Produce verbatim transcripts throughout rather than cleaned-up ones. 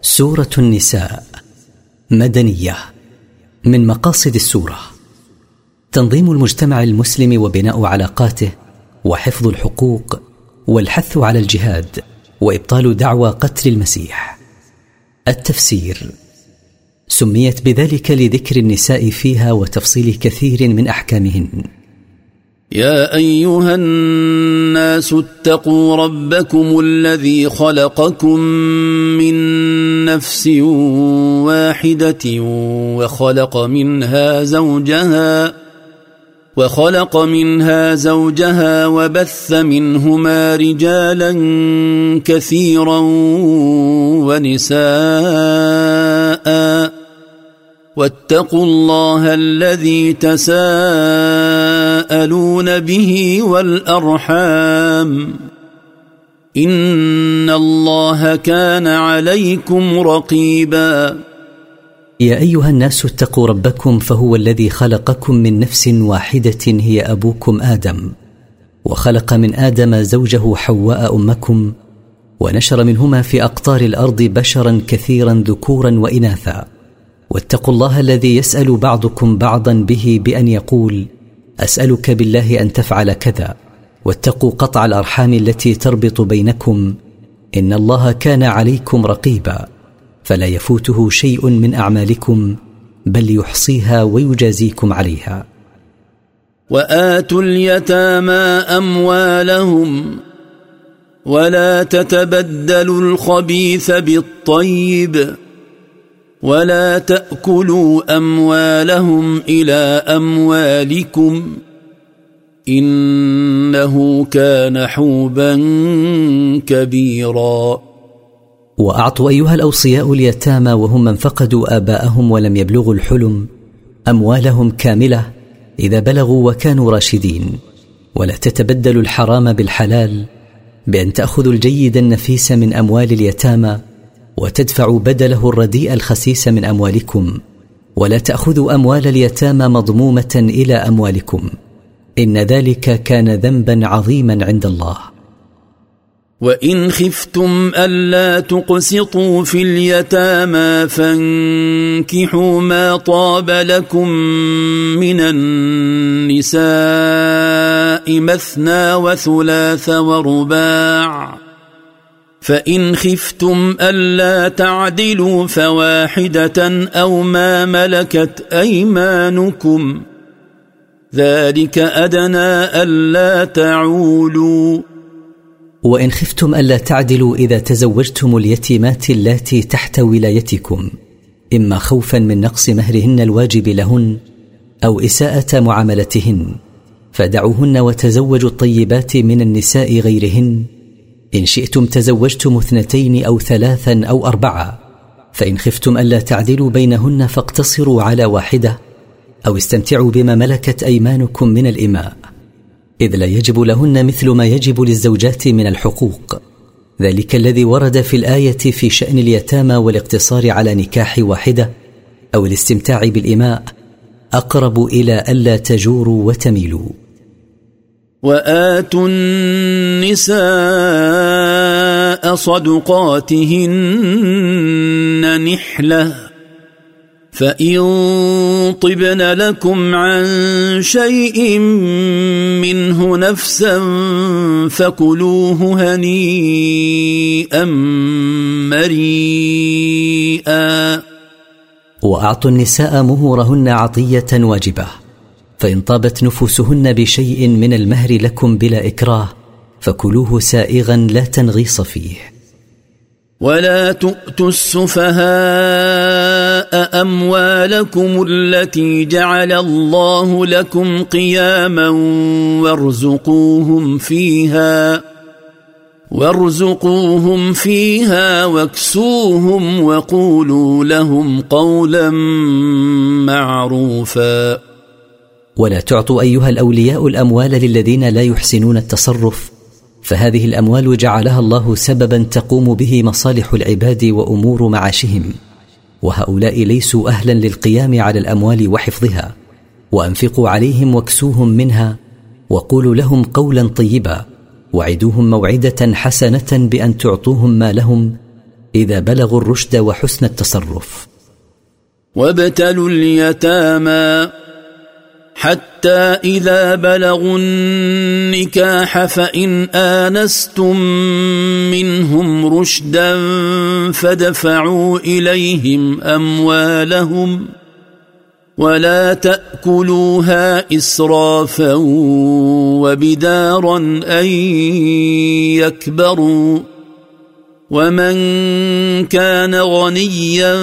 سورة النساء مدنية. من مقاصد السورة تنظيم المجتمع المسلم وبناء علاقاته وحفظ الحقوق والحث على الجهاد وإبطال دعوى قتل المسيح. التفسير: سميت بذلك لذكر النساء فيها وتفصيل كثير من أحكامهن. يا أيها الناس اتقوا ربكم الذي خلقكم من نفس واحدة وخلق منها زوجها وخلق منها زوجها وبث منهما رجالا كثيرا ونساء واتقوا الله الذي تساءلون به والأرحام إن الله كان عليكم رقيبا. يا أيها الناس اتقوا ربكم فهو الذي خلقكم من نفس واحدة هي أبوكم آدم، وخلق من آدم زوجه حواء أمكم، ونشر منهما في أقطار الأرض بشرا كثيرا ذكورا وإناثا. واتقوا الله الذي يسأل بعضكم بعضا به بأن يقول: أسألك بالله أن تفعل كذا. واتقوا قطع الأرحام التي تربط بينكم، إن الله كان عليكم رقيبا، فلا يفوته شيء من أعمالكم بل يحصيها ويجازيكم عليها. وآتوا اليتامى أموالهم ولا تتبدلوا الخبيث بالطيب ولا تأكلوا أموالهم إلى أموالكم إنه كان حوبا كبيرا. وأعطوا أيها الأوصياء اليتامى وهم من فقدوا آباءهم ولم يبلغوا الحلم أموالهم كاملة إذا بلغوا وكانوا راشدين، ولا تتبدلوا الحرام بالحلال بأن تأخذوا الجيد النفيس من أموال اليتامى وتدفعوا بدله الرديء الخسيس من أموالكم، ولا تأخذوا أموال اليتامى مضمومة إلى أموالكم، إن ذلك كان ذنبا عظيما عند الله. وإن خفتم ألا تقسطوا في اليتامى فانكحوا ما طاب لكم من النساء مثنى وثلاث ورباع، فإن خفتم ألا تعدلوا فواحدة أو ما ملكت أيمانكم ذلك أدنى ألا تعولوا. وإن خفتم ألا تعدلوا إذا تزوجتم اليتيمات اللاتي تحت ولايتكم، إما خوفا من نقص مهرهن الواجب لهن أو إساءة معاملتهن، فدعوهن وتزوجوا الطيبات من النساء غيرهن. إن شئتم تزوجتم اثنتين أو ثلاثا أو أربعة، فإن خفتم ألا تعدلوا بينهن فاقتصروا على واحدة أو استمتعوا بما ملكت أيمانكم من الإماء، إذ لا يجب لهن مثل ما يجب للزوجات من الحقوق، ذلك الذي ورد في الآية في شأن اليتامى والاقتصار على نكاح واحدة أو الاستمتاع بالإماء أقرب إلى ألا تجوروا وتميلوا. وآتوا النساء صدقاتهن نحلة فإن طبن لكم عن شيء منه نفسا فكلوه هنيئا مريئا. وأعطوا النساء مهورهن عطية واجبة، فإن طابت نفوسهن بشيء من المهر لكم بلا إكراه فكلوه سائغا لا تنغيص فيه. ولا تؤتوا السفهاء أموالكم التي جعل الله لكم قياما وارزقوهم فيها وارزقوهم فيها واكسوهم وقولوا لهم قولا معروفا. ولا تعطوا أيها الأولياء الأموال للذين لا يحسنون التصرف، فهذه الأموال جعلها الله سببا تقوم به مصالح العباد وأمور معاشهم، وهؤلاء ليسوا أهلا للقيام على الأموال وحفظها. وأنفقوا عليهم واكسوهم منها وقولوا لهم قولا طيبا، وعدوهم موعدة حسنة بأن تعطوهم ما لهم إذا بلغوا الرشد وحسن التصرف. وابتلوا اليتامى حتى إذا بلغوا النكاح فإن آنستم منهم رشدا فادفعوا إليهم أموالهم ولا تأكلوها إسرافا وبدارا أن يكبروا ومن كان غنيا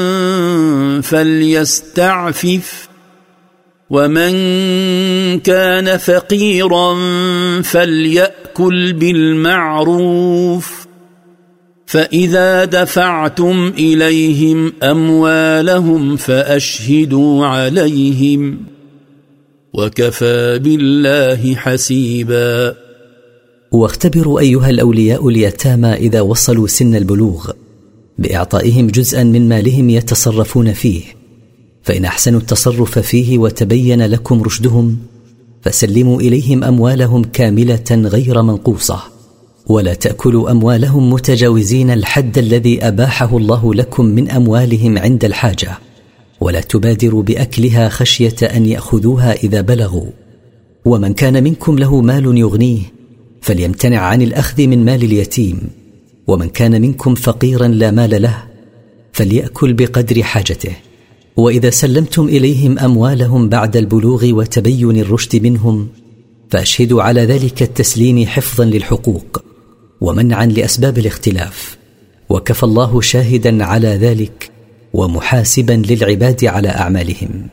فليستعفف ومن كان فقيرا فليأكل بالمعروف فإذا دفعتم إليهم أموالهم فأشهدوا عليهم وكفى بالله حسيبا. واختبروا أيها الأولياء اليتامى إذا وصلوا سن البلوغ بإعطائهم جزءا من مالهم يتصرفون فيه، فإن أحسنوا التصرف فيه وتبين لكم رشدهم فسلموا إليهم أموالهم كاملة غير منقوصة، ولا تأكلوا أموالهم متجاوزين الحد الذي أباحه الله لكم من أموالهم عند الحاجة، ولا تبادروا بأكلها خشية أن يأخذوها إذا بلغوا. ومن كان منكم له مال يغنيه فليمتنع عن الأخذ من مال اليتيم، ومن كان منكم فقيرا لا مال له فليأكل بقدر حاجته. وإذا سلمتم إليهم أموالهم بعد البلوغ وتبين الرشد منهم فأشهدوا على ذلك التسليم حفظا للحقوق ومنعا لأسباب الاختلاف، وكفى الله شاهدا على ذلك ومحاسبا للعباد على أعمالهم.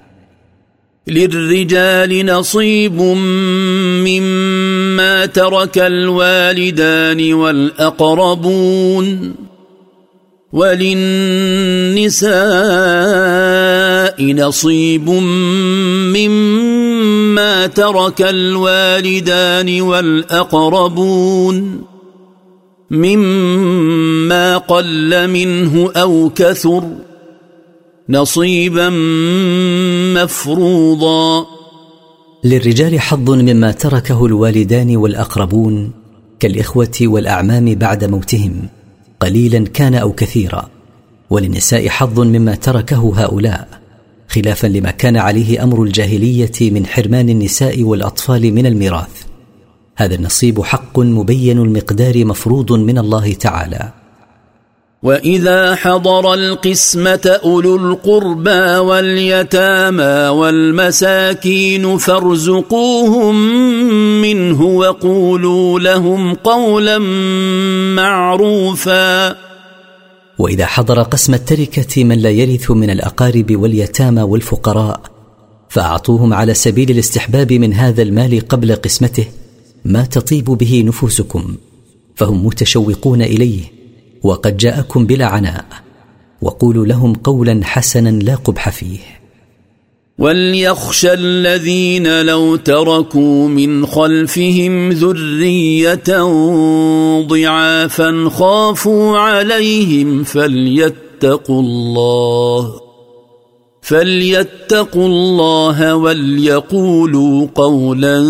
للرجال نصيب مما ترك الوالدان والأقربون وللنساء نصيب مما ترك الوالدان والأقربون مما قل منه أو كثر نصيبا مفروضا. للرجال حظ مما تركه الوالدان والأقربون كالإخوة والأعمام بعد موتهم قليلا كان أو كثيرا، وللنساء حظ مما تركه هؤلاء خلافا لما كان عليه أمر الجاهلية من حرمان النساء والأطفال من الميراث. هذا النصيب حق مبين المقدار مفروض من الله تعالى. وإذا حضر القسمة أولو القربى واليتامى والمساكين فارزقوهم منه وقولوا لهم قولا معروفا. وإذا حضر قسم التركة من لا يرث من الأقارب واليتامى والفقراء فأعطوهم على سبيل الاستحباب من هذا المال قبل قسمته ما تطيب به نفوسكم، فهم متشوقون إليه وقد جاءكم بلا عناء، وقولوا لهم قولا حسنا لا قبح فيه. وليخشى الذين لو تركوا من خلفهم ذرية ضعافا خافوا عليهم فليتقوا الله فليتقوا الله وليقولوا قولا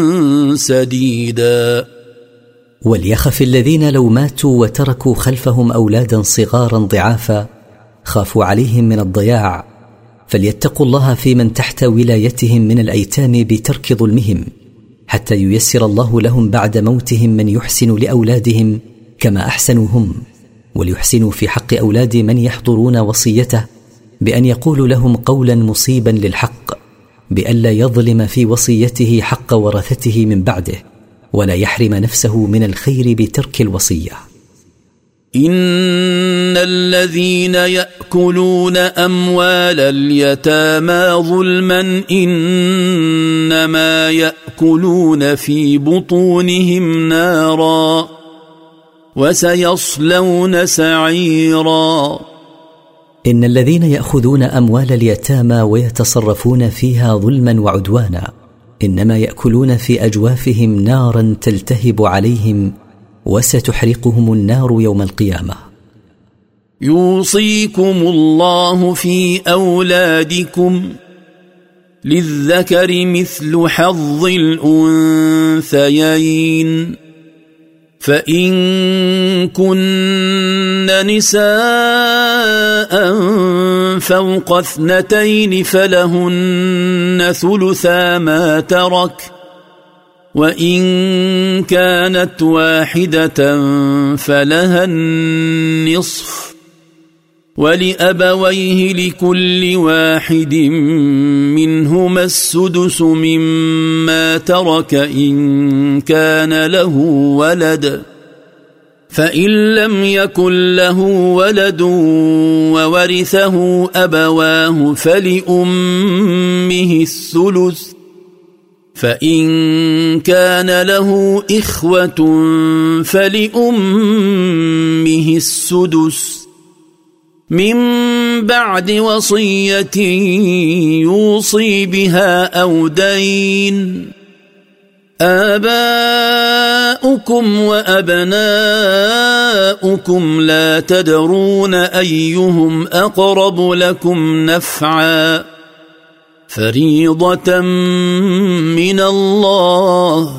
سديدا. وليخف الذين لو ماتوا وتركوا خلفهم أولادا صغارا ضعافا خافوا عليهم من الضياع فليتقوا الله في من تحت ولايتهم من الأيتام بترك ظلمهم، حتى ييسر الله لهم بعد موتهم من يحسن لأولادهم كما أحسنوا هم، وليحسنوا في حق أولاد من يحضرون وصيته بأن يقولوا لهم قولا مصيبا للحق، بألا يظلم في وصيته حق ورثته من بعده، ولا يحرم نفسه من الخير بترك الوصية. إن الذين يأكلون أموال اليتامى ظلما إنما يأكلون في بطونهم نارا وسيصلون سعيرا. إن الذين يأخذون أموال اليتامى ويتصرفون فيها ظلما وعدوانا إنما يأكلون في أجوافهم نارا تلتهب عليهم وستحرقهم النار يوم القيامة. يوصيكم الله في أولادكم للذكر مثل حظ الأنثيين فإن كن نساء فوق اثنتين فلهن ثلثا ما ترك، وإن كانت واحدة فلها النصف، ولأبويه لكل واحد منهما السدس مما ترك إن كان له ولد، فإن لم يكن له ولد وورثه أبواه فلأمه الثلث، فإن كان له إخوة فلأمه السدس من بعد وصية يوصي بها أو دين. آباؤكم وأبناؤكم لا تدرون أيهم أقرب لكم نفعا، فريضة من الله،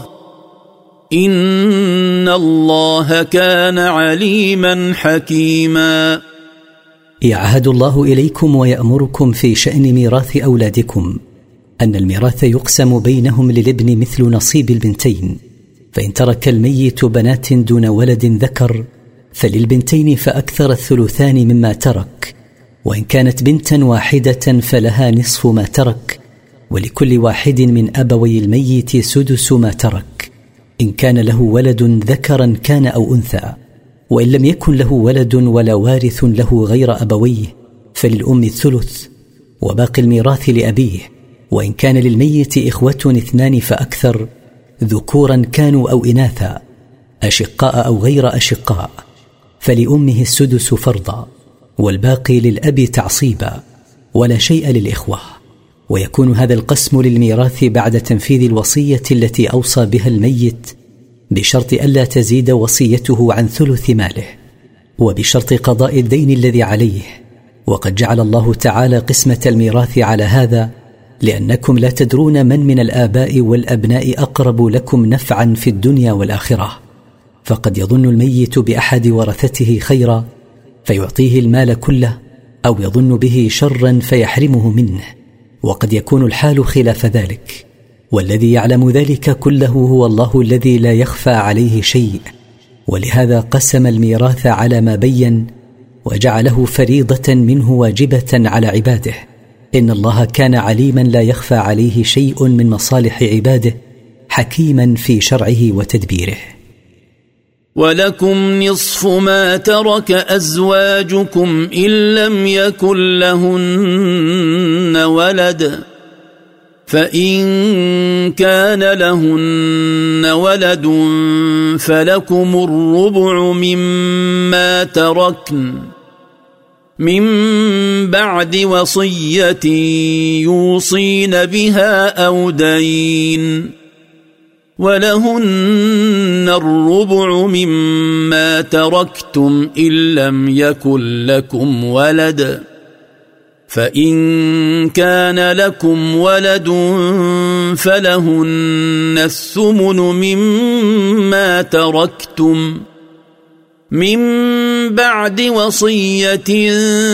إن الله كان عليما حكيما. يعهد الله إليكم ويأمركم في شأن ميراث أولادكم أن الميراث يقسم بينهم للابن مثل نصيب البنتين، فإن ترك الميت بنات دون ولد ذكر فللبنتين فأكثر الثلثان مما ترك، وإن كانت بنتا واحدة فلها نصف ما ترك، ولكل واحد من أبوي الميت سدس ما ترك إن كان له ولد ذكرا كان أو أنثى، وإن لم يكن له ولد ولا وارث له غير أبويه فللأم الثلث، وباقي الميراث لأبيه، وإن كان للميت إخوة اثنان فأكثر ذكورا كانوا أو إناثا أشقاء أو غير أشقاء فلأمه السدس فرضا، والباقي للأب تعصيبا، ولا شيء للإخوة. ويكون هذا القسم للميراث بعد تنفيذ الوصية التي أوصى بها الميت، بشرط ألا تزيد وصيته عن ثلث ماله، وبشرط قضاء الدين الذي عليه. وقد جعل الله تعالى قسمة الميراث على هذا لأنكم لا تدرون من من الآباء والأبناء أقرب لكم نفعا في الدنيا والآخرة، فقد يظن الميت بأحد ورثته خيرا فيعطيه المال كله، أو يظن به شرا فيحرمه منه، وقد يكون الحال خلاف ذلك. والذي يعلم ذلك كله هو الله الذي لا يخفى عليه شيء، ولهذا قسم الميراث على ما بين وجعله فريضة منه واجبة على عباده. إن الله كان عليما لا يخفى عليه شيء من مصالح عباده، حكيما في شرعه وتدبيره. ولكم نصف ما ترك أزواجكم إن لم يكن لهن ولد، فإن كان لهن ولد فلكم الربع مما تركن من بعد وصية يوصين بها أو دين، ولهن الربع مما تركتم إن لم يكن لكم ولد، فإن كان لكم ولد فلهن الثمن مما تركتم من بعد وصية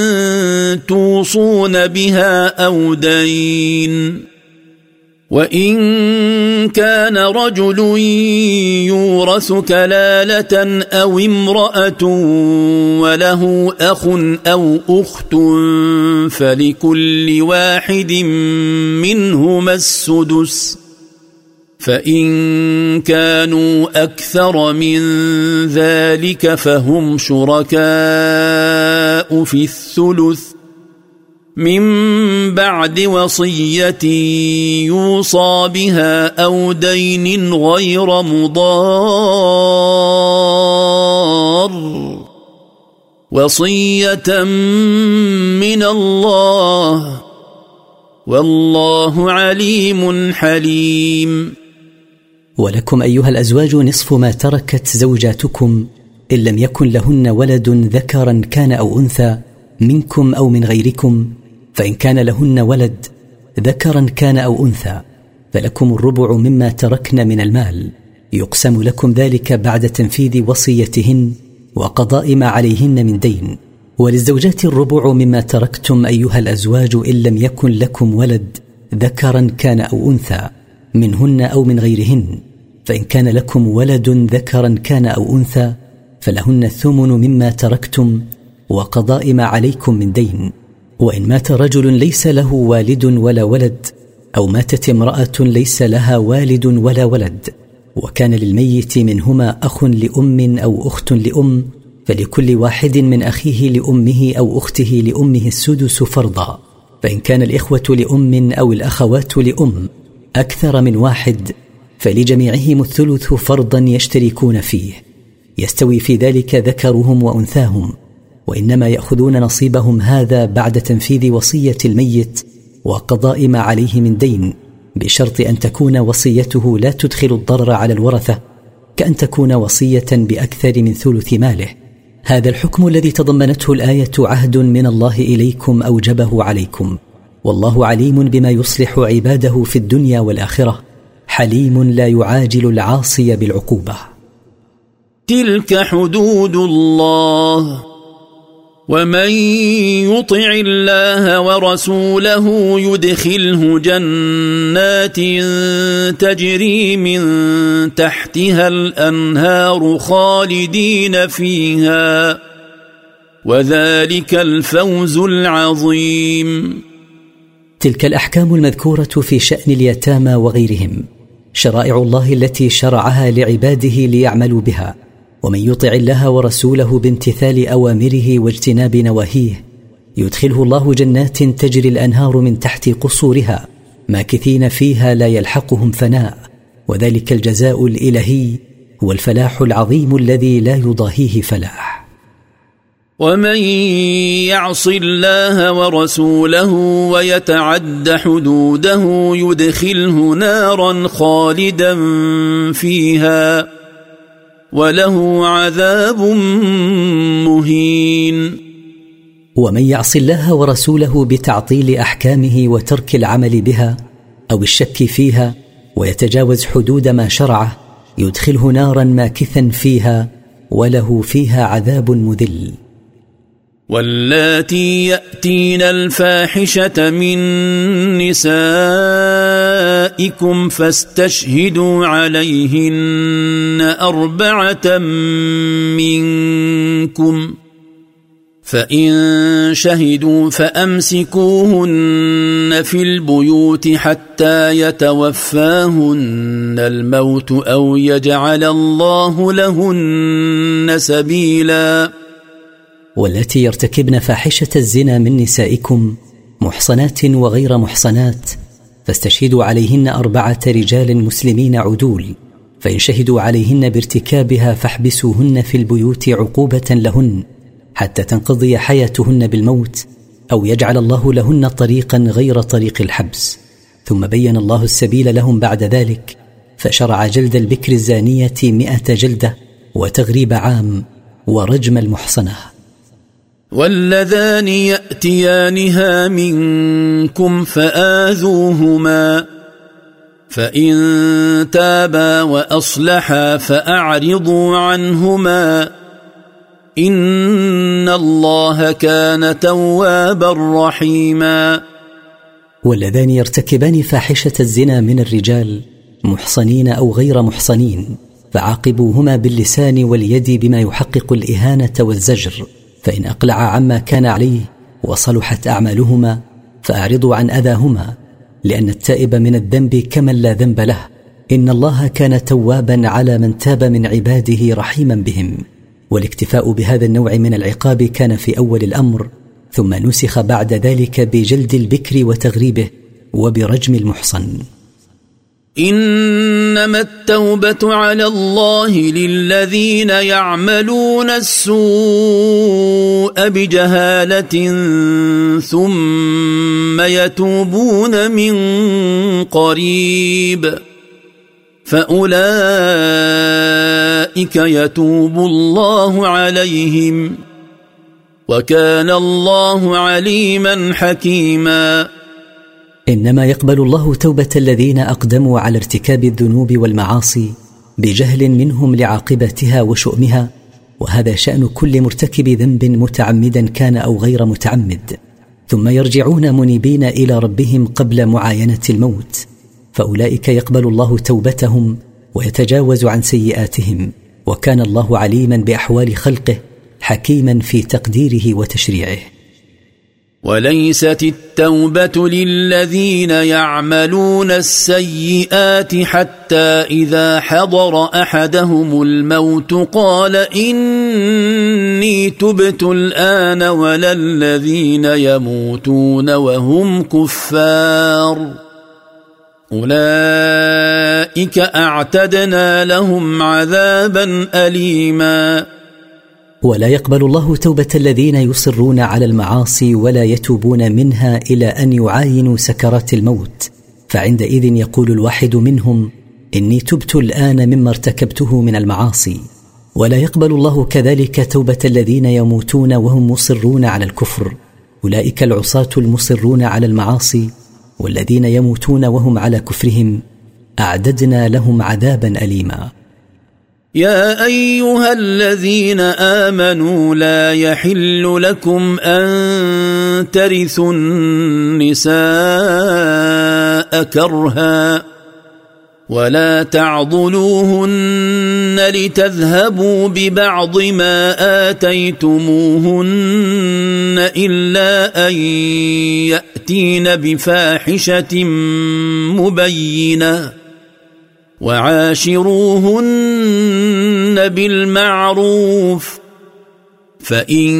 توصون بها أو دين. وإن كان رجل يورث كلالة أو امرأة وله أخ أو أخت فلكل واحد منهما السدس، فإن كانوا أكثر من ذلك فهم شركاء في الثلث من بعد وصية يوصى بها أو دين غير مضار، وصية من الله، والله عليم حليم. ولكم أيها الأزواج نصف ما تركت زوجاتكم إن لم يكن لهن ولد ذكرا كان أو أنثى منكم أو من غيركم، فإن كان لهن ولد ذكرا كان أو أنثى فلكم الربع مما تركن من المال، يقسم لكم ذلك بعد تنفيذ وصيتهن وقضاء ما عليهن من دين. وللزوجات الربع مما تركتم أيها الأزواج إن لم يكن لكم ولد ذكرا كان أو أنثى منهن أو من غيرهن، فإن كان لكم ولد ذكرا كان أو أنثى فلهن الثمن مما تركتم وقضاء ما عليكم من دين. وإن مات رجل ليس له والد ولا ولد، أو ماتت امرأة ليس لها والد ولا ولد، وكان للميت منهما أخ لأم أو أخت لأم، فلكل واحد من أخيه لأمه أو أخته لأمه السدس فرضا. فإن كان الإخوة لأم أو الأخوات لأم أكثر من واحد فلجميعهم الثلث فرضا يشتركون فيه، يستوي في ذلك ذكرهم وأنثاهم، وإنما يأخذون نصيبهم هذا بعد تنفيذ وصية الميت وقضاء ما عليه من دين، بشرط أن تكون وصيته لا تدخل الضرر على الورثة، كأن تكون وصية بأكثر من ثلث ماله. هذا الحكم الذي تضمنته الآية عهد من الله إليكم أوجبه عليكم، والله عليم بما يصلح عباده في الدنيا والآخرة، حليم لا يعاجل العاصي بالعقوبة. تلك حدود الله ومن يطع الله ورسوله يدخله جنات تجري من تحتها الأنهار خالدين فيها وذلك الفوز العظيم. تلك الأحكام المذكورة في شأن اليتامى وغيرهم شرائع الله التي شرعها لعباده ليعملوا بها، ومن يطع الله ورسوله بامتثال أوامره واجتناب نواهيه يدخله الله جنات تجري الأنهار من تحت قصورها ماكثين فيها لا يلحقهم فناء، وذلك الجزاء الإلهي هو الفلاح العظيم الذي لا يضاهيه فلاح. ومن يعص الله ورسوله ويتعد حدوده يدخله نارا خالدا فيها وله عذاب مهين. ومن يعص الله ورسوله بتعطيل أحكامه وترك العمل بها أو الشك فيها ويتجاوز حدود ما شرعه يدخله نارا ماكثا فيها وله فيها عذاب مذل. واللاتي يأتين الفاحشة من نسائكم فاستشهدوا عليهن أربعة منكم، فإن شهدوا فأمسكوهن في البيوت حتى يتوفاهن الموت أو يجعل الله لهن سبيلا. والتي يرتكبن فاحشة الزنا من نسائكم محصنات وغير محصنات فاستشهدوا عليهن أربعة رجال مسلمين عدول، فإن شهدوا عليهن بارتكابها فاحبسوهن في البيوت عقوبة لهن حتى تنقضي حياتهن بالموت أو يجعل الله لهن طريقا غير طريق الحبس. ثم بين الله السبيل لهم بعد ذلك، فشرع جلد البكر الزانية مئة جلدة وتغريب عام ورجم المحصنة. واللذان يأتيانها منكم فآذوهما فإن تابا وأصلحا فأعرضوا عنهما إن الله كان توابا رحيما. واللذان يرتكبان فاحشة الزنا من الرجال محصنين أو غير محصنين فعاقبوهما باللسان واليد بما يحقق الإهانة والزجر، فإن أقلع عما كان عليه وصلحت أعمالهما فأعرضوا عن أذاهما، لأن التائب من الذنب كمن لا ذنب له، إن الله كان توابا على من تاب من عباده رحيما بهم. والاكتفاء بهذا النوع من العقاب كان في أول الأمر، ثم نسخ بعد ذلك بجلد البكر وتغريبه وبرجم المحصن. إنما التوبة على الله للذين يعملون السوء بجهالة ثم يتوبون من قريب فأولئك يتوب الله عليهم وكان الله عليما حكيما. إنما يقبل الله توبة الذين أقدموا على ارتكاب الذنوب والمعاصي بجهل منهم لعاقبتها وشؤمها، وهذا شأن كل مرتكب ذنب متعمدا كان أو غير متعمد، ثم يرجعون منيبين إلى ربهم قبل معاينة الموت، فأولئك يقبل الله توبتهم ويتجاوز عن سيئاتهم، وكان الله عليما بأحوال خلقه حكيما في تقديره وتشريعه. وليست التوبة للذين يعملون السيئات حتى إذا حضر أحدهم الموت قال إني تبت الآن ولا الذين يموتون وهم كفار أولئك أعتدنا لهم عذابا أليما. ولا يقبل الله توبة الذين يصرون على المعاصي ولا يتوبون منها إلى أن يعاينوا سكرات الموت، فعندئذ يقول الواحد منهم إني تبت الآن مما ارتكبته من المعاصي. ولا يقبل الله كذلك توبة الذين يموتون وهم مصرون على الكفر، أولئك العصاة المصرون على المعاصي، والذين يموتون وهم على كفرهم أعددنا لهم عذابا أليما. يا أيها الذين آمنوا لا يحل لكم أن ترثوا النساء كرها ولا تعضلوهن لتذهبوا ببعض ما آتيتموهن إلا أن يأتين بفاحشة مبينة وعاشروهن بالمعروف فإن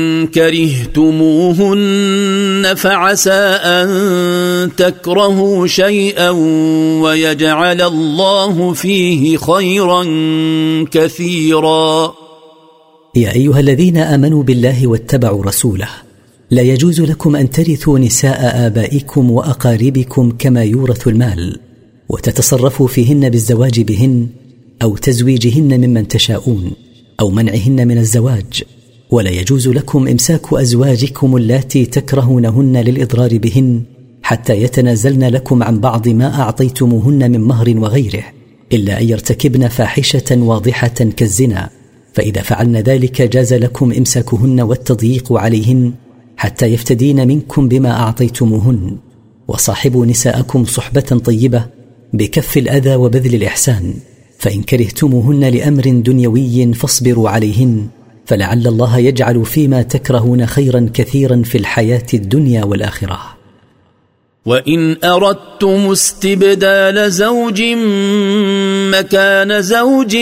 كرهتموهن فعسى أن تكرهوا شيئا ويجعل الله فيه خيرا كثيرا. يا أيها الذين آمنوا بالله واتبعوا رسوله، لا يجوز لكم أن ترثوا نساء آبائكم وأقاربكم كما يورث المال، وتتصرفوا فيهن بالزواج بهن أو تزويجهن ممن تشاءون أو منعهن من الزواج، ولا يجوز لكم إمساك أزواجكم اللاتي تكرهونهن للإضرار بهن حتى يتنازلن لكم عن بعض ما أعطيتموهن من مهر وغيره، إلا أن يرتكبن فاحشة واضحة كالزنا، فإذا فعلن ذلك جاز لكم إمساكهن والتضييق عليهن حتى يفتدين منكم بما أعطيتموهن. وصاحبوا نساءكم صحبة طيبة بكف الأذى وبذل الإحسان، فإن كرهتموهن لأمر دنيوي فاصبروا عليهن، فلعل الله يجعل فيما تكرهون خيرا كثيرا في الحياة الدنيا والآخرة. وإن أردتم استبدال زوج مكان زوج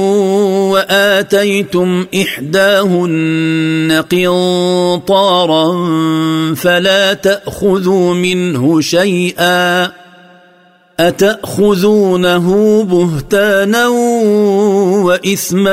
وآتيتم إحداهن قنطارا فلا تأخذوا منه شيئا أتأخذونه بهتانا وإثما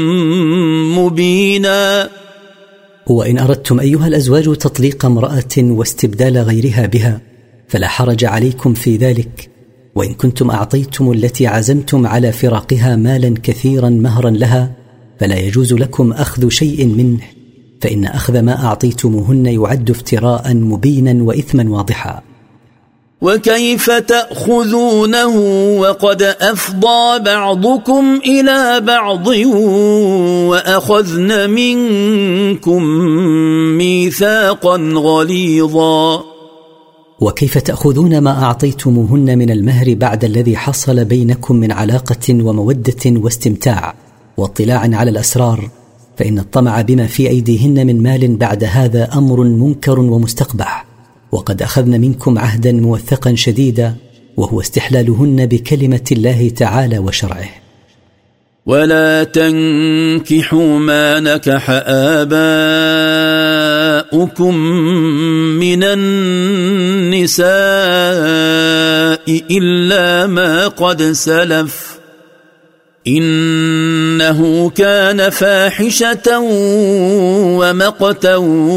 مبينا. وإن أردتم أيها الأزواج تطليق امرأة واستبدال غيرها بها فلا حرج عليكم في ذلك، وإن كنتم أعطيتم التي عزمتم على فراقها مالا كثيرا مهرا لها فلا يجوز لكم أخذ شيء منه، فإن أخذ ما أعطيتموهن يعد افتراء مبينا وإثما واضحا. وكيف تأخذونه وقد أفضى بعضكم إلى بعض وأخذن منكم ميثاقا غليظا. وكيف تأخذون ما أعطيتموهن من المهر بعد الذي حصل بينكم من علاقة ومودة واستمتاع واطلاع على الأسرار، فإن الطمع بما في أيديهن من مال بعد هذا أمر منكر ومستقبح، وقد أخذن منكم عهدا موثقا شديدا وهو استحلالهن بكلمة الله تعالى وشرعه. ولا تنكحوا ما نكح آباؤكم من النساء إلا ما قد سلف إنه كان فاحشة ومقتا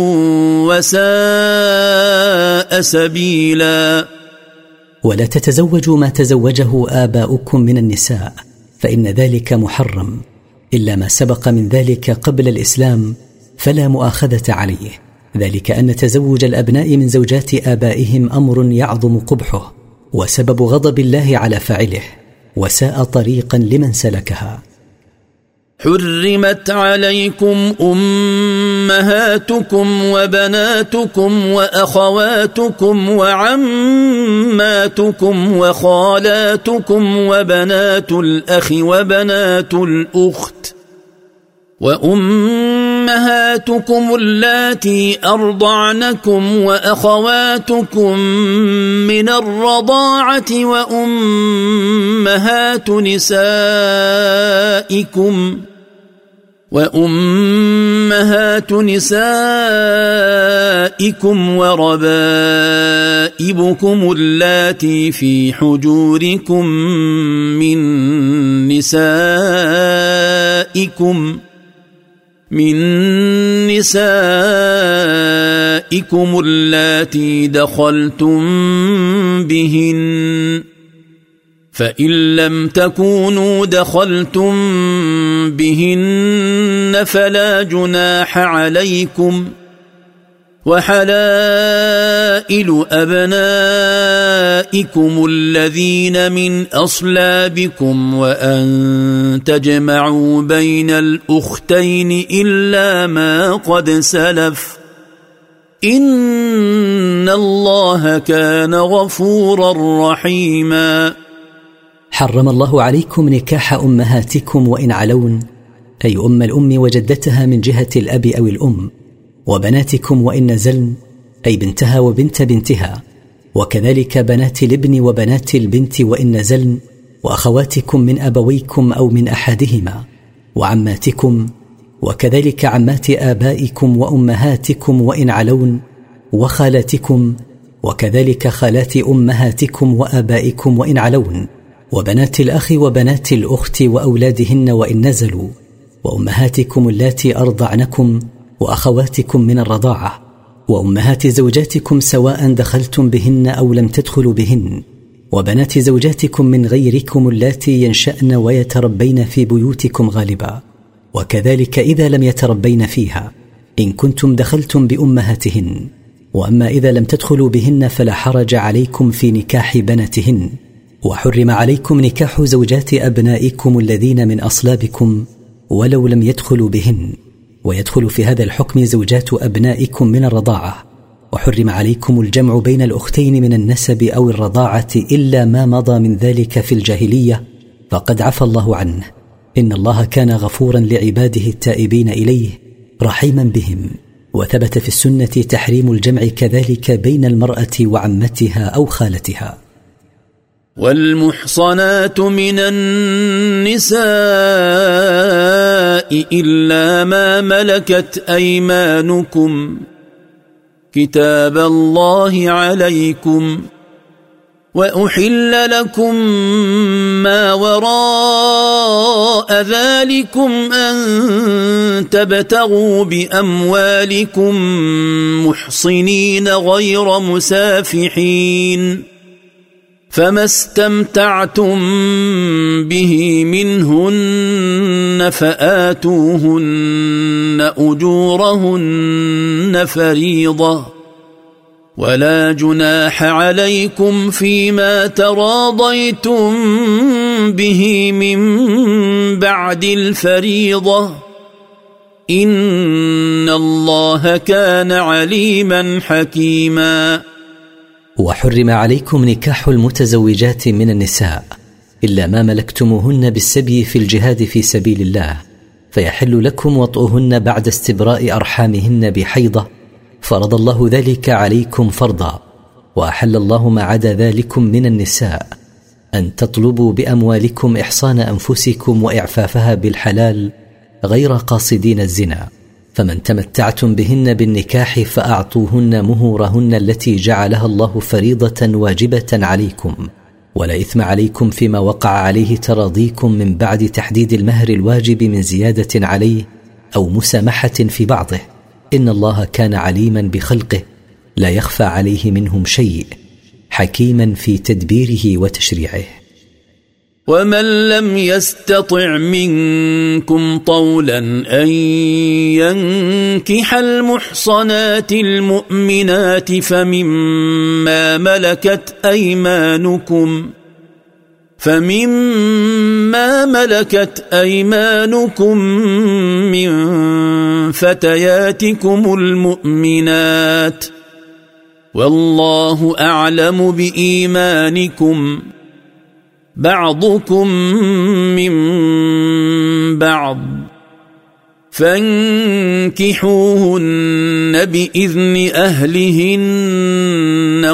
وساء سبيلا. ولا تتزوجوا ما تزوجه آباؤكم من النساء، فإن ذلك محرم، إلا ما سبق من ذلك قبل الإسلام فلا مؤاخذة عليه، ذلك أن تزوج الأبناء من زوجات آبائهم أمر يعظم قبحه وسبب غضب الله على فاعله، وساء طريقا لمن سلكها. حرمت عليكم أمهاتكم وبناتكم وأخواتكم وعماتكم وخالاتكم وبنات الأخ وبنات الأخت وأمهاتكم اللاتي أرضعنكم وأخواتكم من الرضاعة وأمهات نسائكم وأمهات نسائكم وربائبكم اللاتي في حجوركم من نسائكم من نسائكم اللاتي دخلتم بهن فإن لم تكونوا دخلتم بهن فلا جناح عليكم وحلائل أبنائكم الذين من أصلابكم وأن تجمعوا بين الأختين إلا ما قد سلف إن الله كان غفورا رحيما. حرم الله عليكم نكاح أمهاتكم وإن علون، أي أم الأم وجدتها من جهة الأب أو الأم، وبناتكم وإن نزلن، أي بنتها وبنت بنتها، وكذلك بنات الابن وبنات البنت وإن نزلن، وأخواتكم من أبويكم أو من أحدهما، وعماتكم، وكذلك عمات آبائكم وأمهاتكم وإن علون، وخالاتكم، وكذلك خالات أمهاتكم وآبائكم وإن علون، وبنات الأخ وبنات الأخت وأولادهن وإن نزلوا، وأمهاتكم اللاتي أرضعنكم، وأخواتكم من الرضاعة، وأمهات زوجاتكم سواء دخلتم بهن أو لم تدخلوا بهن، وبنات زوجاتكم من غيركم اللاتي ينشأن ويتربين في بيوتكم غالبا، وكذلك إذا لم يتربين فيها إن كنتم دخلتم بأمهاتهن. وأما إذا لم تدخلوا بهن فلا حرج عليكم في نكاح بناتهن. وحرم عليكم نكاح زوجات أبنائكم الذين من أصلابكم ولو لم يدخلوا بهن، ويدخل في هذا الحكم زوجات أبنائكم من الرضاعة. وحرم عليكم الجمع بين الأختين من النسب أو الرضاعة إلا ما مضى من ذلك في الجاهلية فقد عفى الله عنه، إن الله كان غفورا لعباده التائبين إليه رحيما بهم. وثبت في السنة تحريم الجمع كذلك بين المرأة وعمتها أو خالتها. والمحصنات من النساء إلا ما ملكت أيمانكم كتاب الله عليكم، وأحل لكم ما وراء ذلكم أن تبتغوا بأموالكم محصنين غير مسافحين، فما استمتعتم به منهن فآتوهن أجورهن فريضة، ولا جناح عليكم فيما تراضيتم به من بعد الفريضة، إن الله كان عليما حكيما. وحرم عليكم نكاح المتزوجات من النساء إلا ما ملكتموهن بالسبي في الجهاد في سبيل الله، فيحل لكم وطئهن بعد استبراء أرحامهن بحيضة، فرض الله ذلك عليكم فرضا. وأحل الله ما عدا ذلكم من النساء أن تطلبوا بأموالكم إحصان أنفسكم وإعفافها بالحلال غير قاصدين الزنا، فمن تمتعتم بهن بالنكاح فأعطوهن مهورهن التي جعلها الله فريضة واجبة عليكم، ولا إثم عليكم فيما وقع عليه تراضيكم من بعد تحديد المهر الواجب من زيادة عليه أو مسامحة في بعضه، إن الله كان عليما بخلقه لا يخفى عليه منهم شيء، حكيما في تدبيره وتشريعه. ومن لم يستطع منكم طولا أن ينكح المحصنات المؤمنات فمما ملكت أيمانكم فمما ملكت أيمانكم من فتياتكم المؤمنات والله أعلم بإيمانكم بعضكم من بعض فانكحوهن بإذن أهلهن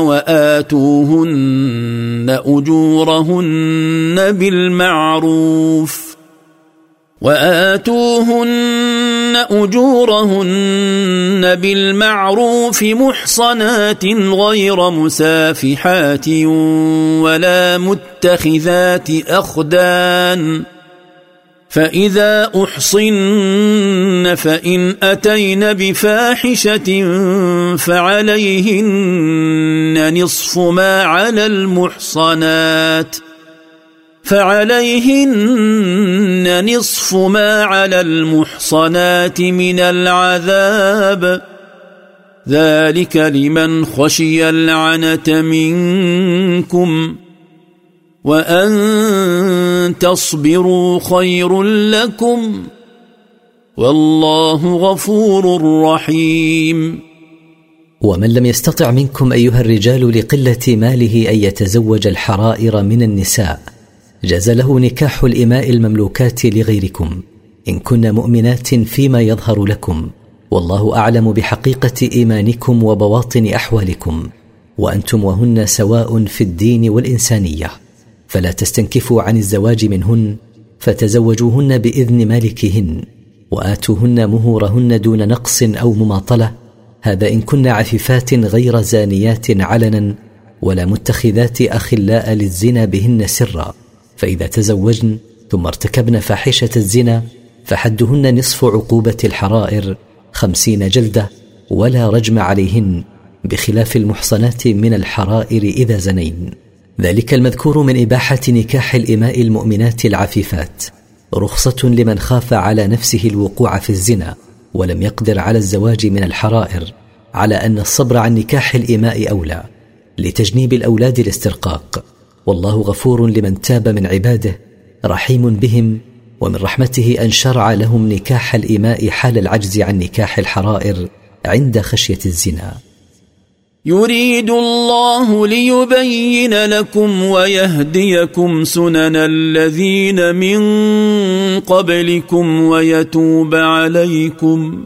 وآتوهن أجورهن بالمعروف وآتوهن أجورهن بالمعروف محصنات غير مسافحات ولا متخذات أخدان فإذا أحصن فإن أتين بفاحشة فعليهن نصف ما على المحصنات فعليهن نصف ما على المحصنات من العذاب ذلك لمن خشي العنة منكم وأن تصبروا خير لكم والله غفور رحيم. ومن لم يستطع منكم أيها الرجال لقلة ماله أن يتزوج الحرائر من النساء جاز له نكاح الإماء المملوكات لغيركم إن كن مؤمنات فيما يظهر لكم والله أعلم بحقيقة إيمانكم وبواطن أحوالكم وأنتم وهن سواء في الدين والإنسانية فلا تستنكفوا عن الزواج منهن فتزوجوهن بإذن مالكهن وآتوهن مهورهن دون نقص أو مماطلة هذا إن كن عفيفات غير زانيات علنا ولا متخذات أخلاء للزنا بهن سرا فإذا تزوجن ثم ارتكبن فاحشة الزنا فحدهن نصف عقوبة الحرائر خمسين جلدة ولا رجم عليهن بخلاف المحصنات من الحرائر إذا زنين ذلك المذكور من إباحة نكاح الإماء المؤمنات العفيفات رخصة لمن خاف على نفسه الوقوع في الزنا ولم يقدر على الزواج من الحرائر على أن الصبر عن نكاح الإماء أولى لتجنيب الأولاد الاسترقاق والله غفور لمن تاب من عباده رحيم بهم ومن رحمته أن شرع لهم نكاح الإماء حال العجز عن نكاح الحرائر عند خشية الزنا. يريد الله ليبين لكم ويهديكم سنن الذين من قبلكم ويتوب عليكم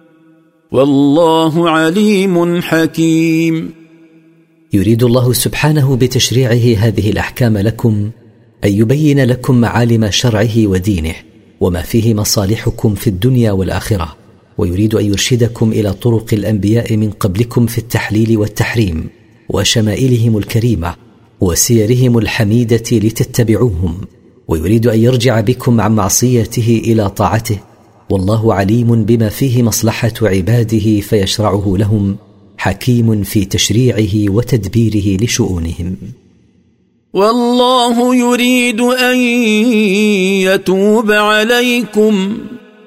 والله عليم حكيم. يريد الله سبحانه بتشريعه هذه الأحكام لكم أن يبين لكم معالم شرعه ودينه وما فيه مصالحكم في الدنيا والآخرة ويريد أن يرشدكم إلى طرق الأنبياء من قبلكم في التحليل والتحريم وشمائلهم الكريمة وسيرهم الحميدة لتتبعوهم ويريد أن يرجع بكم عن معصيته إلى طاعته والله عليم بما فيه مصلحة عباده فيشرعه لهم حكيم في تشريعه وتدبيره لشؤونهم. والله يريد أن يتوب عليكم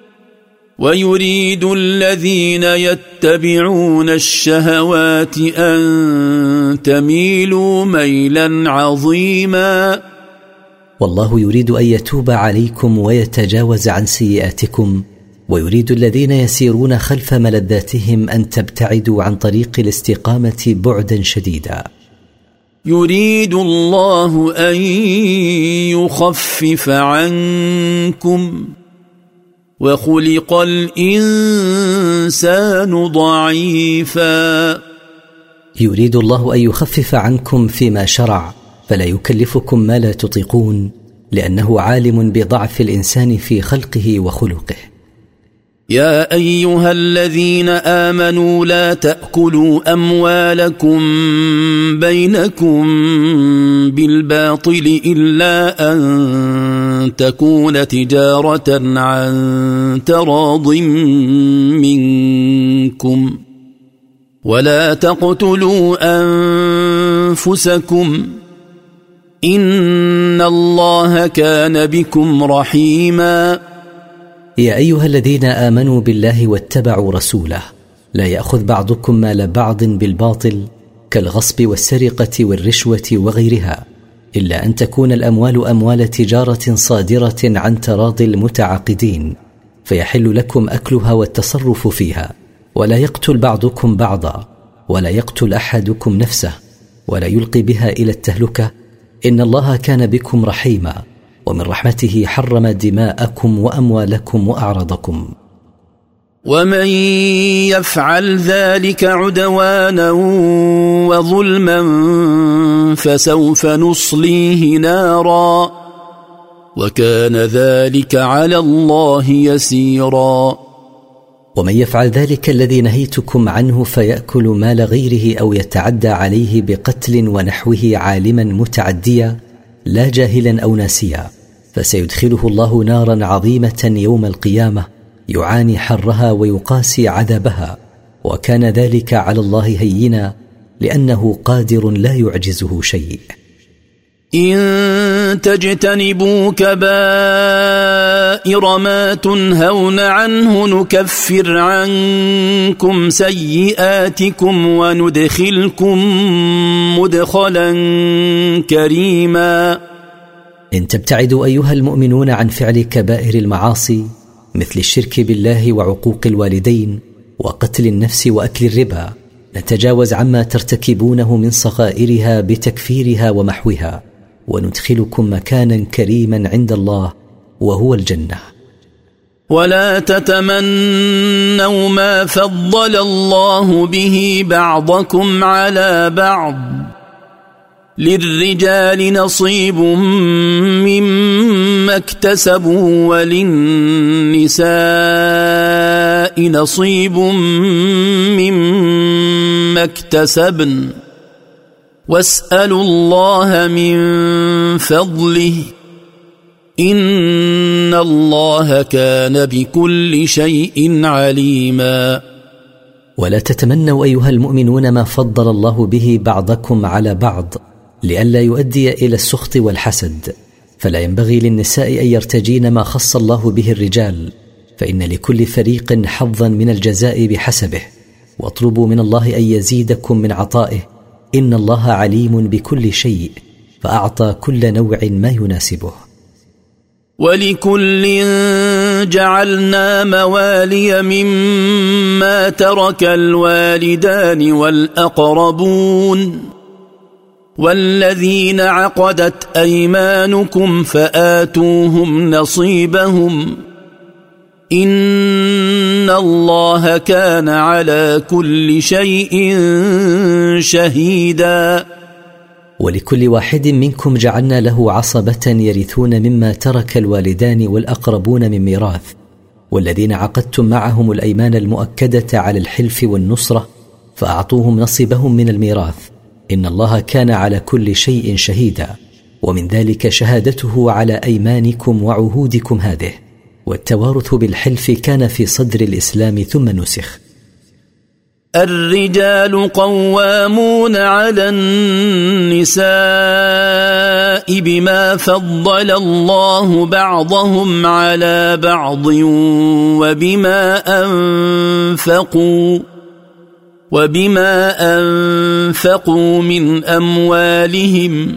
ويريد الذين يتبعون الشهوات أن تميلوا ميلا عظيما. والله يريد أن يتوب عليكم ويتجاوز عن سيئاتكم ويريد الذين يسيرون خلف ملذاتهم أن تبتعدوا عن طريق الاستقامة بعدا شديدا. يريد الله أن يخفف عنكم وخلق الإنسان ضعيفا. يريد الله أن يخفف عنكم فيما شرع فلا يكلفكم ما لا تطيقون لأنه عالم بضعف الإنسان في خلقه وخلقه. يا أيها الذين آمنوا لا تأكلوا أموالكم بينكم بالباطل إلا أن تكون تجارة عن تراض منكم ولا تقتلوا أنفسكم إن الله كان بكم رحيما. يا أيها الذين آمنوا بالله واتبعوا رسوله لا يأخذ بعضكم مال بعض بالباطل كالغصب والسرقة والرشوة وغيرها إلا أن تكون الأموال أموال تجارة صادرة عن تراضي المتعاقدين، فيحل لكم أكلها والتصرف فيها، ولا يقتل بعضكم بعضا، ولا يقتل أحدكم نفسه، ولا يلقي بها إلى التهلكة، إن الله كان بكم رحيما، ومن رحمته حرم دماءكم وأموالكم وأعراضكم. ومن يفعل ذلك عدوانا وظلما فسوف نصليه نارا وكان ذلك على الله يسيرا. ومن يفعل ذلك الذي نهيتكم عنه فيأكل مال غيره أو يتعدى عليه بقتل ونحوه عالما متعديا لا جاهلا أو ناسيا، فسيدخله الله نارا عظيمة يوم القيامة يعاني حرها ويقاسي عذابها، وكان ذلك على الله هينا لأنه قادر لا يعجزه شيء. إن تجتنبوا كبائر ما تنهون عنه نكفر عنكم سيئاتكم وندخلكم مدخلا كريما. إن تبتعدوا أيها المؤمنون عن فعل كبائر المعاصي مثل الشرك بالله وعقوق الوالدين وقتل النفس وأكل الربا، نتجاوز عما ترتكبونه من صغائرها بتكفيرها ومحوها، وندخلكم مكانا كريما عند الله وهو الجنة. ولا تتمنوا ما فضل الله به بعضكم على بعض، للرجال نصيب مما اكتسبوا وللنساء نصيب مما اكتسبن واسألوا الله من فضله إن الله كان بكل شيء عليما. ولا تتمنوا أيها المؤمنون ما فضل الله به بعضكم على بعض لئلا يؤدي إلى السخط والحسد، فلا ينبغي للنساء أن يرتجين ما خص الله به الرجال، فإن لكل فريق حظا من الجزاء بحسبه، واطلبوا من الله أن يزيدكم من عطائه، إن الله عليم بكل شيء، فأعطى كل نوع ما يناسبه. ولكل جعلنا موالي مما ترك الوالدان والأقربون والذين عقدت أيمانكم فآتوهم نصيبهم إن الله كان على كل شيء شهيدا. ولكل واحد منكم جعلنا له عصبة يرثون مما ترك الوالدان والأقربون من ميراث، والذين عقدتم معهم الأيمان المؤكدة على الحلف والنصرة فأعطوهم نصيبهم من الميراث، إن الله كان على كل شيء شهيدا، ومن ذلك شهادته على أيمانكم وعهودكم هذه. والتوارث بالحلف كان في صدر الإسلام ثم نسخ. الرجال قوامون على النساء بما فضل الله بعضهم على بعض وبما أنفقوا وبما أنفقوا من أموالهم،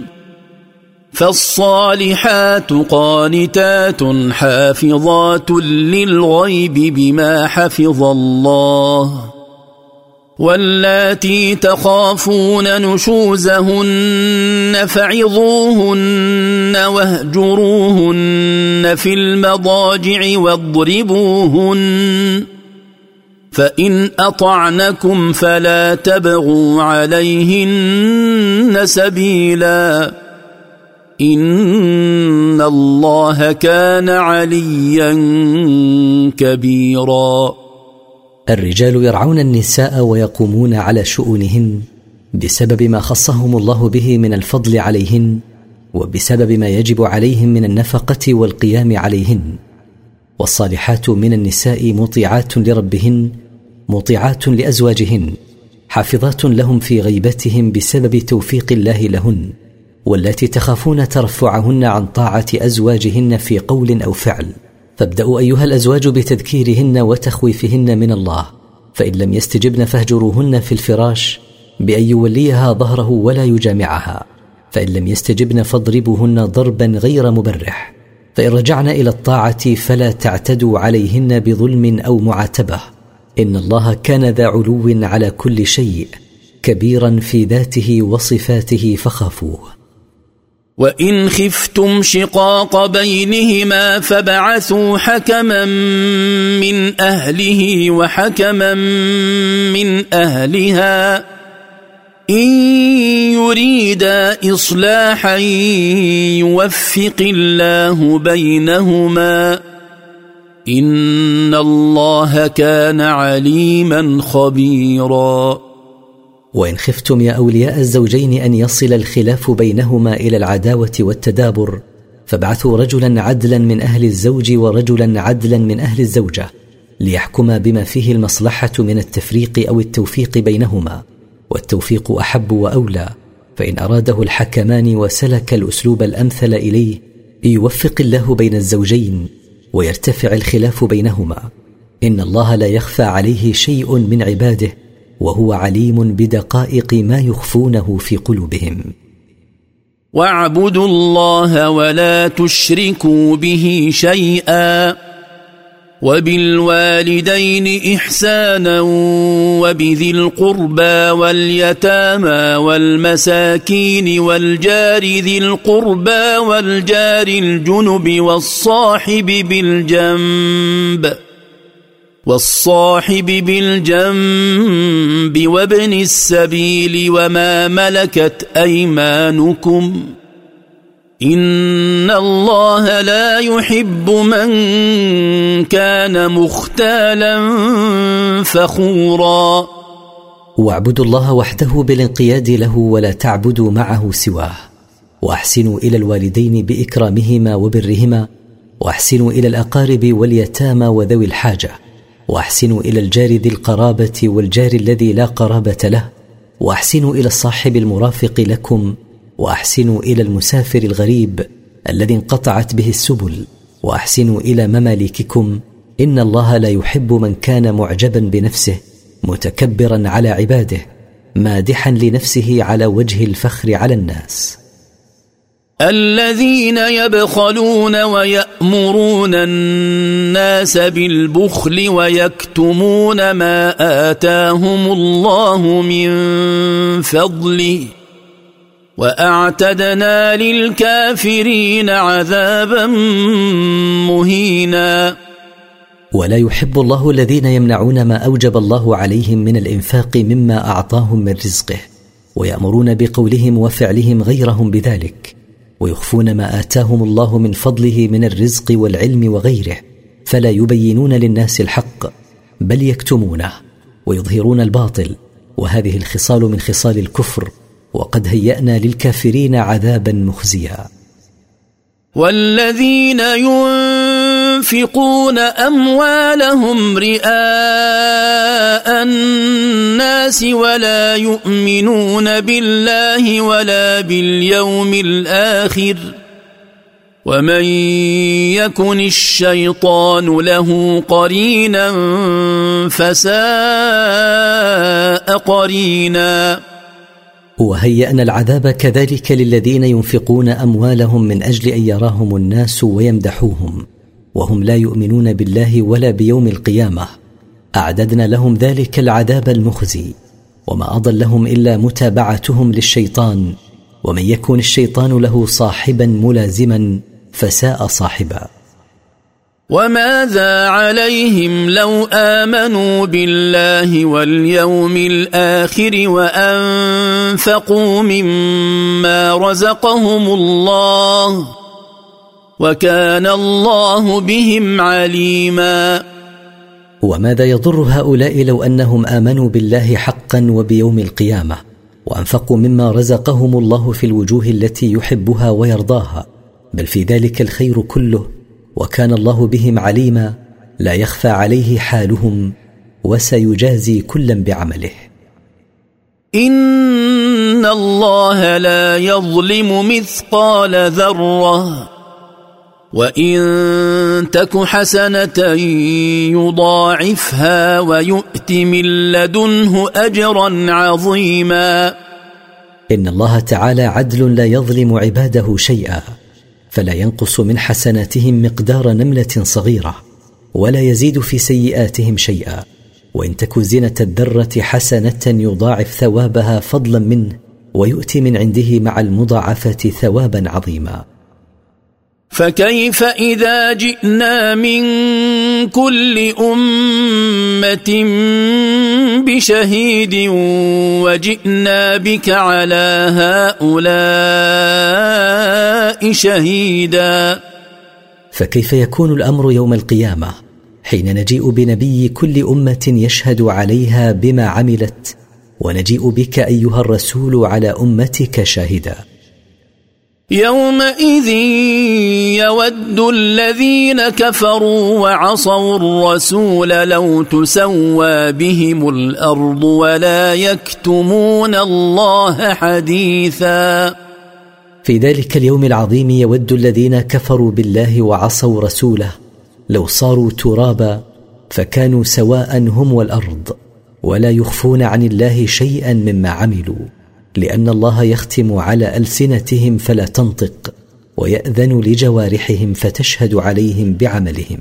فالصالحات قانتات حافظات للغيب بما حفظ الله، واللاتي تخافون نشوزهن فعظوهن واهجروهن في المضاجع واضربوهن، فإن أطعنكم فلا تبغوا عليهن سبيلا إن الله كان عليا كبيرا. الرجال يرعون النساء ويقومون على شؤونهن بسبب ما خصهم الله به من الفضل عليهن، وبسبب ما يجب عليهم من النفقة والقيام عليهن. والصالحات من النساء مطيعات لربهن مطيعات لأزواجهن، حافظات لهم في غيبتهم بسبب توفيق الله لهن، والتي تخافون ترفعهن عن طاعة أزواجهن في قول أو فعل، فابدأوا أيها الأزواج بتذكيرهن وتخويفهن من الله، فإن لم يستجبن فاهجروهن في الفراش بأن يوليها ظهره ولا يجامعها، فإن لم يستجبن فاضربوهن ضربا غير مبرح، فإن رجعن إلى الطاعة فلا تعتدوا عليهن بظلم أو معاتبة، إن الله كان ذا علو على كل شيء كبيرا في ذاته وصفاته فخافوه. وإن خفتم شقاق بينهما فابعثوا حكما من أهله وحكما من أهلها إن يريدا إصلاحا يوفق الله بينهما إن الله كان عليما خبيرا. وإن خفتم يا أولياء الزوجين أن يصل الخلاف بينهما إلى العداوة والتدابر فابعثوا رجلا عدلا من أهل الزوج ورجلا عدلا من أهل الزوجة ليحكما بما فيه المصلحة من التفريق أو التوفيق بينهما، والتوفيق أحب وأولى، فإن أراده الحكمان وسلك الأسلوب الأمثل إليه يوفق الله بين الزوجين ويرتفع الخلاف بينهما. إن الله لا يخفى عليه شيء من عباده، وهو عليم بدقائق ما يخفونه في قلوبهم. واعبدوا الله ولا تشركوا به شيئا وبالوالدين إحسانا وبذي القربى واليتامى والمساكين والجار ذي القربى والجار الجنب والصاحب بالجنب والصاحب بالجنب وابن السبيل وما ملكت أيمانكم إن الله لا يحب من كان مختالا فخورا. واعبدوا الله وحده بالانقياد له ولا تعبدوا معه سواه، وأحسنوا إلى الوالدين بإكرامهما وبرهما، وأحسنوا إلى الأقارب واليتامى وذوي الحاجة، وأحسنوا إلى الجار ذي القرابة والجار الذي لا قرابة له، وأحسنوا إلى الصاحب المرافق لكم، وأحسنوا إلى المسافر الغريب الذي انقطعت به السبل، وأحسنوا إلى مماليككم إن الله لا يحب من كان معجبا بنفسه متكبرا على عباده مادحا لنفسه على وجه الفخر على الناس. الذين يبخلون ويأمرون الناس بالبخل ويكتمون ما آتاهم الله من فضله وأعتدنا للكافرين عذابا مهينا. ولا يحب الله الذين يمنعون ما أوجب الله عليهم من الإنفاق مما أعطاهم من رزقه، ويأمرون بقولهم وفعلهم غيرهم بذلك، ويخفون ما آتاهم الله من فضله من الرزق والعلم وغيره، فلا يبينون للناس الحق بل يكتمونه ويظهرون الباطل، وهذه الخصال من خصال الكفر، وقد هيأنا للكافرين عذابا مخزيا. والذين ينفقون أموالهم رئاء الناس ولا يؤمنون بالله ولا باليوم الآخر ومن يكن الشيطان له قرينا فساء قرينا. وهيأنا العذاب كذلك للذين ينفقون أموالهم من أجل أن يراهم الناس ويمدحوهم وهم لا يؤمنون بالله ولا بيوم القيامة، أعددنا لهم ذلك العذاب المخزي، وما أضلهم إلا متابعتهم للشيطان، ومن يكن الشيطان له صاحبا ملازما فساء صاحبا. وماذا عليهم لو آمنوا بالله واليوم الآخر وأنفقوا مما رزقهم الله وكان الله بهم عليما. وماذا يضر هؤلاء لو أنهم آمنوا بالله حقا وبيوم القيامة وأنفقوا مما رزقهم الله في الوجوه التي يحبها ويرضاها، بل في ذلك الخير كله، وكان الله بهم عليما، لا يخفى عليه حالهم، وسيجازي كلا بعمله. إن الله لا يظلم مثقال ذرة وإن تك حسنة يضاعفها ويؤت من لدنه أجرا عظيما. إن الله تعالى عدل لا يظلم عباده شيئا، فلا ينقص من حسناتهم مقدار نملة صغيرة، ولا يزيد في سيئاتهم شيئا، وإن تك زينة الذرة حسنة يضاعف ثوابها فضلا منه، ويؤتي من عنده مع المضاعفة ثوابا عظيما. فكيف إذا جئنا من كل أمة بشهيد وجئنا بك على هؤلاء شهيدا؟ فكيف يكون الأمر يوم القيامة حين نجيء بنبي كل أمة يشهد عليها بما عملت، ونجيء بك أيها الرسول على أمتك شاهدا؟ يومئذ يود الذين كفروا وعصوا الرسول لو تسوى بهم الأرض ولا يكتمون الله حديثا. في ذلك اليوم العظيم يود الذين كفروا بالله وعصوا رسوله لو صاروا ترابا فكانوا سواء هم والأرض، ولا يخفون عن الله شيئا مما عملوا، لأن الله يختم على ألسنتهم فلا تنطق، ويأذن لجوارحهم فتشهد عليهم بعملهم.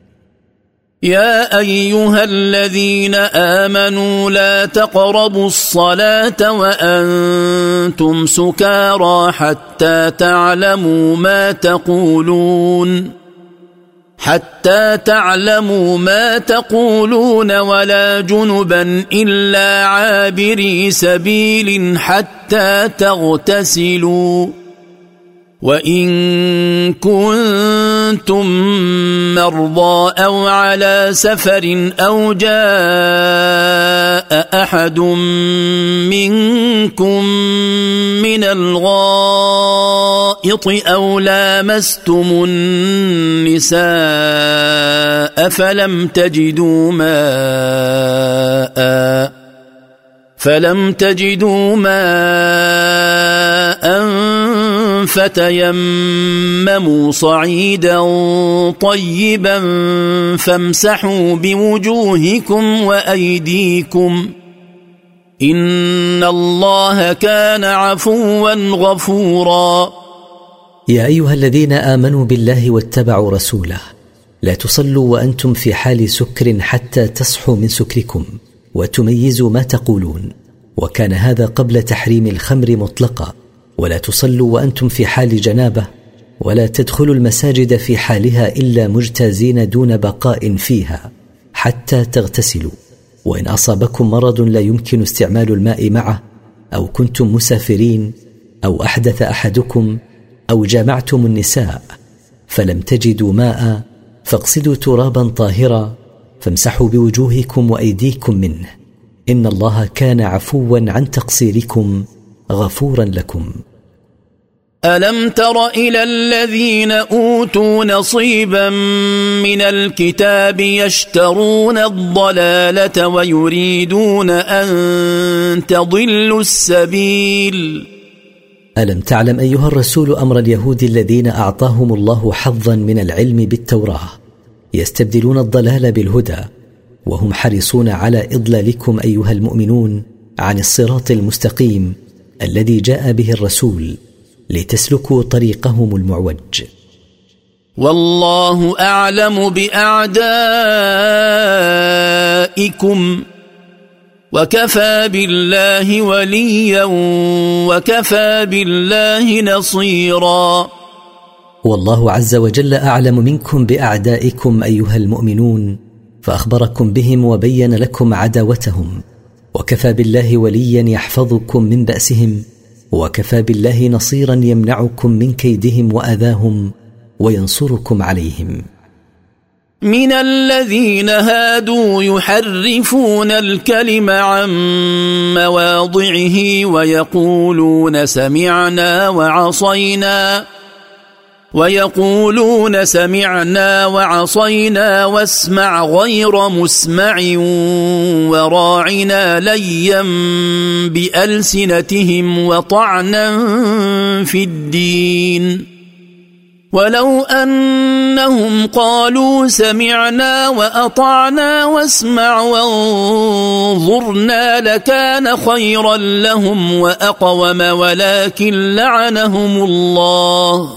يا أيها الذين آمنوا لا تقربوا الصلاة وأنتم سكارى حتى تعلموا ما تقولون حتى تعلموا ما تقولون ولا جنبا إلا عابري سبيل حتى تغتسلوا، وإن كنتم مرضى أو على سفر أو جاء أحد منكم من الغائط أو لامستم النساء فلم تجدوا ماء فلم تجدوا ماء فتيمموا صعيدا طيبا فامسحوا بوجوهكم وأيديكم إن الله كان عفوا غفورا. يا أيها الذين آمنوا بالله واتبعوا رسوله لا تصلوا وأنتم في حال سكر حتى تصحوا من سكركم وتميزوا ما تقولون، وكان هذا قبل تحريم الخمر مطلقا. ولا تصلوا وأنتم في حال جنابة، ولا تدخلوا المساجد في حالها إلا مجتازين دون بقاء فيها حتى تغتسلوا. وإن أصابكم مرض لا يمكن استعمال الماء معه، أو كنتم مسافرين، أو أحدث أحدكم، أو جامعتم النساء فلم تجدوا ماء، فاغسلوا ترابا طاهرا فامسحوا بوجوهكم وأيديكم منه، إن الله كان عفوا عن تقصيركم غفورا لكم. ألم تر إلى الذين أوتوا نصيبا من الكتاب يشترون الضلالة ويريدون أن تضلوا السبيل؟ ألم تعلم أيها الرسول أمر اليهود الذين أعطاهم الله حظا من العلم بالتوراة، يستبدلون الضلال بالهدى، وهم حريصون على إضلالكم أيها المؤمنون عن الصراط المستقيم الذي جاء به الرسول لتسلكوا طريقهم المعوج. والله أعلم بأعدائكم وكفى بالله وليا وكفى بالله نصيرا. والله عز وجل أعلم منكم بأعدائكم أيها المؤمنون، فأخبركم بهم وبين لكم عداوتهم، وكفى بالله وليا يحفظكم من بأسهم، وكفى بالله نصيرا يمنعكم من كيدهم وأذاهم وينصركم عليهم. من الذين هادوا يحرفون الكلم عن مواضعه ويقولون سمعنا وعصينا ويقولون سمعنا وعصينا واسمع غير مسمع وراعنا ليا بألسنتهم وطعنا في الدين ولو أنهم قالوا سمعنا وأطعنا واسمع وانظرنا لكان خيرا لهم وأقوم ولكن لعنهم الله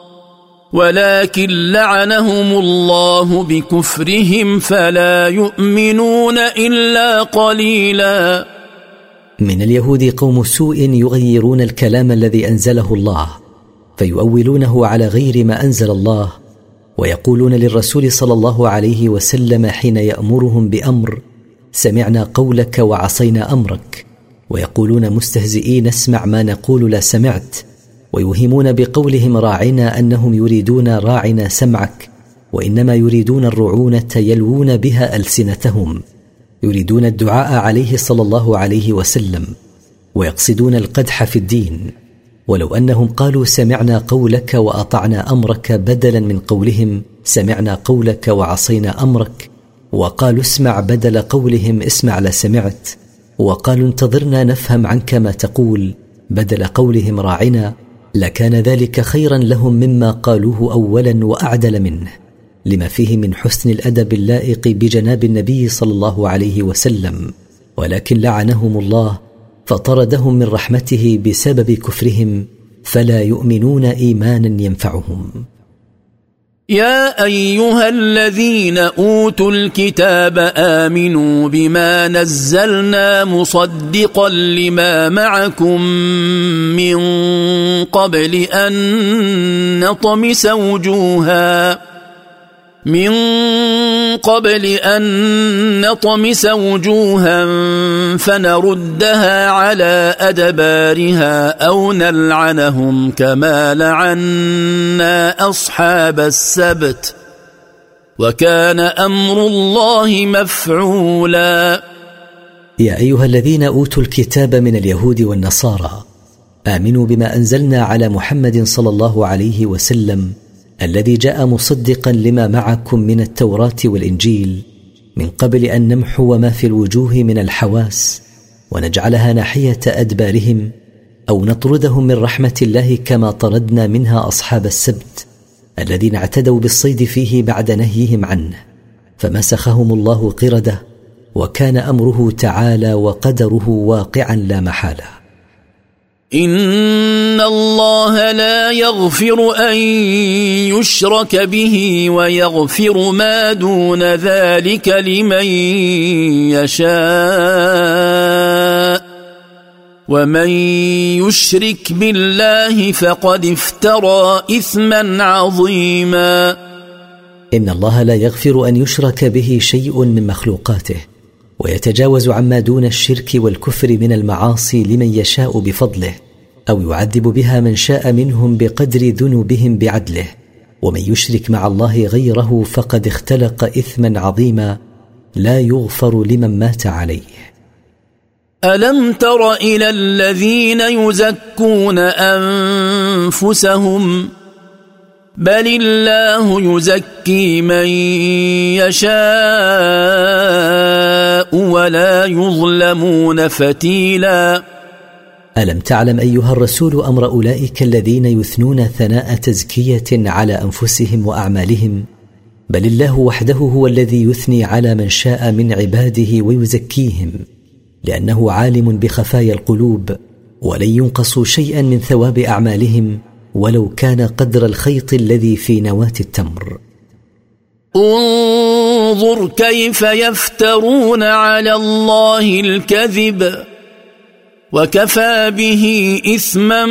ولكن لعنهم الله بكفرهم فلا يؤمنون إلا قليلا. من اليهود قوم سوء يغيرون الكلام الذي أنزله الله فيؤولونه على غير ما أنزل الله، ويقولون للرسول صلى الله عليه وسلم حين يأمرهم بأمر سمعنا قولك وعصينا أمرك، ويقولون مستهزئين اسمع ما نقول لا سمعت، ويوهمون بقولهم راعنا أنهم يريدون راعنا سمعك، وإنما يريدون الرعونة يلوون بها ألسنتهم، يريدون الدعاء عليه صلى الله عليه وسلم، ويقصدون القدح في الدين. ولو أنهم قالوا سمعنا قولك وأطعنا أمرك بدلا من قولهم سمعنا قولك وعصينا أمرك، وقالوا اسمع بدل قولهم اسمع لا سمعت، وقالوا انتظرنا نفهم عنك ما تقول بدل قولهم راعنا، لكان ذلك خيرا لهم مما قالوه أولا وأعدل منه، لما فيه من حسن الأدب اللائق بجناب النبي صلى الله عليه وسلم. ولكن لعنهم الله فطردهم من رحمته بسبب كفرهم فلا يؤمنون إيمانا ينفعهم. يا أيها الذين أوتوا الكتاب آمنوا بما نزلنا مصدقا لما معكم من قبل أن نطمس وجوها من قبل أن نطمس وجوها فنردها على أدبارها أو نلعنهم كما لعنا أصحاب السبت وكان أمر الله مفعولا. يا أيها الذين أوتوا الكتاب من اليهود والنصارى آمنوا بما أنزلنا على محمد صلى الله عليه وسلم الذي جاء مصدقا لما معكم من التوراة والإنجيل من قبل أن نمحو ما في الوجوه من الحواس ونجعلها ناحية أدبارهم أو نطردهم من رحمة الله كما طردنا منها أصحاب السبت الذين اعتدوا بالصيد فيه بعد نهيهم عنه فمسخهم الله قردة، وكان أمره تعالى وقدره واقعا لا محالة. إن الله لا يغفر أن يشرك به ويغفر ما دون ذلك لمن يشاء ومن يشرك بالله فقد افترى إثما عظيما. إن الله لا يغفر أن يشرك به شيء من مخلوقاته ويتجاوز عما دون الشرك والكفر من المعاصي لمن يشاء بفضله أو يعذب بها من شاء منهم بقدر ذنوبهم بعدله، ومن يشرك مع الله غيره فقد اختلق إثما عظيما لا يغفر لمن مات عليه. ألم تر إلى الذين يزكون أنفسهم بل الله يزكي من يشاء ولا يظلمون فتيلا. ألم تعلم أيها الرسول أمر أولئك الذين يثنون ثناء تزكية على أنفسهم وأعمالهم؟ بل الله وحده هو الذي يثني على من شاء من عباده ويزكيهم، لأنه عالم بخفايا القلوب ولن ينقصوا شيئا من ثواب أعمالهم ولو كان قدر الخيط الذي في نواة التمر. انظر كيف يفترون على الله الكذب وكفى به إثما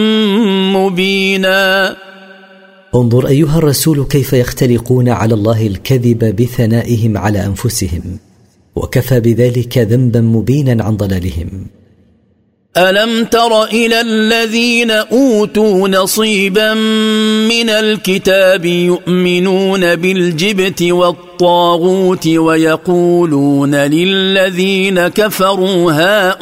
مبينا. انظر أيها الرسول كيف يختلقون على الله الكذب بثنائهم على أنفسهم، وكفى بذلك ذنبا مبينا عن ضلالهم. ألم تر إلى الذين أوتوا نصيبا من الكتاب يؤمنون بالجبت والطاغوت ويقولون للذين كفروا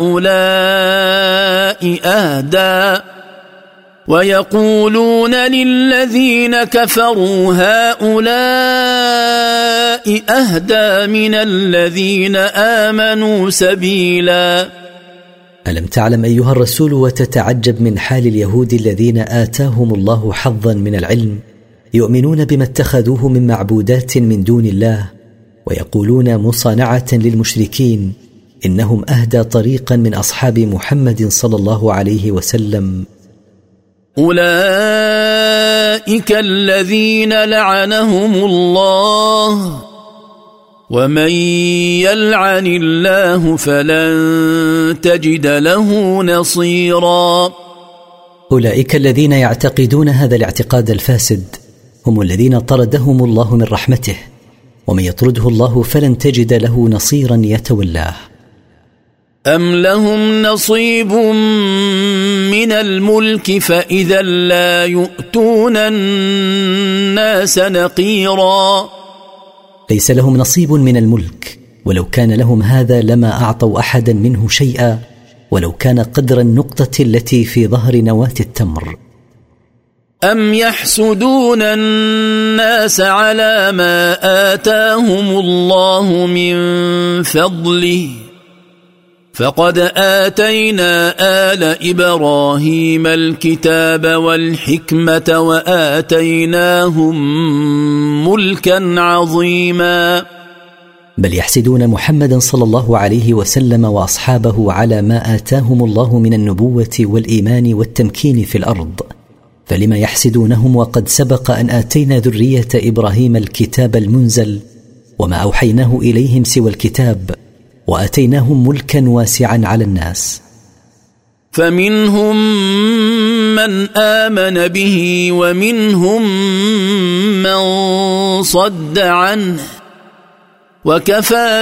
هؤلاء أهدى ويقولون للذين كفروا هؤلاء أهدى من الذين آمنوا سبيلا. ألم تعلم أيها الرسول وتتعجب من حال اليهود الذين آتاهم الله حظا من العلم يؤمنون بما اتخذوه من معبودات من دون الله، ويقولون مصانعة للمشركين إنهم أهدى طريقا من أصحاب محمد صلى الله عليه وسلم. أولئك الذين لعنهم الله، ومن يلعن الله فلن تجد له نصيرا. أولئك الذين يعتقدون هذا الاعتقاد الفاسد هم الذين طردهم الله من رحمته، ومن يطرده الله فلن تجد له نصيرا يتولاه. أم لهم نصيب من الملك فإذا لا يؤتون الناس نقيرا. ليس لهم نصيب من الملك، ولو كان لهم هذا لما أعطوا أحدا منه شيئا، ولو كان قدر النقطة التي في ظهر نواة التمر. أم يحسدون الناس على ما آتاهم الله من فضله فقد آتينا آل إبراهيم الكتاب والحكمة وآتيناهم ملكا عظيما. بل يحسدون محمدا صلى الله عليه وسلم وأصحابه على ما آتاهم الله من النبوة والإيمان والتمكين في الأرض، فلما يحسدونهم وقد سبق أن آتينا ذرية إبراهيم الكتاب المنزل وما أوحيناه إليهم سوى الكتاب، وآتيناهم ملكا واسعا على الناس. فمنهم من آمن به ومنهم من صد عنه وكفى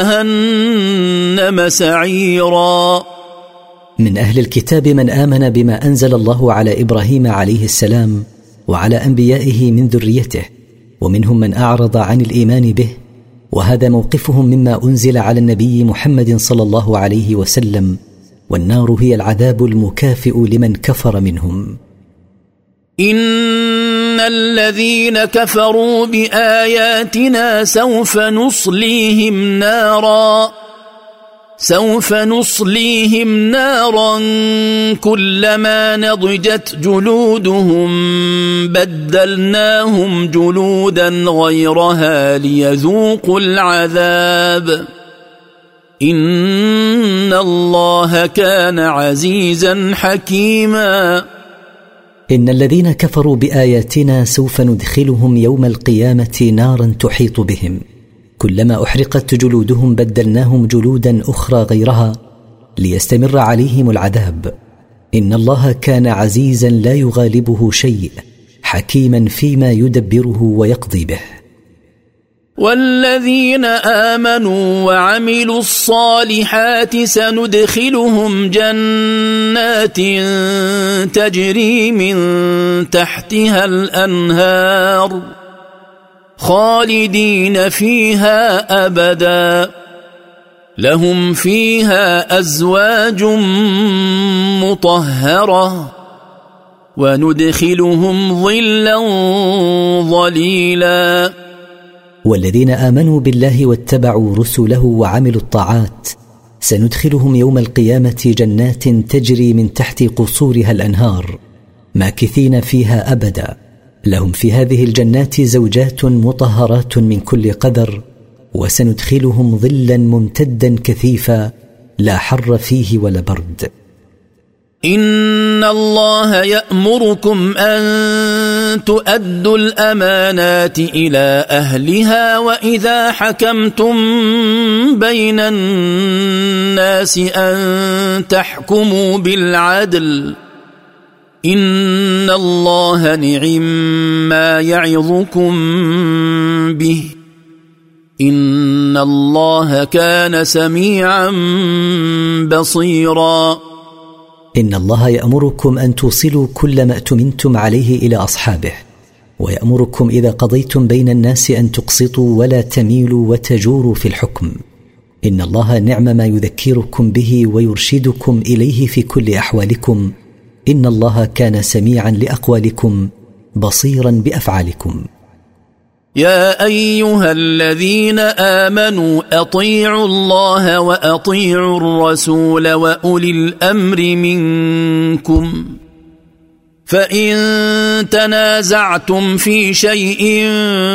بجهنم سعيرا. من أهل الكتاب من آمن بما أنزل الله على إبراهيم عليه السلام وعلى أنبيائه من ذريته، ومنهم من أعرض عن الإيمان به، وهذا موقفهم مما أنزل على النبي محمد صلى الله عليه وسلم، والنار هي العذاب المكافئ لمن كفر منهم. إن الذين كفروا بآياتنا سوف نصليهم نارا سوف نصليهم نارا كلما نضجت جلودهم بدلناهم جلودا غيرها ليذوقوا العذاب إن الله كان عزيزا حكيما. إن الذين كفروا بآياتنا سوف ندخلهم يوم القيامة نارا تحيط بهم، كلما أحرقت جلودهم بدلناهم جلودا أخرى غيرها ليستمر عليهم العذاب. إن الله كان عزيزا لا يغالبه شيء، حكيما فيما يدبره ويقضي به. والذين آمنوا وعملوا الصالحات سندخلهم جنات تجري من تحتها الأنهار خالدين فيها أبدا لهم فيها أزواج مطهرة وندخلهم ظلا ظليلا. والذين آمنوا بالله واتبعوا رسله وعملوا الطاعات سندخلهم يوم القيامة جنات تجري من تحت قصورها الأنهار ماكثين فيها أبدا، لهم في هذه الجنات زوجات مطهرات من كل قدر، وسندخلهم ظلا ممتدا كثيفا لا حر فيه ولا برد. إن الله يأمركم أن تؤدوا الأمانات إلى أهلها وإذا حكمتم بين الناس أن تحكموا بالعدل إن الله نعم ما يعظكم به إن الله كان سميعا بصيرا. إن الله يأمركم أن توصلوا كل ما أتمنتم عليه إلى أصحابه، ويأمركم إذا قضيتم بين الناس أن تقسطوا ولا تميلوا وتجوروا في الحكم. إن الله نعم ما يذكركم به ويرشدكم إليه في كل أحوالكم. إن الله كان سميعا لأقوالكم بصيرا بأفعالكم. يا أيها الذين آمنوا أطيعوا الله وأطيعوا الرسول وأولي الأمر منكم فإن تنازعتم في شيء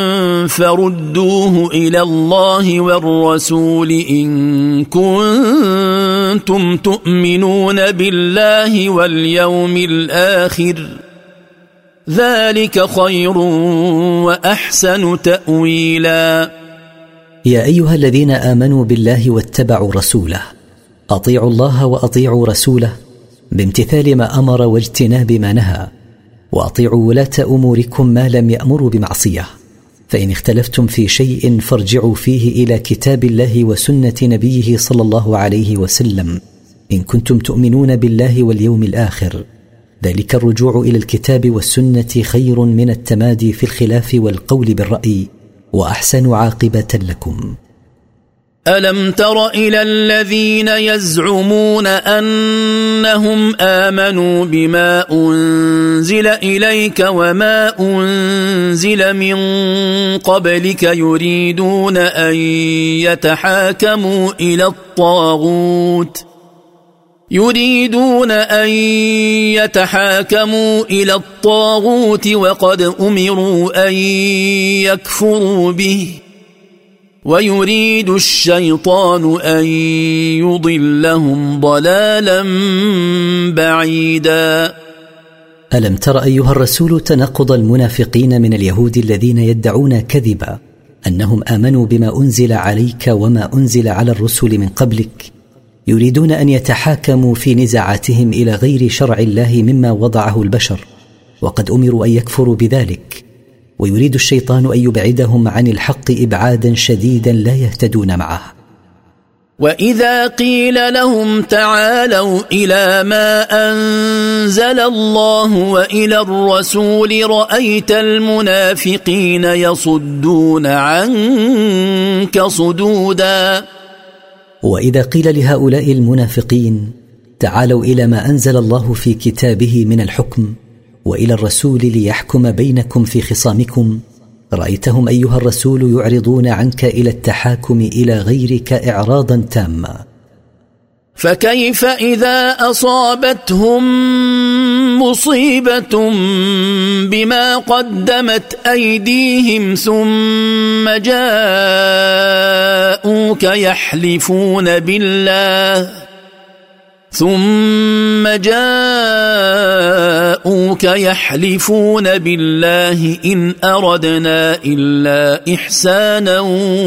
فردوه إلى الله والرسول إن كنتم تؤمنون بالله واليوم الآخر ذلك خير وأحسن تأويلا. يا أيها الذين آمنوا بالله واتبعوا رسوله أطيعوا الله وأطيعوا رسوله بامتثال ما أمر واجتناب ما نهى، وأطيعوا ولاة أموركم ما لم يأمروا بمعصية، فإن اختلفتم في شيء فارجعوا فيه إلى كتاب الله وسنة نبيه صلى الله عليه وسلم إن كنتم تؤمنون بالله واليوم الآخر، ذلك الرجوع إلى الكتاب والسنة خير من التمادي في الخلاف والقول بالرأي وأحسن عاقبة لكم. ألم تر إلى الذين يزعمون أنهم آمنوا بما أنزل إليك وما أنزل من قبلك يريدون أن يتحاكموا إلى الطاغوت يريدون أن يتحاكموا إلى الطاغوت وقد أمروا أن يكفروا به ويريد الشيطان أن يضلهم ضلالا بعيدا. ألم تر أيها الرسول تناقض المنافقين من اليهود الذين يدعون كذبا أنهم آمنوا بما أنزل عليك وما أنزل على الرسل من قبلك، يريدون أن يتحاكموا في نزاعاتهم إلى غير شرع الله مما وضعه البشر، وقد أمروا أن يكفروا بذلك، ويريد الشيطان أن يبعدهم عن الحق إبعادا شديدا لا يهتدون معه. وإذا قيل لهم تعالوا إلى ما أنزل الله وإلى الرسول رأيت المنافقين يصدون عنك صدودا. وإذا قيل لهؤلاء المنافقين تعالوا إلى ما أنزل الله في كتابه من الحكم وإلى الرسول ليحكم بينكم في خصامكم، رأيتهم أيها الرسول يعرضون عنك إلى التحاكم إلى غيرك إعراضا تاما. فكيف إذا أصابتهم مصيبة بما قدمت أيديهم ثم جاءوك يحلفون بالله ثم جاءوك يحلفون بالله إن أردنا إلا إحسانا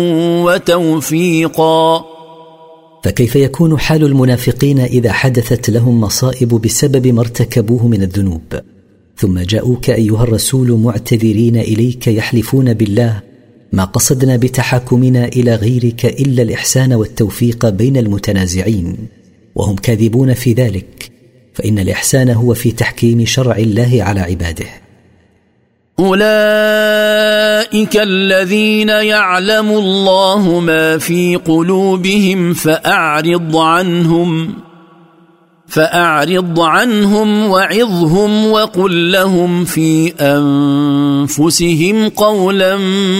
وتوفيقا. فكيف يكون حال المنافقين إذا حدثت لهم مصائب بسبب ما ارتكبوه من الذنوب، ثم جاءوك أيها الرسول معتذرين إليك يحلفون بالله ما قصدنا بتحاكمنا إلى غيرك إلا الإحسان والتوفيق بين المتنازعين، وهم كاذبون في ذلك، فإن الإحسان هو في تحكيم شرع الله على عباده. أولئك الذين يعلم الله ما في قلوبهم فأعرض عنهم فأعرض عنهم وعظهم وقل لهم في أنفسهم قولا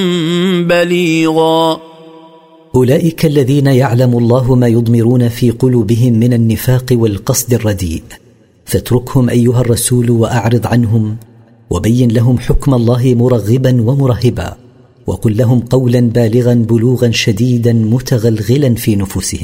بليغا. أولئك الذين يعلم الله ما يضمرون في قلوبهم من النفاق والقصد الرديء، فاتركهم أيها الرسول وأعرض عنهم، وبين لهم حكم الله مرغبا ومرهبا، وقل لهم قولا بالغا بلوغا شديدا متغلغلا في نفوسهم.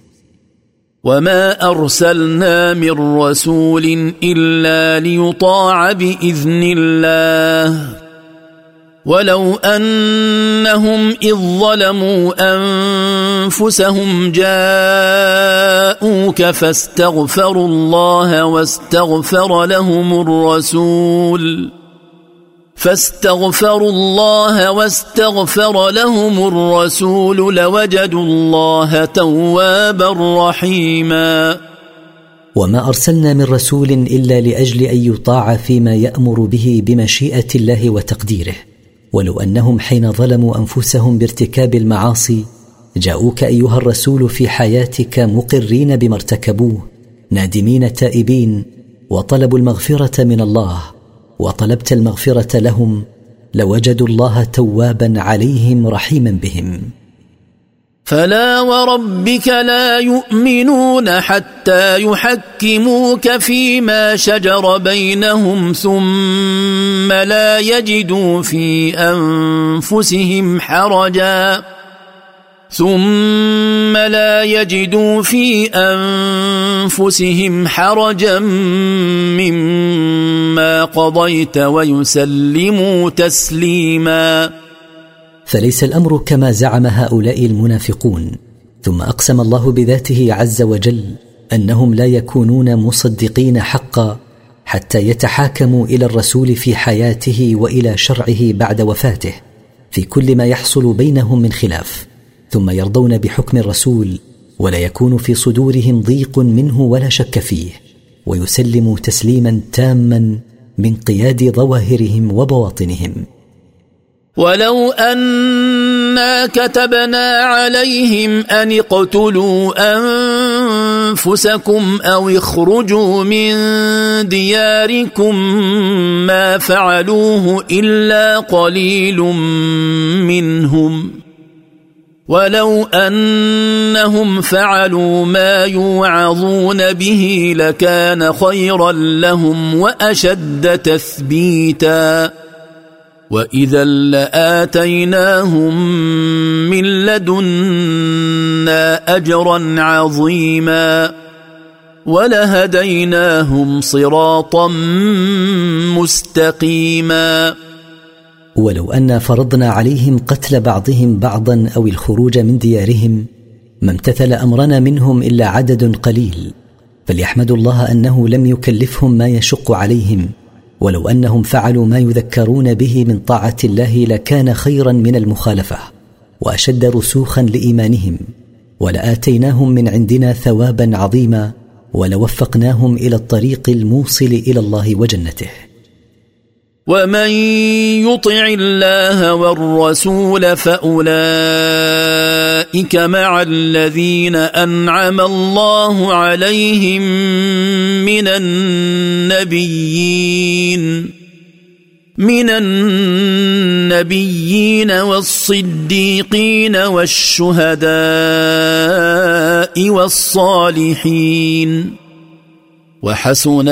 وما أرسلنا من رسول إلا ليطاع بإذن الله ولو أنهم إذ ظلموا أنفسهم جاءوك فاستغفروا الله واستغفر لهم الرسول فاستغفروا الله واستغفر لهم الرسول لوجدوا الله توابا رحيما. وما أرسلنا من رسول إلا لأجل أن يطاع فيما يأمر به بمشيئة الله وتقديره، ولو أنهم حين ظلموا أنفسهم بارتكاب المعاصي جاءوك أيها الرسول في حياتك مقرين بما ارتكبوه نادمين تائبين، وطلبوا المغفرة من الله وطلبت المغفرة لهم، لوجدوا الله توابا عليهم رحيما بهم. فلا وربك لا يؤمنون حتى يحكموك فيما شجر بينهم ثم لا يجدوا في أنفسهم حرجا ثم لا يجدوا في أنفسهم حرجا مما قضيت ويسلموا تسليما. فليس الأمر كما زعم هؤلاء المنافقون. ثم أقسم الله بذاته عز وجل أنهم لا يكونون مصدقين حقا حتى يتحاكموا إلى الرسول في حياته وإلى شرعه بعد وفاته في كل ما يحصل بينهم من خلاف، ثم يرضون بحكم الرسول ولا يكون في صدورهم ضيق منه ولا شك فيه، ويسلموا تسليما تاما من قياد ظواهرهم وبواطنهم. ولو أنا كتبنا عليهم أن اقتلوا أنفسكم أو اخرجوا من دياركم ما فعلوه إلا قليل منهم، ولو أنهم فعلوا ما يوعظون به لكان خيرا لهم وأشد تثبيتا، وإذا لآتيناهم من لدنا أجرا عظيما ولهديناهم صراطا مستقيما. ولو أن فرضنا عليهم قتل بعضهم بعضا أو الخروج من ديارهم ما امتثل أمرنا منهم إلا عدد قليل، فليحمدوا الله أنه لم يكلفهم ما يشق عليهم، ولو أنهم فعلوا ما يذكرون به من طاعة الله لكان خيرا من المخالفة وأشد رسوخا لإيمانهم، ولآتيناهم من عندنا ثوابا عظيما ولوفقناهم إلى الطريق الموصل إلى الله وجنته. ومن يطع الله والرسول فأولئك مع الذين أنعم الله عليهم من النبيين من النبيين والصديقين والشهداء والصالحين وحسن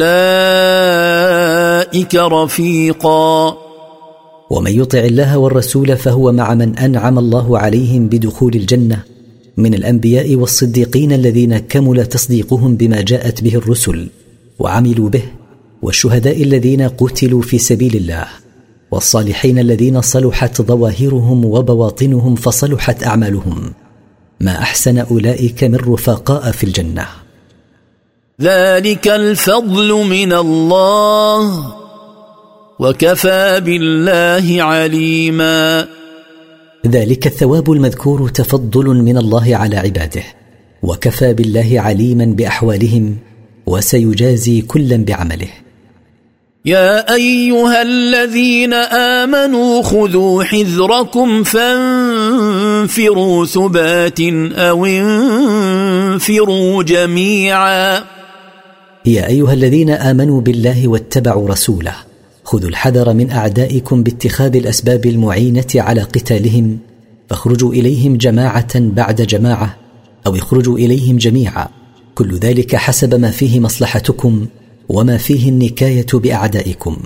أولئك رفيقا. ومن يطع الله والرسول فهو مع من أنعم الله عليهم بدخول الجنة من الأنبياء والصديقين الذين كمل تصديقهم بما جاءت به الرسل وعملوا به، والشهداء الذين قتلوا في سبيل الله، والصالحين الذين صلحت ظواهرهم وبواطنهم فصلحت أعمالهم. ما أحسن أولئك من رفقاء في الجنة. ذلك الفضل من الله وكفى بالله عليما. ذلك الثواب المذكور تفضل من الله على عباده، وكفى بالله عليما بأحوالهم وسيجازي كلا بعمله. يا أيها الذين آمنوا خذوا حذركم فانفروا ثبات أو انفروا جميعا. يا أيها الذين آمنوا بالله واتبعوا رسوله خذوا الحذر من أعدائكم باتخاذ الأسباب المعينة على قتالهم، فاخرجوا إليهم جماعة بعد جماعة أو اخرجوا إليهم جميعا، كل ذلك حسب ما فيه مصلحتكم وما فيه النكاية بأعدائكم.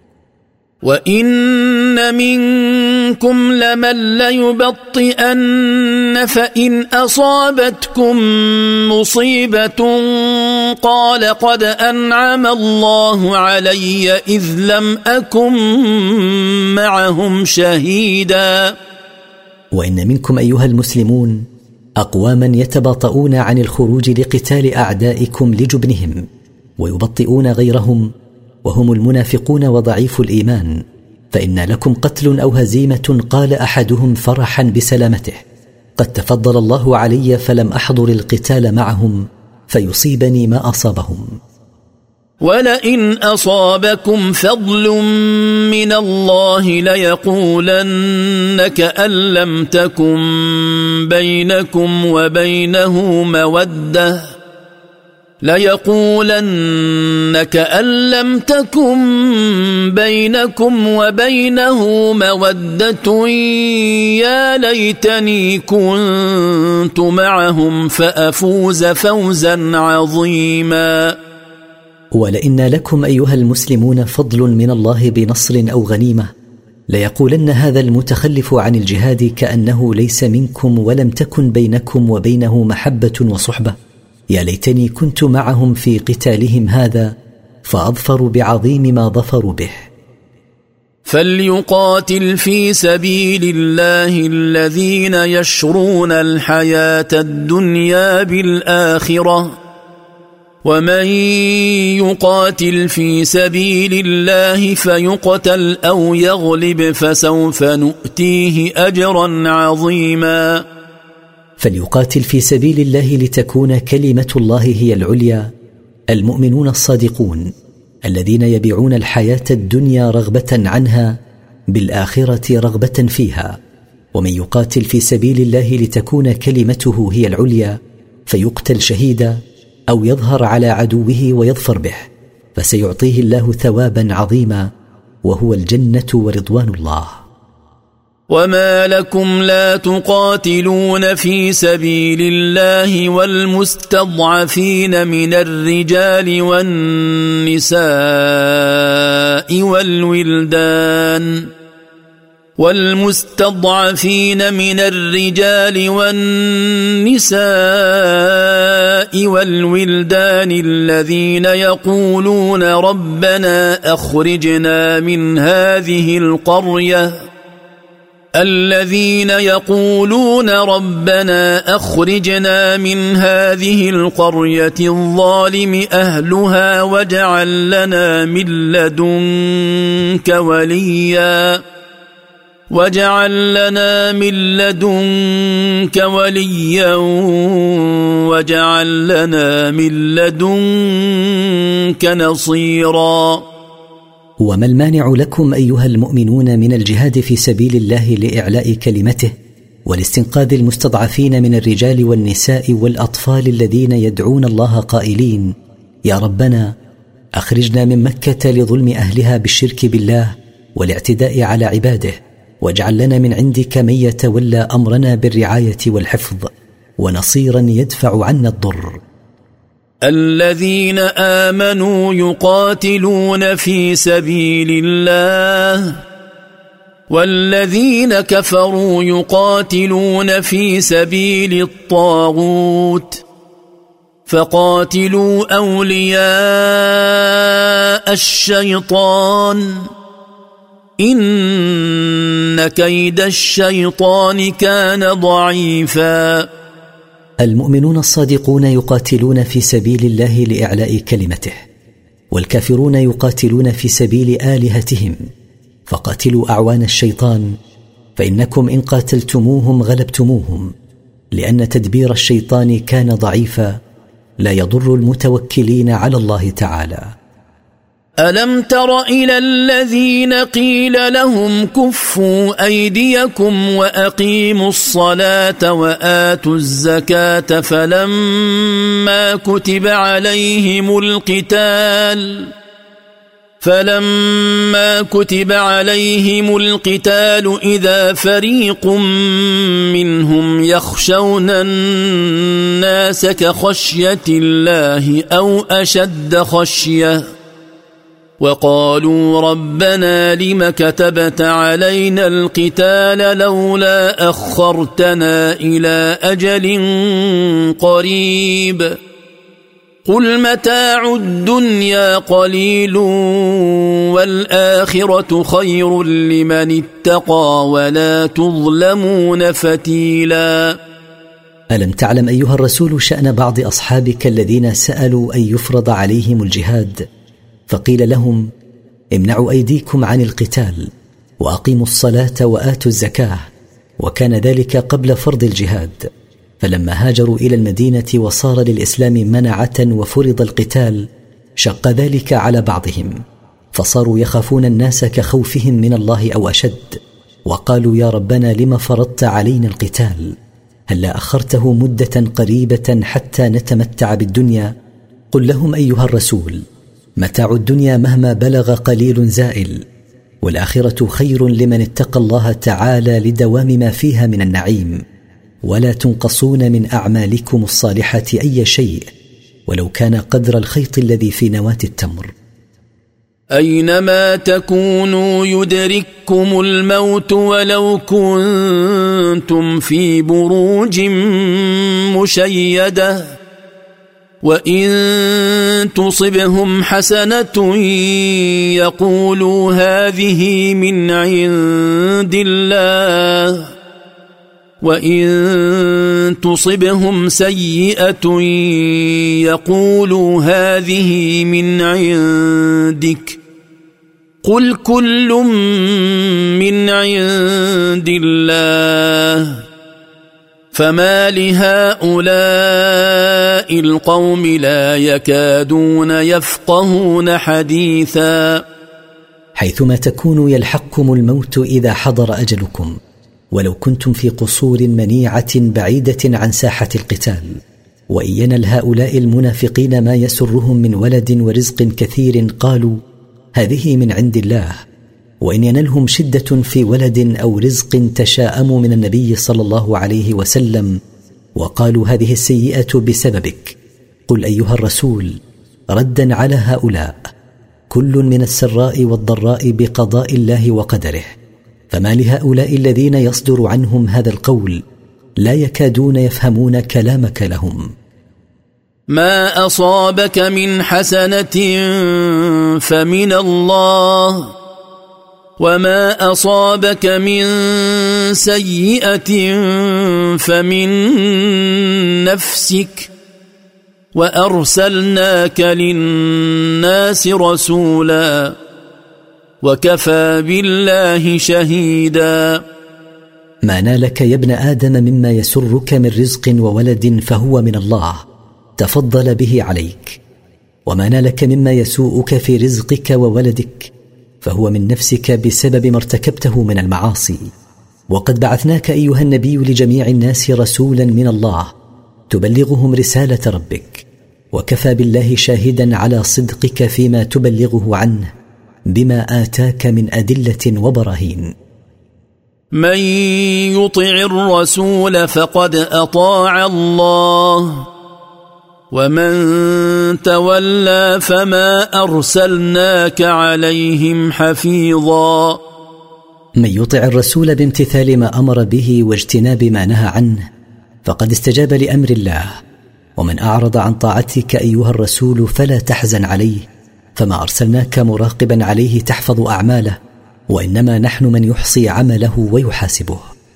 وإن منكم لمن ليبطئن فإن أصابتكم مصيبة قال قد أنعم الله علي إذ لم أكن معهم شهيدا. وإن منكم أيها المسلمون أقواما يتباطؤون عن الخروج لقتال أعدائكم لجبنهم ويبطئون غيرهم، وهم المنافقون وضعيف الإيمان، فإن لكم قتل أو هزيمة قال أحدهم فرحا بسلامته قد تفضل الله علي فلم أحضر القتال معهم فيصيبني ما أصابهم. ولئن أصابكم فضل من الله ليقولن كأن لم تكن بينكم وبينه مودة ليقولن كأن لم تكن بينكم وبينه مودة يا ليتني كنت معهم فأفوز فوزا عظيما. ولئن لكم أيها المسلمون فضل من الله بنصر أو غنيمة ليقولن هذا المتخلف عن الجهاد كأنه ليس منكم ولم تكن بينكم وبينه محبة وصحبة يا ليتني كنت معهم في قتالهم هذا فأظفروا بعظيم ما ظفروا به. فليقاتل في سبيل الله الذين يشرون الحياة الدنيا بالآخرة ومن يقاتل في سبيل الله فيقتل أو يغلب فسوف نؤتيه أجرا عظيما. فليقاتل في سبيل الله لتكون كلمة الله هي العليا المؤمنون الصادقون الذين يبيعون الحياة الدنيا رغبة عنها بالآخرة رغبة فيها. ومن يقاتل في سبيل الله لتكون كلمته هي العليا فيقتل شهيدا أو يظهر على عدوه ويظفر به فسيعطيه الله ثوابا عظيما وهو الجنة ورضوان الله. وما لكم لا تقاتلون في سبيل الله والمستضعفين من الرجال والنساء والولدان والمستضعفين من الرجال والنساء والولدان الذين يقولون ربنا أخرجنا من هذه القرية الذين يقولون ربنا أخرجنا من هذه القرية الظالم أهلها واجعل لنا من لدنك وليا واجعل لنا من لدنك وليا واجعل لنا من لدنك نصيرا. وما المانع لكم أيها المؤمنون من الجهاد في سبيل الله لإعلاء كلمته والاستنقاذ المستضعفين من الرجال والنساء والأطفال الذين يدعون الله قائلين يا ربنا أخرجنا من مكة لظلم أهلها بالشرك بالله والاعتداء على عباده واجعل لنا من عندك من يتولى أمرنا بالرعاية والحفظ ونصيرا يدفع عنا الضر. الذين آمنوا يقاتلون في سبيل الله والذين كفروا يقاتلون في سبيل الطاغوت فقاتلوا أولياء الشيطان إن كيد الشيطان كان ضعيفا. المؤمنون الصادقون يقاتلون في سبيل الله لإعلاء كلمته والكافرون يقاتلون في سبيل آلهتهم فقاتلوا أعوان الشيطان فإنكم إن قاتلتموهم غلبتموهم لأن تدبير الشيطان كان ضعيفا لا يضر المتوكلين على الله تعالى. ألم تر إلى الذين قيل لهم كفوا أيديكم وأقيموا الصلاة وآتوا الزكاة فلما كتب عليهم القتال فلما كتب عليهم القتال إذا فريق منهم يخشون الناس كخشية الله أو أشد خشية وقالوا ربنا لم كتبت علينا القتال لولا أخرتنا إلى أجل قريب قل متاع الدنيا قليل والآخرة خير لمن اتقى ولا تظلمون فتيلا. ألم تعلم أيها الرسول شأن بعض أصحابك الذين سألوا أن يفرض عليهم الجهاد فقيل لهم امنعوا أيديكم عن القتال وأقيموا الصلاة وآتوا الزكاة وكان ذلك قبل فرض الجهاد فلما هاجروا إلى المدينة وصار للإسلام منعة وفرض القتال شق ذلك على بعضهم فصاروا يخافون الناس كخوفهم من الله أو أشد وقالوا يا ربنا لما فرضت علينا القتال هل لا أخرته مدة قريبة حتى نتمتع بالدنيا قل لهم أيها الرسول: متاع الدنيا مهما بلغ قليل زائل، والآخرة خير لمن اتقى الله تعالى لدوام ما فيها من النعيم، ولا تنقصون من أعمالكم الصالحة أي شيء ولو كان قدر الخيط الذي في نواة التمر. أينما تكونوا يدرككم الموت ولو كنتم في بروج مشيدة، وإن تصبهم حسنة يقولوا هذه من عند الله، وإن تصبهم سيئة يقولوا هذه من عندك، قل كل من عند الله، فما لهؤلاء القوم لا يكادون يفقهون حديثا. حيثما تكونوا يلحقكم الموت إذا حضر أجلكم، ولو كنتم في قصور منيعة بعيدة عن ساحة القتال. وإن ينل هؤلاء المنافقين ما يسرهم من ولد ورزق كثير قالوا هذه من عند الله، وإن ينلهم شدة في ولد أو رزق تشاءموا من النبي صلى الله عليه وسلم وقالوا هذه السيئة بسببك. قل أيها الرسول ردا على هؤلاء: كل من السراء والضراء بقضاء الله وقدره، فما لهؤلاء الذين يصدر عنهم هذا القول لا يكادون يفهمون كلامك لهم. ما أصابك من حسنة فمن الله، وما أصابك من سيئة فمن نفسك، وأرسلناك للناس رسولا وكفى بالله شهيدا. ما نالك يا ابن آدم مما يسرك من رزق وولد فهو من الله تفضل به عليك، وما نالك مما يسوءك في رزقك وولدك فهو من نفسك بسبب ما ارتكبته من المعاصي. وقد بعثناك أيها النبي لجميع الناس رسولا من الله تبلغهم رسالة ربك، وكفى بالله شاهدا على صدقك فيما تبلغه عنه بما آتاك من أدلة وبراهين. من يطع الرسول فقد أطاع الله، ومن تولى فما أرسلناك عليهم حفيظا. من يطع الرسول بامتثال ما أمر به واجتناب ما نهى عنه فقد استجاب لأمر الله، ومن أعرض عن طاعتك أيها الرسول فلا تحزن عليه، فما أرسلناك مراقبا عليه تحفظ أعماله، وإنما نحن من يحصي عمله ويحاسبه.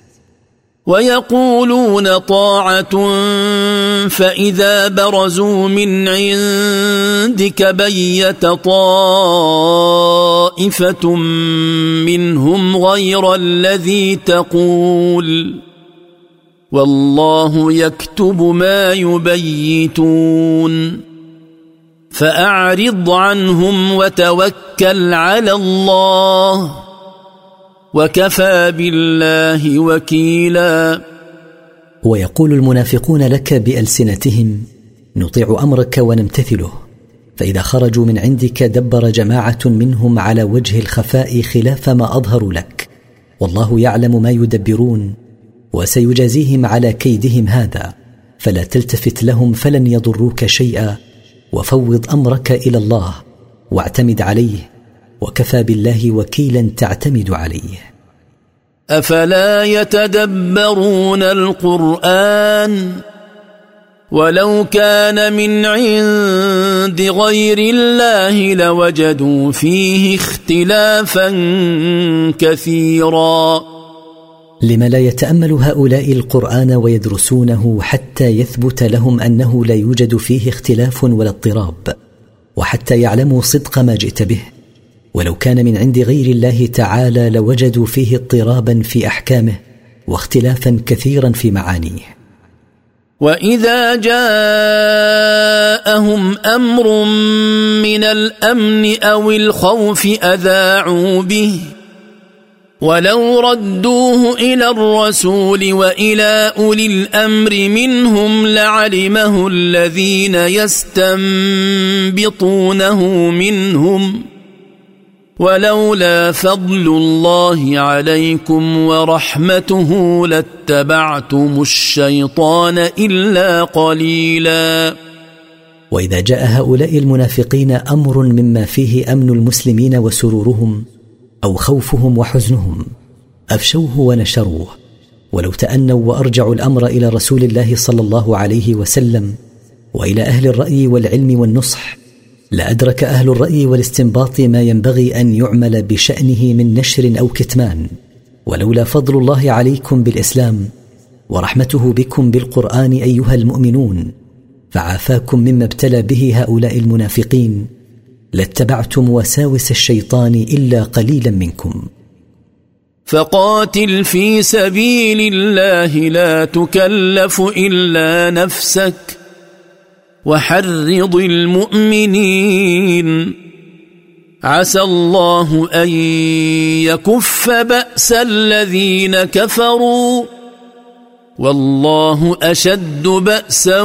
ويقولون طاعة فإذا برزوا من عندك بيت طائفة منهم غير الذي تقول، والله يكتب ما يبيتون، فأعرض عنهم وتوكل على الله، وكفى بالله وكيلا. ويقول المنافقون لك بألسنتهم نطيع أمرك ونمتثله، فإذا خرجوا من عندك دبر جماعة منهم على وجه الخفاء خلاف ما أظهروا لك، والله يعلم ما يدبرون وسيجازيهم على كيدهم هذا، فلا تلتفت لهم فلن يضروك شيئا، وفوض أمرك إلى الله واعتمد عليه، وكفى بالله وكيلا تعتمد عليه. أفلا يتدبرون القرآن ولو كان من عند غير الله لوجدوا فيه اختلافا كثيرا. لم لا يتأمل هؤلاء القرآن ويدرسونه حتى يثبت لهم أنه لا يوجد فيه اختلاف ولا اضطراب، وحتى يعلموا صدق ما جئت به، ولو كان من عند غير الله تعالى لوجدوا فيه اضطرابا في أحكامه واختلافا كثيرا في معانيه. وإذا جاءهم أمر من الأمن أو الخوف أذاعوا به ولو ردوه إلى الرسول وإلى أولي الأمر منهم لعلمه الذين يستنبطونه منهم ولولا فضل الله عليكم ورحمته لاتبعتم الشيطان إلا قليلا. وإذا جاء هؤلاء المنافقين أمر مما فيه أمن المسلمين وسرورهم أو خوفهم وحزنهم أفشوه ونشروه، ولو تأنوا وأرجعوا الأمر إلى رسول الله صلى الله عليه وسلم وإلى أهل الرأي والعلم والنصح لأدرك أهل الرأي والاستنباط ما ينبغي أن يعمل بشأنه من نشر أو كتمان. ولولا فضل الله عليكم بالإسلام ورحمته بكم بالقرآن أيها المؤمنون فعافاكم مما ابتلى به هؤلاء المنافقين لاتبعتم وساوس الشيطان إلا قليلا منكم. فقاتل في سبيل الله لا تكلف إلا نفسك وحرض المؤمنين عسى الله أن يكف بأس الذين كفروا والله أشد بأسا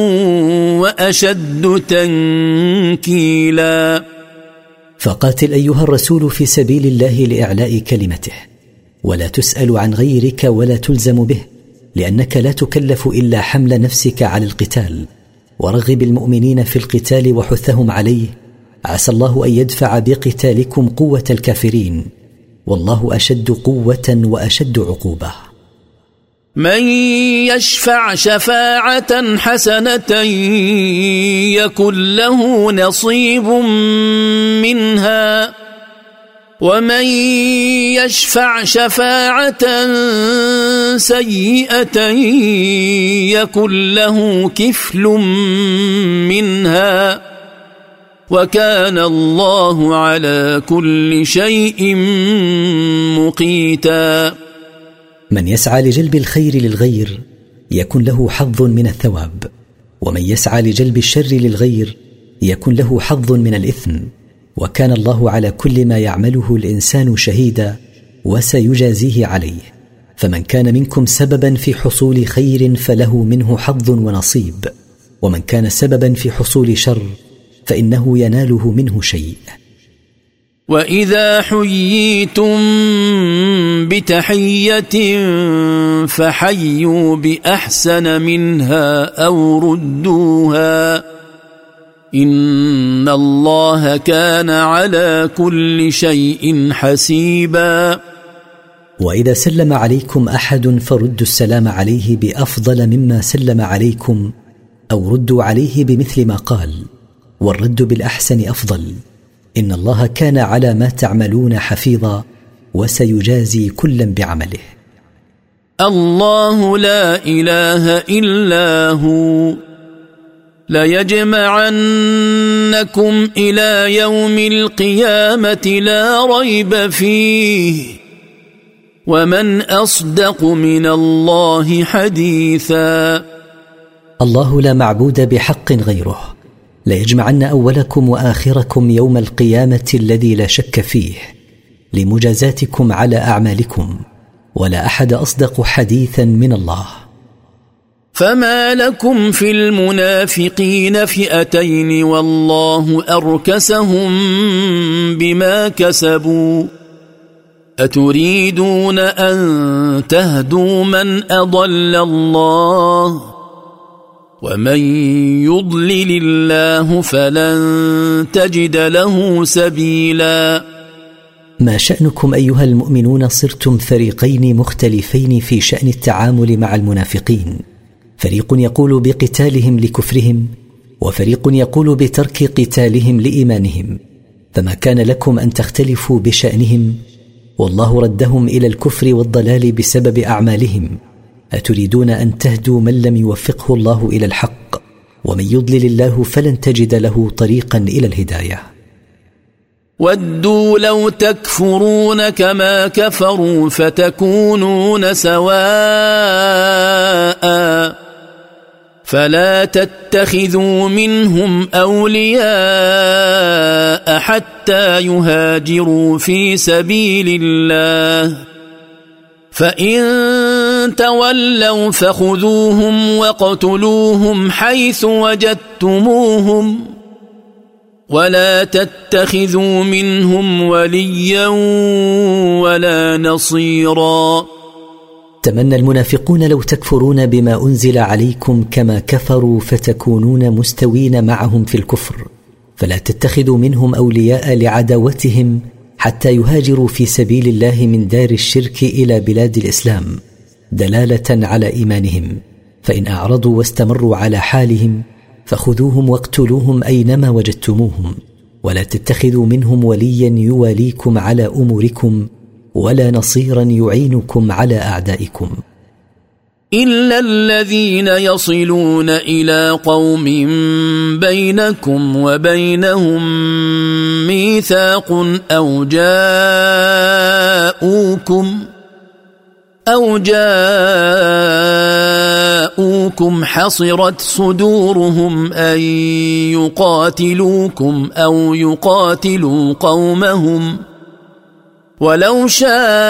وأشد تنكيلا. فقاتل أيها الرسول في سبيل الله لإعلاء كلمته ولا تسأل عن غيرك ولا تلزم به، لأنك لا تكلف إلا حمل نفسك على القتال. ورغب المؤمنين في القتال وحثهم عليه، عسى الله أن يدفع بقتالكم قوة الكافرين والله أشد قوة وأشد عقوبة. من يشفع شفاعة حسنة يكن له نصيب منها ومن يشفع شفاعة سيئة يكن له كفل منها وكان الله على كل شيء مقيتا. من يسعى لجلب الخير للغير يكن له حظ من الثواب، ومن يسعى لجلب الشر للغير يكن له حظ من الإثم، وكان الله على كل ما يعمله الإنسان شهيدا وسيجازيه عليه. فمن كان منكم سببا في حصول خير فله منه حظ ونصيب، ومن كان سببا في حصول شر فإنه يناله منه شيء. وإذا حييتم بتحية فحيوا بأحسن منها أو ردوها إن الله كان على كل شيء حسيبا. وإذا سلم عليكم أحد فردوا السلام عليه بأفضل مما سلم عليكم أو ردوا عليه بمثل ما قال، والرد بالأحسن أفضل، إن الله كان على ما تعملون حفيظا وسيجازي كلا بعمله. الله لا إله إلا هو ليجمعنكم إلى يوم القيامة لا ريب فيه ومن أصدق من الله حديثا. الله لا معبود بحق غيره، ليجمعن أولكم وآخركم يوم القيامة الذي لا شك فيه لمجازاتكم على أعمالكم، ولا أحد أصدق حديثا من الله. فما لكم في المنافقين فئتين والله أركسهم بما كسبوا أتريدون أن تهدوا من أضل الله ومن يضلل الله فلن تجد له سبيلا. ما شأنكم أيها المؤمنون صرتم فريقين مختلفين في شأن التعامل مع المنافقين، فريق يقول بقتالهم لكفرهم وفريق يقول بترك قتالهم لإيمانهم، فما كان لكم أن تختلفوا بشأنهم والله ردهم إلى الكفر والضلال بسبب أعمالهم. أتريدون أن تهدوا من لم يوفقه الله إلى الحق، ومن يضلل الله فلن تجد له طريقا إلى الهداية. ودوا لو تكفرون كما كفروا فتكونون سواء فلا تتخذوا منهم أولياء حتى حتى يهاجروا في سبيل الله فإن تولوا فخذوهم واقتلوهم حيث وجدتموهم ولا تتخذوا منهم وليا ولا نصيرا. تمنى المنافقون لو تكفرون بما أنزل عليكم كما كفروا فتكونون مستوين معهم في الكفر، فلا تتخذوا منهم أولياء لعداوتهم حتى يهاجروا في سبيل الله من دار الشرك إلى بلاد الإسلام دلالة على إيمانهم، فإن أعرضوا واستمروا على حالهم فخذوهم واقتلوهم أينما وجدتموهم، ولا تتخذوا منهم وليا يواليكم على أموركم ولا نصيرا يعينكم على أعدائكم. إلا الذين يصلون إلى قوم بينكم وبينهم ميثاق أو جاءوكم أو جاءوكم حصرت صدورهم أن يقاتلوكم أو يقاتلوا قومهم ولو شاء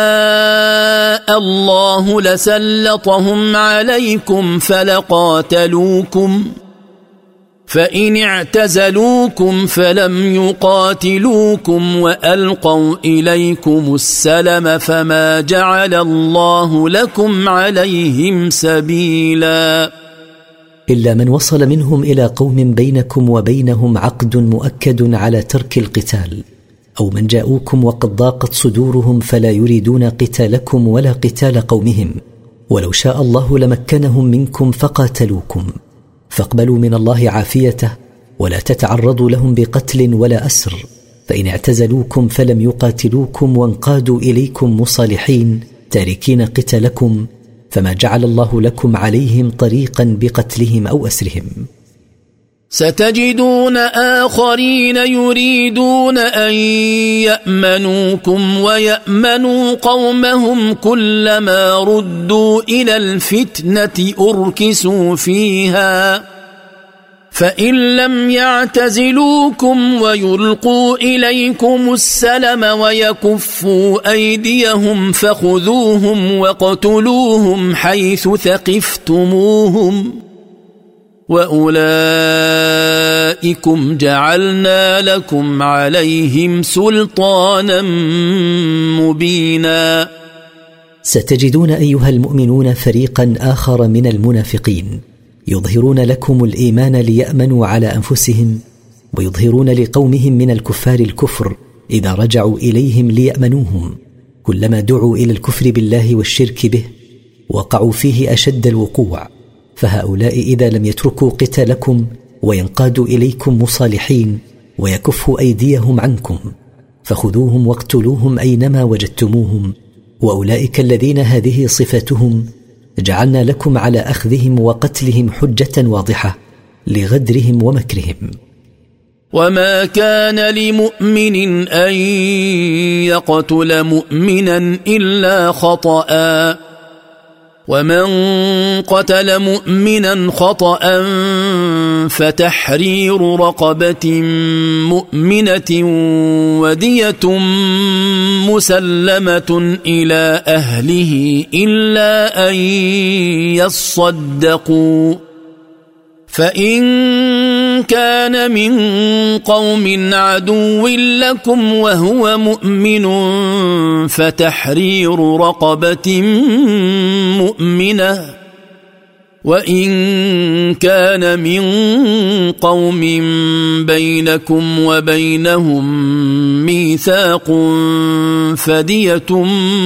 الله لسلطهم عليكم فلقاتلوكم فإن اعتزلوكم فلم يقاتلوكم وألقوا إليكم السلم فما جعل الله لكم عليهم سبيلا. إلا من وصل منهم إلى قوم بينكم وبينهم عقد مؤكد على ترك القتال، أو من جاءوكم وقد ضاقت صدورهم فلا يريدون قتالكم ولا قتال قومهم، ولو شاء الله لمكنهم منكم فقاتلوكم، فاقبلوا من الله عافيته ولا تتعرضوا لهم بقتل ولا أسر، فإن اعتزلوكم فلم يقاتلوكم وانقادوا إليكم مصالحين تاركين قتالكم فما جعل الله لكم عليهم طريقا بقتلهم أو أسرهم. ستجدون آخرين يريدون أن يأمنوكم ويأمنوا قومهم كلما ردوا إلى الفتنة أركسوا فيها فإن لم يعتزلوكم ويلقوا إليكم السلم ويكفوا أيديهم فخذوهم واقتلوهم حيث ثقفتموهم وأولئكم جعلنا لكم عليهم سلطانا مبينا. ستجدون أيها المؤمنون فريقا آخر من المنافقين يظهرون لكم الإيمان ليأمنوا على أنفسهم، ويظهرون لقومهم من الكفار الكفر إذا رجعوا إليهم ليأمنوهم، كلما دعوا إلى الكفر بالله والشرك به وقعوا فيه أشد الوقوع. فهؤلاء إذا لم يتركوا قتالكم وينقادوا إليكم مصالحين ويكفوا أيديهم عنكم فخذوهم واقتلوهم أينما وجدتموهم، وأولئك الذين هذه صفتهم جعلنا لكم على أخذهم وقتلهم حجة واضحة لغدرهم ومكرهم. وما كان لمؤمن أن يقتل مؤمنا إلا خطأ ومن قتل مؤمنا خطأ فتحرير رقبة مؤمنة ودية مسلمة إلى أهله إلا أن يصدقوا، فإن كان من قوم عدو لكم وهو مؤمن فتحرير رقبة مؤمنة، وإن كان من قوم بينكم وبينهم ميثاق فدية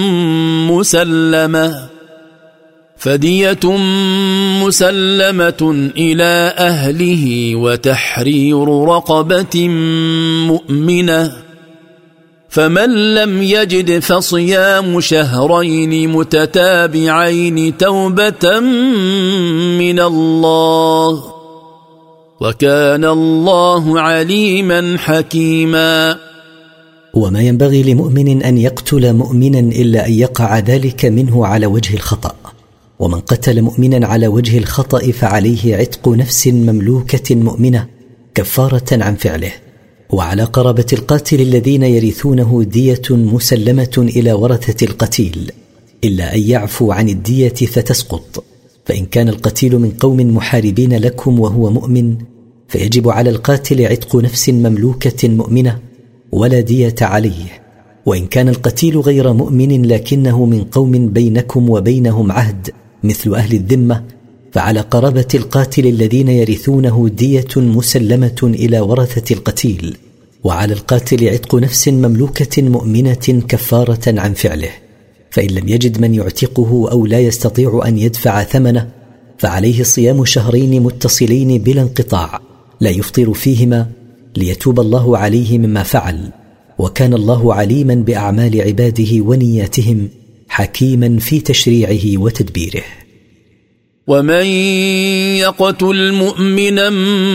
مسلمة فدية مسلمة إلى أهله وتحرير رقبة مؤمنة، فمن لم يجد فصيام شهرين متتابعين توبة من الله، وكان الله عليما حكيما. وما ينبغي لمؤمن أن يقتل مؤمنا إلا أن يقع ذلك منه على وجه الخطأ، ومن قتل مؤمنا على وجه الخطأ فعليه عتق نفس مملوكة مؤمنة كفارة عن فعله، وعلى قرابة القاتل الذين يرثونه دية مسلمة إلى ورثة القتيل، إلا أن يعفوا عن الدية فتسقط. فإن كان القتيل من قوم محاربين لكم وهو مؤمن، فيجب على القاتل عتق نفس مملوكة مؤمنة ولا دية عليه. وإن كان القتيل غير مؤمن لكنه من قوم بينكم وبينهم عهد مثل أهل الذمة، فعلى قرابة القاتل الذين يرثونه دية مسلمة إلى ورثة القتيل، وعلى القاتل عتق نفس مملوكة مؤمنة كفارة عن فعله. فإن لم يجد من يعتقه أو لا يستطيع أن يدفع ثمنه، فعليه صيام شهرين متصلين بلا انقطاع لا يفطر فيهما، ليتوب الله عليه مما فعل. وكان الله عليما بأعمال عباده ونياتهم، حكيما في تشريعه وتدبيره. ومن يقتل مؤمنا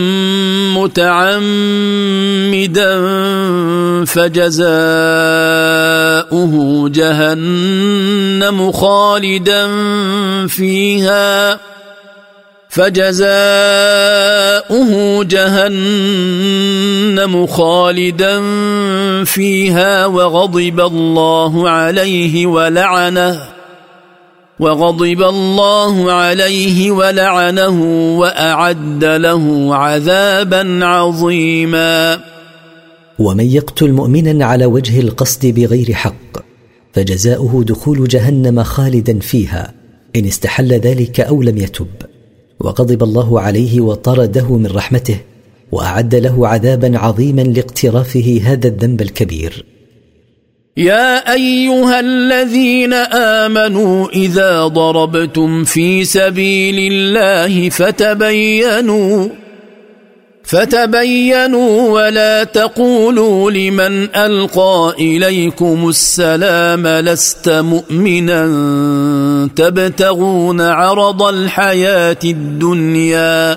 متعمدا فجزاؤه جهنم خالدا فيها فجزاؤه جهنم خالدا فيها وغضب الله عليه ولعنه وغضب الله عليه ولعنه وأعد له عذابا عظيما. ومن يقتل مؤمنا على وجه القصد بغير حق فجزاؤه دخول جهنم خالدا فيها إن استحل ذلك أو لم يتب، وغضب الله عليه وطرده من رحمته، وأعد له عذابا عظيما لاقترافه هذا الذنب الكبير. يا أيها الذين آمنوا إذا ضربتم في سبيل الله فتبينوا فتبينوا ولا تقولوا لمن ألقى إليكم السلام لست مؤمنا تبتغون عرض الحياة الدنيا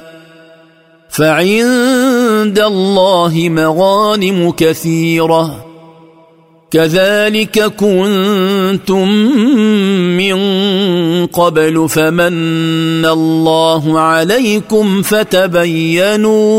فعند الله مغانم كثيرة كذلك كنتم من قبل فمن الله عليكم فتبينوا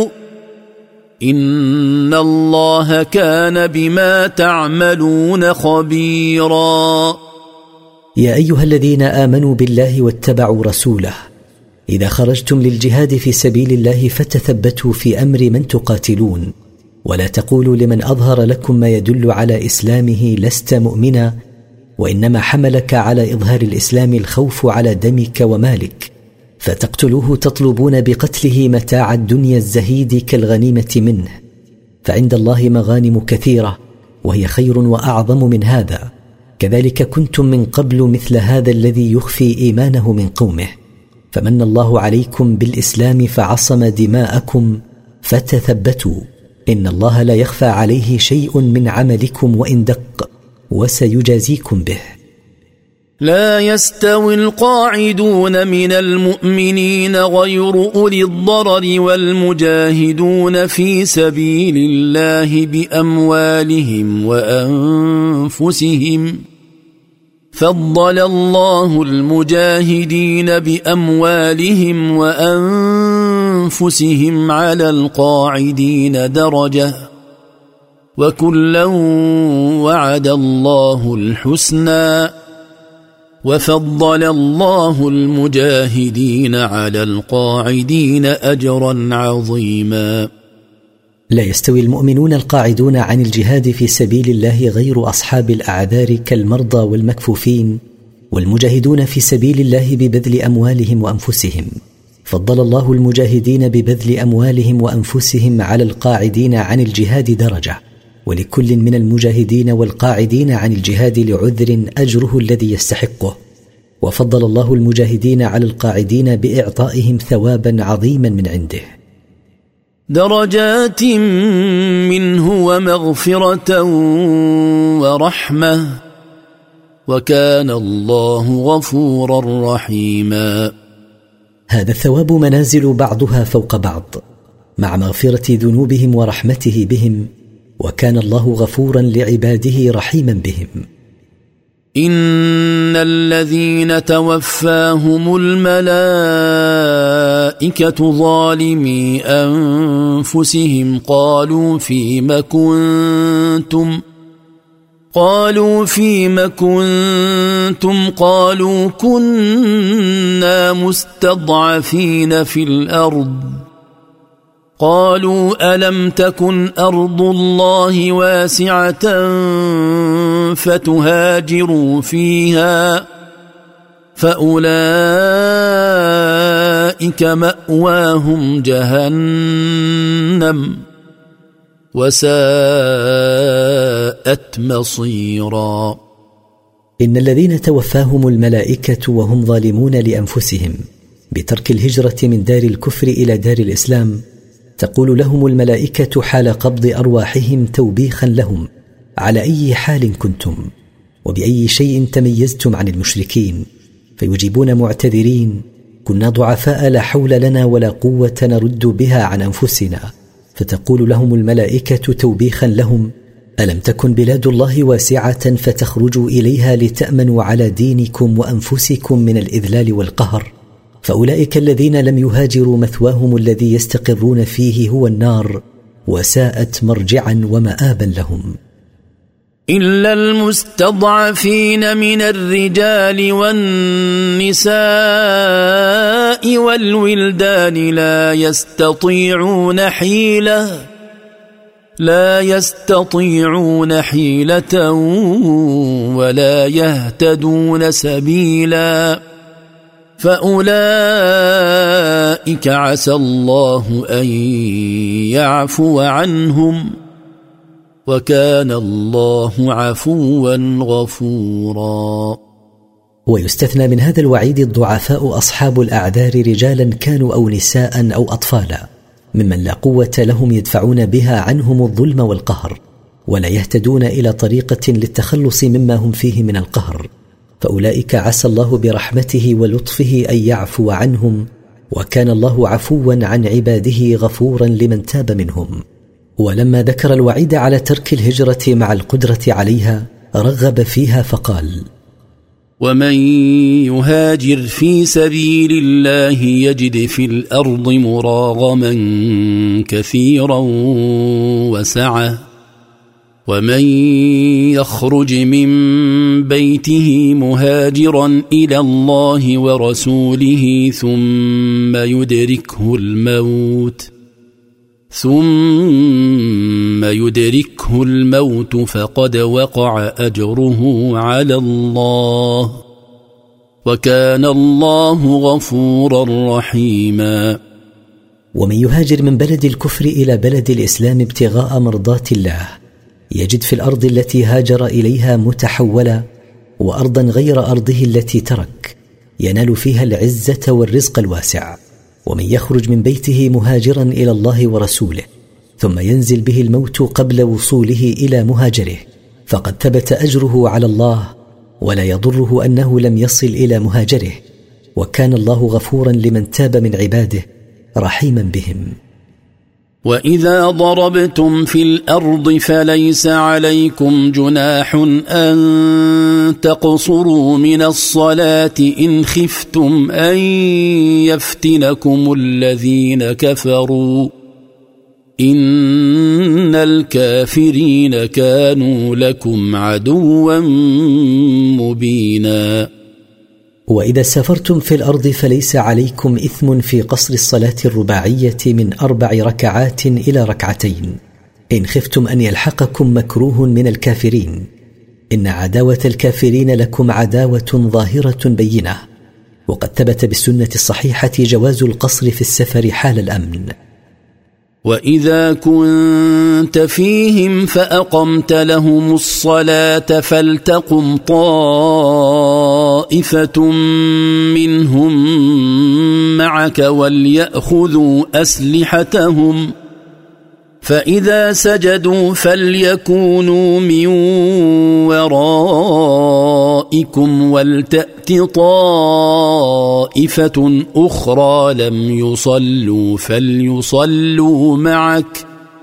إن الله كان بما تعملون خبيرا. يا أيها الذين آمنوا بالله واتبعوا رسوله إذا خرجتم للجهاد في سبيل الله فتثبتوا في أمر من تقاتلون، ولا تقولوا لمن أظهر لكم ما يدل على إسلامه لست مؤمنا، وإنما حملك على إظهار الإسلام الخوف على دمك ومالك، فتقتلوه تطلبون بقتله متاع الدنيا الزهيد كالغنيمة منه، فعند الله مغانم كثيرة وهي خير وأعظم من هذا. كذلك كنتم من قبل مثل هذا الذي يخفي إيمانه من قومه، فمن الله عليكم بالإسلام فعصم دماءكم فتثبتوا، إن الله لا يخفى عليه شيء من عملكم وإن دق، وسيجازيكم به. لا يستوي القاعدون من المؤمنين غير أولي الضرر والمجاهدون في سبيل الله بأموالهم وأنفسهم، فضل الله المجاهدين بأموالهم وأنفسهم على القاعدين درجة، وكلا وعد الله الحسنى، وفضل الله المجاهدين على القاعدين أجرا عظيما. لا يستوي المؤمنون القاعدون عن الجهاد في سبيل الله غير أصحاب الأعذار كالمرضى والمكفوفين، والمجاهدون في سبيل الله ببذل أموالهم وأنفسهم، فضل الله المجاهدين ببذل أموالهم وأنفسهم على القاعدين عن الجهاد درجة، ولكل من المجاهدين والقاعدين عن الجهاد لعذر أجره الذي يستحقه، وفضل الله المجاهدين على القاعدين بإعطائهم ثوابا عظيما من عنده. درجات منه ومغفرة ورحمة وكان الله غفورا رحيما. هذا الثواب منازل بعضها فوق بعض مع مغفرة ذنوبهم ورحمته بهم، وكان الله غفورا لعباده رحيما بهم. إن الذين توفاهم الملائكة الملائكة ظالمي أنفسهم قالوا فيم كنتم قالوا فيم كنتم قالوا كنا مستضعفين في الأرض قالوا ألم تكن أرض الله واسعة فتهاجروا فيها فأولئك مأواهم جهنم وساءت مصيرا. إن الذين توفاهم الملائكة وهم ظالمون لأنفسهم بترك الهجرة من دار الكفر إلى دار الإسلام تقول لهم الملائكة حال قبض أرواحهم توبيخا لهم على أي حال كنتم وبأي شيء تميزتم عن المشركين، فيجيبون معتذرين: كنا ضعفاء لا حول لنا ولا قوة نرد بها عن أنفسنا. فتقول لهم الملائكة توبيخا لهم: ألم تكن بلاد الله واسعة فتخرجوا إليها لتأمنوا على دينكم وأنفسكم من الإذلال والقهر؟ فأولئك الذين لم يهاجروا مثواهم الذي يستقرون فيه هو النار، وساءت مرجعا ومآبا لهم. إلا المستضعفين من الرجال والنساء والولدان لا يستطيعون حيلة لا يستطيعون حيلة ولا يهتدون سبيلا فأولئك عسى الله أن يعفو عنهم وكان الله عفوا غفورا. ويستثنى من هذا الوعيد الضعفاء أصحاب الأعذار رجالا كانوا أو نساء أو أطفالا ممن لا قوة لهم يدفعون بها عنهم الظلم والقهر ولا يهتدون إلى طريقة للتخلص مما هم فيه من القهر، فأولئك عسى الله برحمته ولطفه أن يعفو عنهم وكان الله عفوا عن عباده غفورا لمن تاب منهم. ولما ذكر الوعيد على ترك الهجرة مع القدرة عليها رغب فيها فقال: ومن يهاجر في سبيل الله يجد في الأرض مراغما كثيرا وسعة ومن يخرج من بيته مهاجرا إلى الله ورسوله ثم يدركه الموت ثم يدركه الموت فقد وقع أجره على الله وكان الله غفورا رحيما. ومن يهاجر من بلد الكفر إلى بلد الإسلام ابتغاء مرضات الله يجد في الأرض التي هاجر إليها متحولة وأرضا غير أرضه التي ترك ينال فيها العزة والرزق الواسع. ومن يخرج من بيته مهاجرا إلى الله ورسوله ثم ينزل به الموت قبل وصوله إلى مهاجره فقد ثبت أجره على الله ولا يضره أنه لم يصل إلى مهاجره، وكان الله غفورا لمن تاب من عباده رحيما بهم. وإذا ضربتم في الأرض فليس عليكم جناح أن تقصروا من الصلاة إن خفتم أن يفتنكم الذين كفروا إن الكافرين كانوا لكم عدوا مبينا. وإذا سافرتم في الأرض فليس عليكم إثم في قصر الصلاة الرباعية من أربع ركعات إلى ركعتين إن خفتم أن يلحقكم مكروه من الكافرين، إن عداوة الكافرين لكم عداوة ظاهرة بينة، وقد ثبت بالسنة الصحيحة جواز القصر في السفر حال الأمن. وإذا كنت فيهم فأقمت لهم الصلاة فلتقم طائفة منهم معك وليأخذوا أسلحتهم فإذا سجدوا فليكونوا من ورائكم ولتأت طائفة أخرى لم يصلوا فليصلوا معك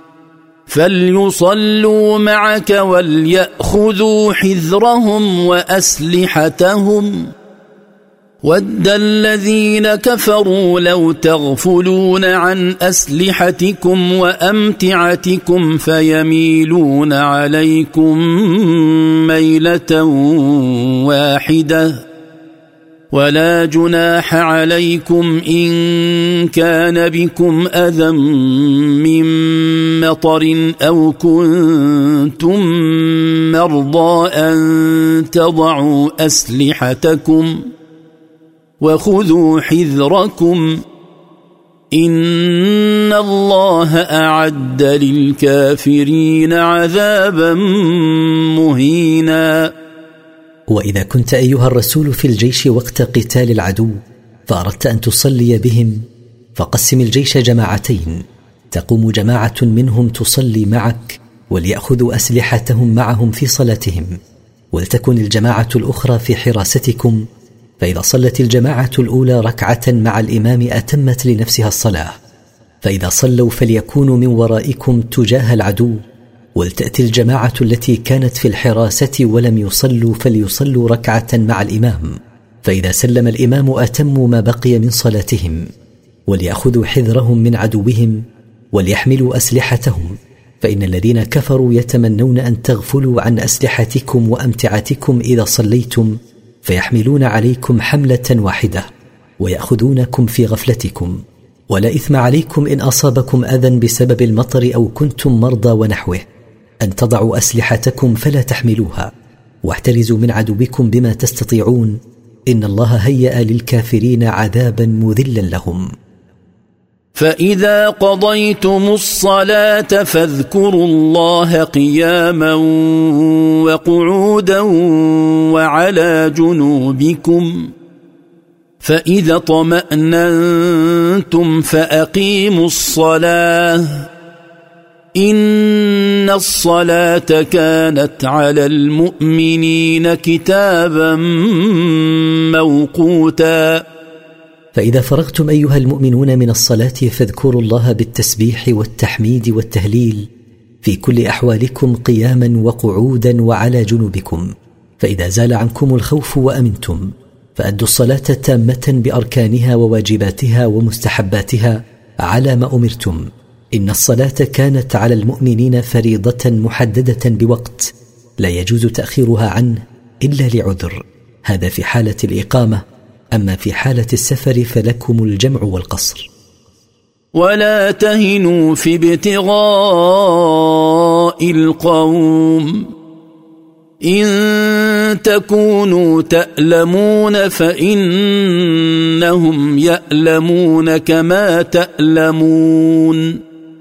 فليصلوا معك وليأخذوا حذرهم وأسلحتهم ود الذين كفروا لو تغفلون عن أسلحتكم وأمتعتكم فيميلون عليكم ميلة واحدة ولا جناح عليكم إن كان بكم أذى من مطر أو كنتم مرضى أن تضعوا أسلحتكم وخذوا حذركم إن الله أعد للكافرين عذابا مهينا. وإذا كنت أيها الرسول في الجيش وقت قتال العدو فأردت أن تصلي بهم فقسم الجيش جماعتين، تقوم جماعة منهم تصلي معك وليأخذوا أسلحتهم معهم في صلاتهم، ولتكن الجماعة الأخرى في حراستكم، فإذا صلت الجماعة الأولى ركعة مع الإمام أتمت لنفسها الصلاة، فإذا صلوا فليكونوا من ورائكم تجاه العدو، ولتأتي الجماعة التي كانت في الحراسة ولم يصلوا فليصلوا ركعة مع الإمام، فإذا سلم الإمام أتموا ما بقي من صلاتهم، وليأخذوا حذرهم من عدوهم وليحملوا أسلحتهم، فإن الذين كفروا يتمنون أن تغفلوا عن أسلحتكم وأمتعتكم إذا صليتم فيحملون عليكم حملة واحدة ويأخذونكم في غفلتكم، ولا إثم عليكم إن أصابكم أذى بسبب المطر أو كنتم مرضى ونحوه أن تضعوا أسلحتكم فلا تحملوها، واحترزوا من عدوكم بما تستطيعون، إن الله هيأ للكافرين عذابا مذلا لهم. فإذا قضيتم الصلاة فاذكروا الله قياما وقعودا وعلى جنوبكم، فإذا اطمأننتم فأقيموا الصلاة إن الصلاة كانت على المؤمنين كتابا موقوتا. فإذا فرغتم أيها المؤمنون من الصلاة فاذكروا الله بالتسبيح والتحميد والتهليل في كل أحوالكم قياما وقعودا وعلى جنوبكم، فإذا زال عنكم الخوف وأمنتم فأدوا الصلاة تامة بأركانها وواجباتها ومستحباتها على ما أمرتم، إن الصلاة كانت على المؤمنين فريضة محددة بوقت لا يجوز تأخيرها عنه إلا لعذر، هذا في حالة الإقامة، أما في حالة السفر فلكم الجمع والقصر. ولا تهنوا في ابتغاء القوم إن تكونوا تألمون فإنهم يألمون كما تألمون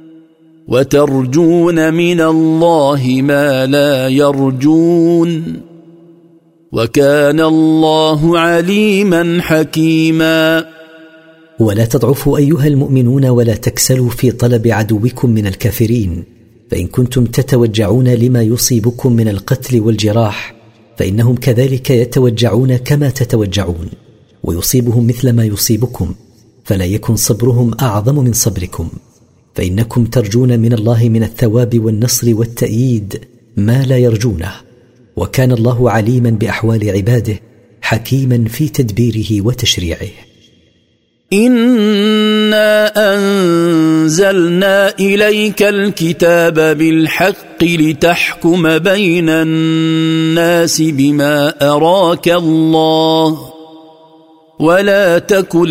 وترجون من الله ما لا يرجون وكان الله عليما حكيما. ولا تضعفوا أيها المؤمنون ولا تكسلوا في طلب عدوكم من الكافرين، فإن كنتم تتوجعون لما يصيبكم من القتل والجراح فإنهم كذلك يتوجعون كما تتوجعون ويصيبهم مثل ما يصيبكم، فلا يكن صبرهم أعظم من صبركم، فإنكم ترجون من الله من الثواب والنصر والتأييد ما لا يرجونه، وكان الله عليما بأحوال عباده حكيما في تدبيره وتشريعه. إنا أنزلنا إليك الكتاب بالحق لتحكم بين الناس بما أراك الله ولا تكن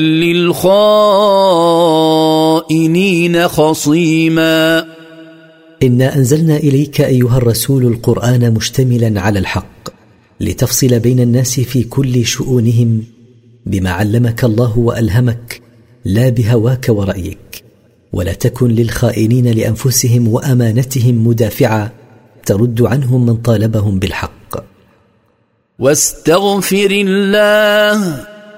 للخائنين خصيما. إنا أنزلنا إليك أيها الرسول القرآن مشتملا على الحق لتفصل بين الناس في كل شؤونهم بما علمك الله وألهمك لا بهواك ورأيك، ولا تكن للخائنين لأنفسهم وأمانتهم مدافعا ترد عنهم من طالبهم بالحق. واستغفر الله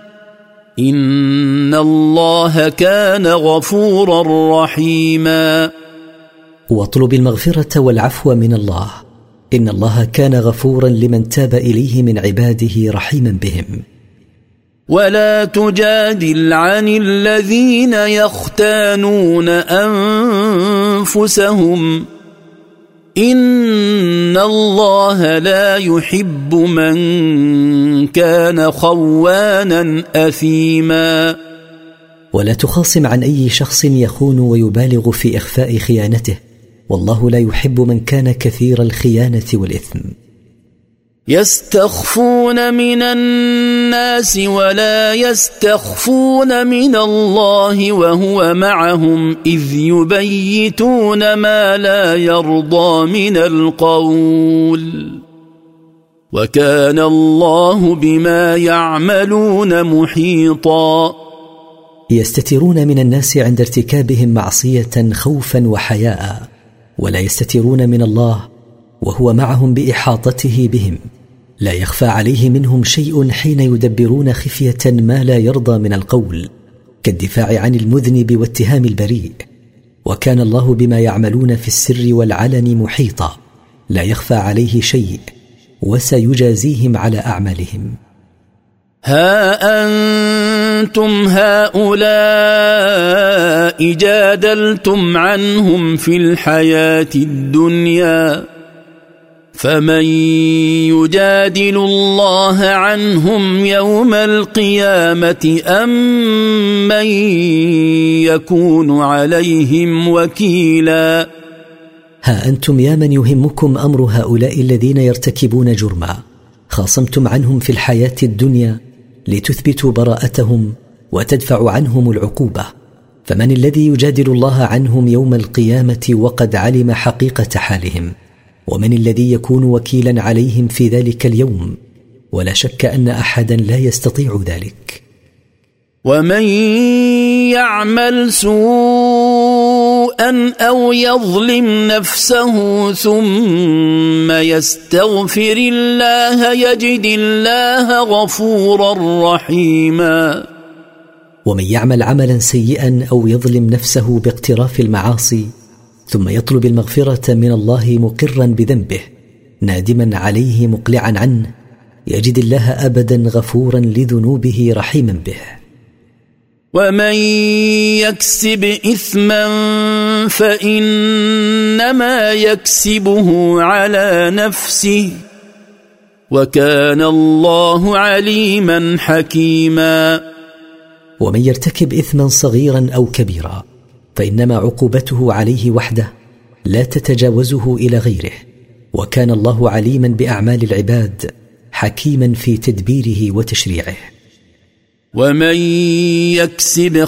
إن الله كان غفورا رحيما. واطلب المغفرة والعفو من الله، إن الله كان غفورا لمن تاب إليه من عباده رحيما بهم. ولا تجادل عن الذين يختانون أنفسهم إن الله لا يحب من كان خوانا أثيما. ولا تخاصم عن أي شخص يخون ويبالغ في إخفاء خيانته، والله لا يحب من كان كثير الخيانة والإثم. يستخفون من الناس ولا يستخفون من الله وهو معهم إذ يبيتون ما لا يرضى من القول وكان الله بما يعملون محيطا. يستترون من الناس عند ارتكابهم معصية خوفا وحياء، ولا يستترون من الله وهو معهم بإحاطته بهم، لا يخفى عليه منهم شيء حين يدبرون خفية ما لا يرضى من القول كالدفاع عن المذنب واتهام البريء. وكان الله بما يعملون في السر والعلن محيطا، لا يخفى عليه شيء، وسيجازيهم على أعمالهم. ها أنتم هؤلاء جادلتم عنهم في الحياة الدنيا فمن يجادل الله عنهم يوم القيامة أم من يكون عليهم وكيلا. ها أنتم يا من يهمكم أمر هؤلاء الذين يرتكبون جرما، خاصمتم عنهم في الحياة الدنيا لتثبتوا براءتهم وتدفعوا عنهم العقوبة، فمن الذي يجادل الله عنهم يوم القيامة وقد علم حقيقة حالهم؟ ومن الذي يكون وكيلا عليهم في ذلك اليوم؟ ولا شك أن أحدا لا يستطيع ذلك. ومن يعمل سوءا أو يظلم نفسه ثم يستغفر الله يجد الله غفورا رحيما. ومن يعمل عملا سيئا أو يظلم نفسه باقتراف المعاصي ثم يطلب المغفرة من الله مقرا بذنبه نادما عليه مقلعا عنه يجد الله أبدا غفورا لذنوبه رحيما به. ومن يكسب إثما فإنما يكسبه على نفسه وكان الله عليما حكيما. ومن يرتكب إثما صغيرا أو كبيرا فإنما عقوبته عليه وحده لا تتجاوزه إلى غيره، وكان الله عليما بأعمال العباد حكيما في تدبيره وتشريعه. ومن يكسب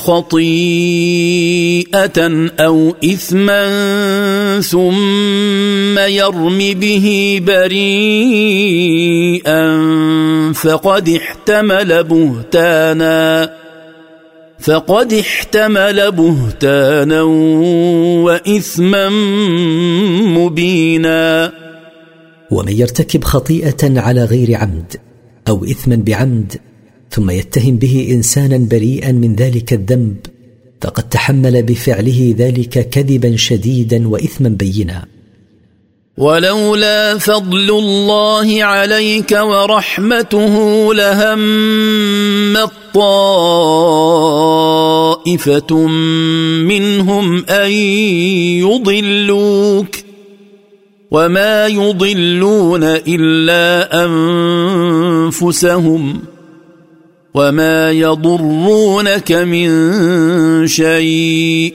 خطيئة أو إثما ثم يرم به بريئا فقد احتمل بهتانا فقد احتمل بهتانا وإثما مبينا. ومن يرتكب خطيئة على غير عمد أو إثما بعمد ثم يتهم به إنسانا بريئا من ذلك الذنب فقد تحمل بفعله ذلك كذبا شديدا وإثما بينا. ولولا فضل الله عليك ورحمته لهم طائفة منهم أن يضلوك وما يضلون إلا أنفسهم وما يضرونك من شيء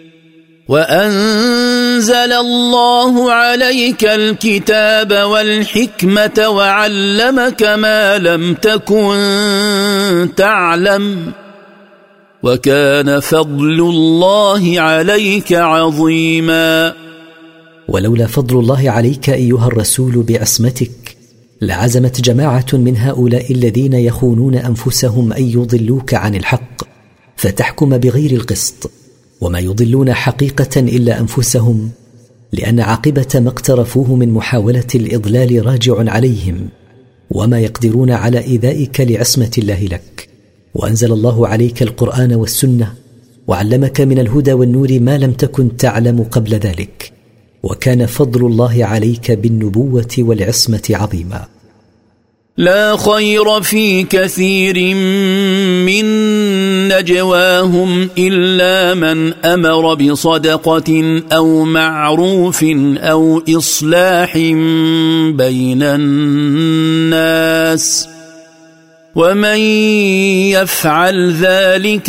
وأنزل الله عليك الكتاب والحكمة وعلمك ما لم تكن تعلم وكان فضل الله عليك عظيما. ولولا فضل الله عليك أيها الرسول بعصمتك لعزمت جماعة من هؤلاء الذين يخونون أنفسهم أن يضلوك عن الحق فتحكم بغير القسط، وما يضلون حقيقة إلا أنفسهم، لأن عاقبة ما اقترفوه من محاولة الإضلال راجع عليهم وما يقدرون على إيذائك لعصمة الله لك. وأنزل الله عليك القرآن والسنة وعلمك من الهدى والنور ما لم تكن تعلم قبل ذلك، وكان فضل الله عليك بالنبوة والعصمة عظيما. لا خير في كثير من نجواهم إلا من أمر بصدقة أو معروف أو إصلاح بين الناس ومن يفعل ذلك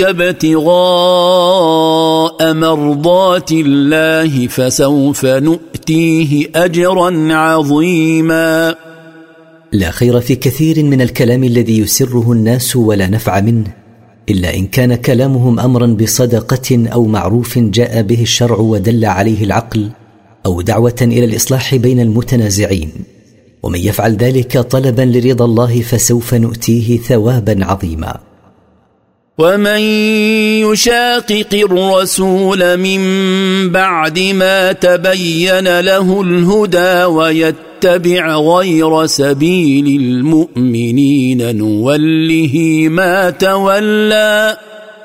ابتغاء مرضات الله فسوف نؤتيه أجرا عظيما. لا خير في كثير من الكلام الذي يسره الناس ولا نفع منه إلا إن كان كلامهم أمرا بصدقة أو معروف جاء به الشرع ودل عليه العقل أو دعوة إلى الإصلاح بين المتنازعين، ومن يفعل ذلك طلبا لرضا الله فسوف نؤتيه ثوابا عظيما. ومن يشاقق الرسول من بعد ما تبين له الهدى ويتبع غير سبيل المؤمنين نوله ما تولى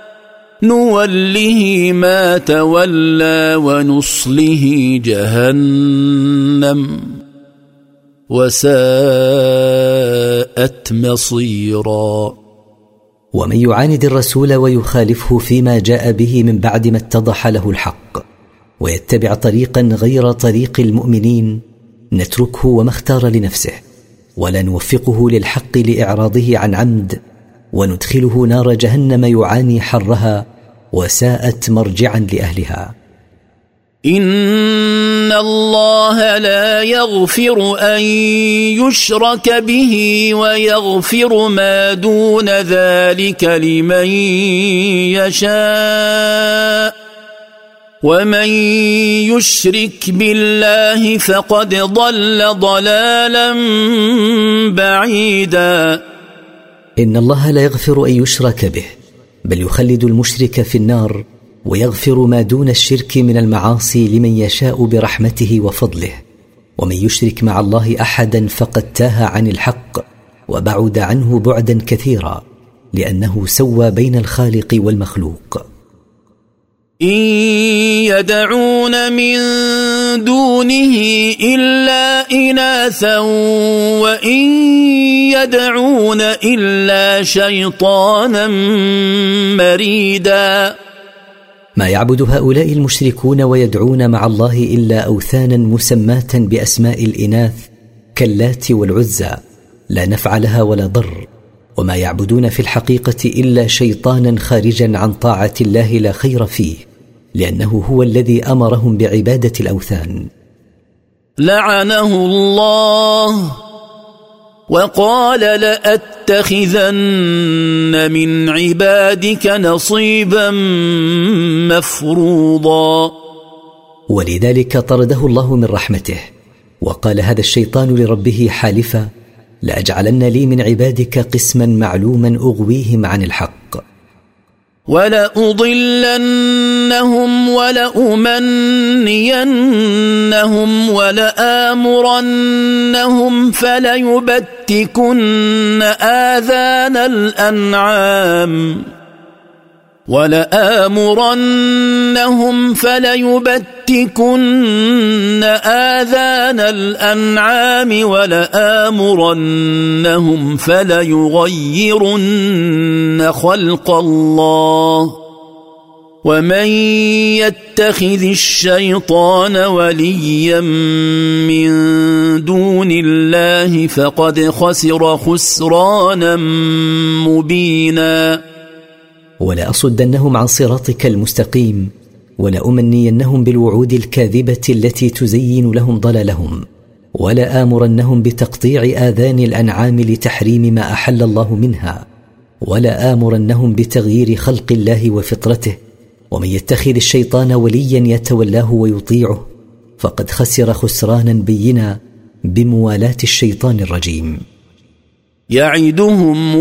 نوله ما تولى ونصله جهنم وساءت مصيرا. ومن يعاند الرسول ويخالفه فيما جاء به من بعد ما اتضح له الحق ويتبع طريقا غير طريق المؤمنين نتركه وما اختار لنفسه ولا نوفقه للحق لإعراضه عن عمد وندخله نار جهنم يعاني حرها وساءت مرجعا لأهلها. إن الله لا يغفر أن يشرك به ويغفر ما دون ذلك لمن يشاء ومن يشرك بالله فقد ضل ضلالا بعيدا. إن الله لا يغفر أن يشرك به بل يخلد المشرك في النار ويغفر ما دون الشرك من المعاصي لمن يشاء برحمته وفضله، ومن يشرك مع الله أحدا فقد تاه عن الحق وبعد عنه بعدا كثيرا لأنه سوى بين الخالق والمخلوق. إن يدعون من دونه إلا إناثا وإن يدعون إلا شيطانا مريدا. ما يعبد هؤلاء المشركون ويدعون مع الله إلا أوثانا مسماة بأسماء الإناث كاللات والعزى لا نفع لها ولا ضر، وما يعبدون في الحقيقة إلا شيطانا خارجا عن طاعة الله لا خير فيه لأنه هو الذي أمرهم بعبادة الأوثان. لعنه الله وقال لأتخذن من عبادك نصيبا مفروضا. ولذلك طرده الله من رحمته وقال هذا الشيطان لربه حالفا لأجعلن لي من عبادك قسما معلوما أغويهم عن الحق. ولأضلنهم ولأمنينهم ولآمرنهم فليبتكن آذان الأنعام ولآمرنهم فليبتكن آذان الأنعام ولآمرنهم فليغيرن خلق الله ومن يتخذ الشيطان وليا من دون الله فقد خسر خسرانا مبينا. ولا أصدنهم عن صراطك المستقيم ولا أمنينهم بالوعود الكاذبة التي تزين لهم ضلالهم ولا آمرنهم بتقطيع آذان الأنعام لتحريم ما أحل الله منها ولا آمرنهم بتغيير خلق الله وفطرته. ومن يتخذ الشيطان وليا يتولاه ويطيعه فقد خسر خسرانا بينا بموالاة الشيطان الرجيم. يعدهم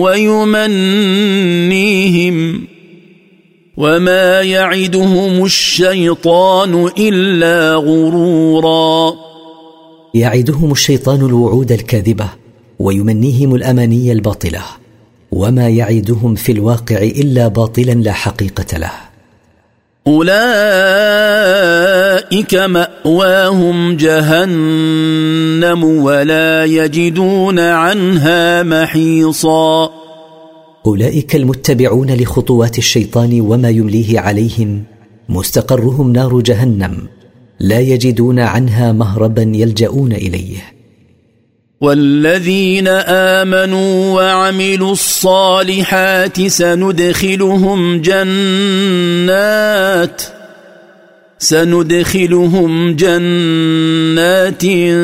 ويمنيهم وما يعدهم الشيطان إلا غرورا. يعدهم الشيطان الوعود الكاذبة ويمنيهم الأماني الباطلة وما يعدهم في الواقع إلا باطلا لا حقيقة له. أولئك مأواهم جهنم ولا يجدون عنها محيصا. أولئك المتبعون لخطوات الشيطان وما يمليه عليهم مستقرهم نار جهنم لا يجدون عنها مهربا يلجؤون إليه. والذين آمنوا وعملوا الصالحات سندخلهم جنات سندخلهم جنات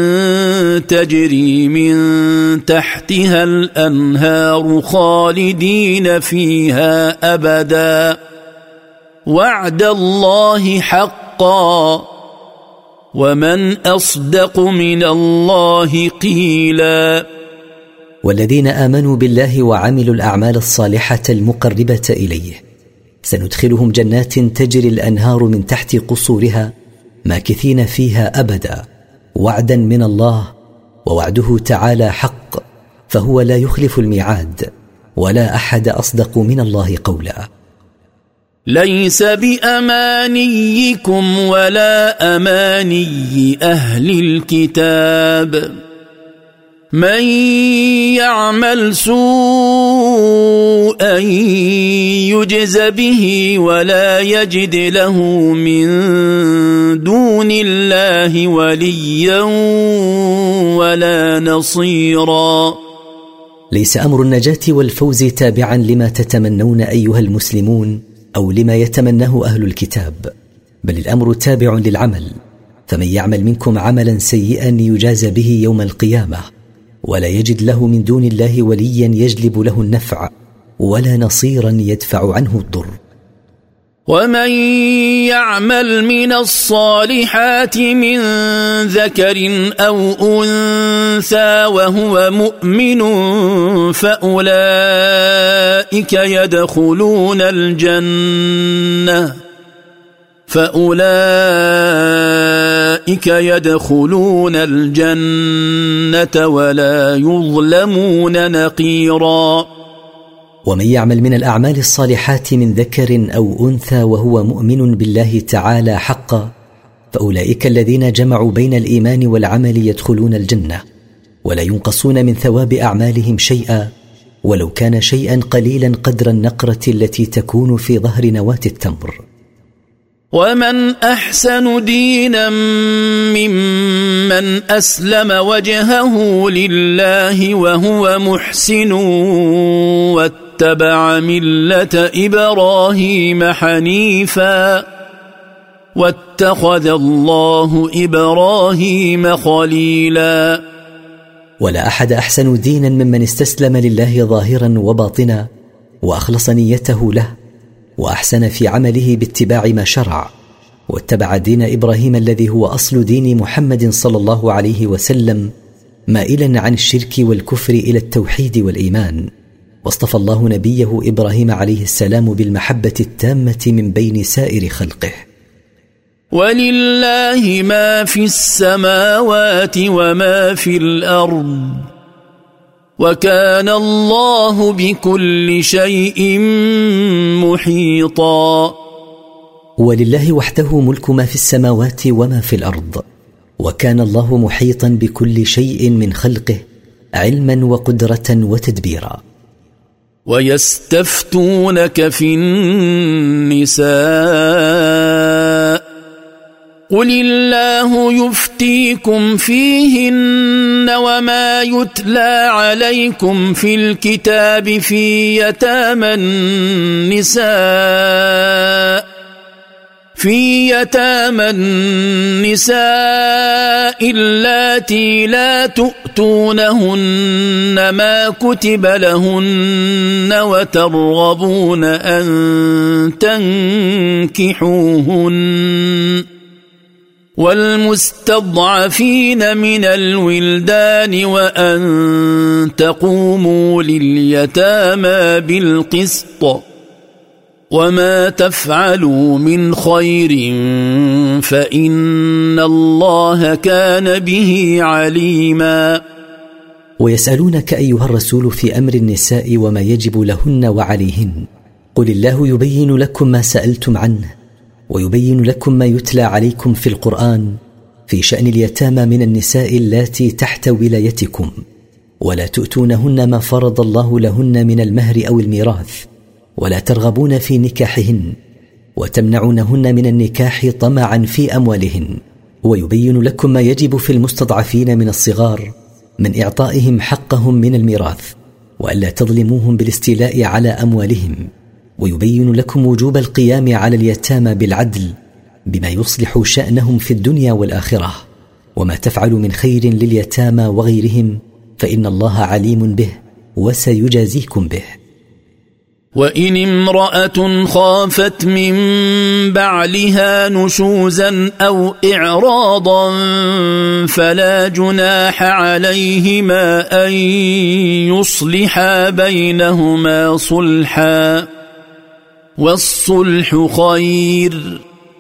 تجري من تحتها الأنهار خالدين فيها أبدا وعد الله حقا ومن أصدق من الله قيلا. والذين آمنوا بالله وعملوا الأعمال الصالحة المقربة إليه سندخلهم جنات تجري الأنهار من تحت قصورها ماكثين فيها أبدا وعدا من الله ووعده تعالى حق فهو لا يخلف الميعاد ولا أحد أصدق من الله قولا. ليس بأمانيكم ولا أماني أهل الكتاب من يعمل سوءا يجز به ولا يجد له من دون الله وليا ولا نصيرا. ليس أمر النجاة والفوز تابعا لما تتمنون أيها المسلمون أو لما يتمناه أهل الكتاب، بل الأمر تابع للعمل، فمن يعمل منكم عملا سيئا يجاز به يوم القيامة ولا يجد له من دون الله وليا يجلب له النفع ولا نصيرا يدفع عنه الضر. ومن يعمل من الصالحات من ذكر أو أنثى وهو مؤمن فأولئك يدخلون الجنة فأولئك يدخلون الجنة ولا يظلمون نقيرا. ومن يعمل من الأعمال الصالحات من ذكر أو أنثى وهو مؤمن بالله تعالى حقا فأولئك الذين جمعوا بين الإيمان والعمل يدخلون الجنة ولا ينقصون من ثواب أعمالهم شيئا ولو كان شيئا قليلا قدر النقرة التي تكون في ظهر نواة التمر. ومن أحسن دينا ممن أسلم وجهه لله وهو محسن واتبع ملة إبراهيم حنيفا واتخذ الله إبراهيم خليلا. ولا أحد أحسن دينا ممن استسلم لله ظاهرا وباطنا وأخلص نيته له وأحسن في عمله باتباع ما شرع واتبع دين إبراهيم الذي هو أصل دين محمد صلى الله عليه وسلم مائلا عن الشرك والكفر إلى التوحيد والإيمان. واصطفى الله نبيه إبراهيم عليه السلام بالمحبة التامة من بين سائر خلقه. ولله ما في السماوات وما في الأرض وكان الله بكل شيء محيطا. ولله وحده ملك ما في السماوات وما في الأرض وكان الله محيطا بكل شيء من خلقه علما وقدرة وتدبيرا. ويستفتونك في النساء قل الله يفتيكم فيهن وما يتلى عليكم في الكتاب في يتامى النساء في يتامى النساء اللاتي لا تؤتونهن ما كتب لهن وترغبون أن تنكحوهن والمستضعفين من الولدان وأن تقوموا لليتامى بالقسط وما تفعلوا من خير فإن الله كان به عليما. ويسألونك أيها الرسول في أمر النساء وما يجب لهن وعليهن قل الله يبين لكم ما سألتم عنه ويبين لكم ما يتلى عليكم في القرآن في شأن اليتامى من النساء اللاتي تحت ولايتكم، ولا تؤتونهن ما فرض الله لهن من المهر أو الميراث، ولا ترغبون في نكاحهن، وتمنعونهن من النكاح طمعا في أموالهن. ويبين لكم ما يجب في المستضعفين من الصغار من إعطائهم حقهم من الميراث، وألا تظلموهم بالاستيلاء على أموالهم. ويبين لكم وجوب القيام على اليتامى بالعدل بما يصلح شأنهم في الدنيا والآخرة، وما تفعل من خير لليتامى وغيرهم فإن الله عليم به وسيجازيكم به. وإن امرأة خافت من بعلها نشوزا أو إعراضا فلا جناح عليهما أن يصلحا بينهما صلحا، والصلح خير.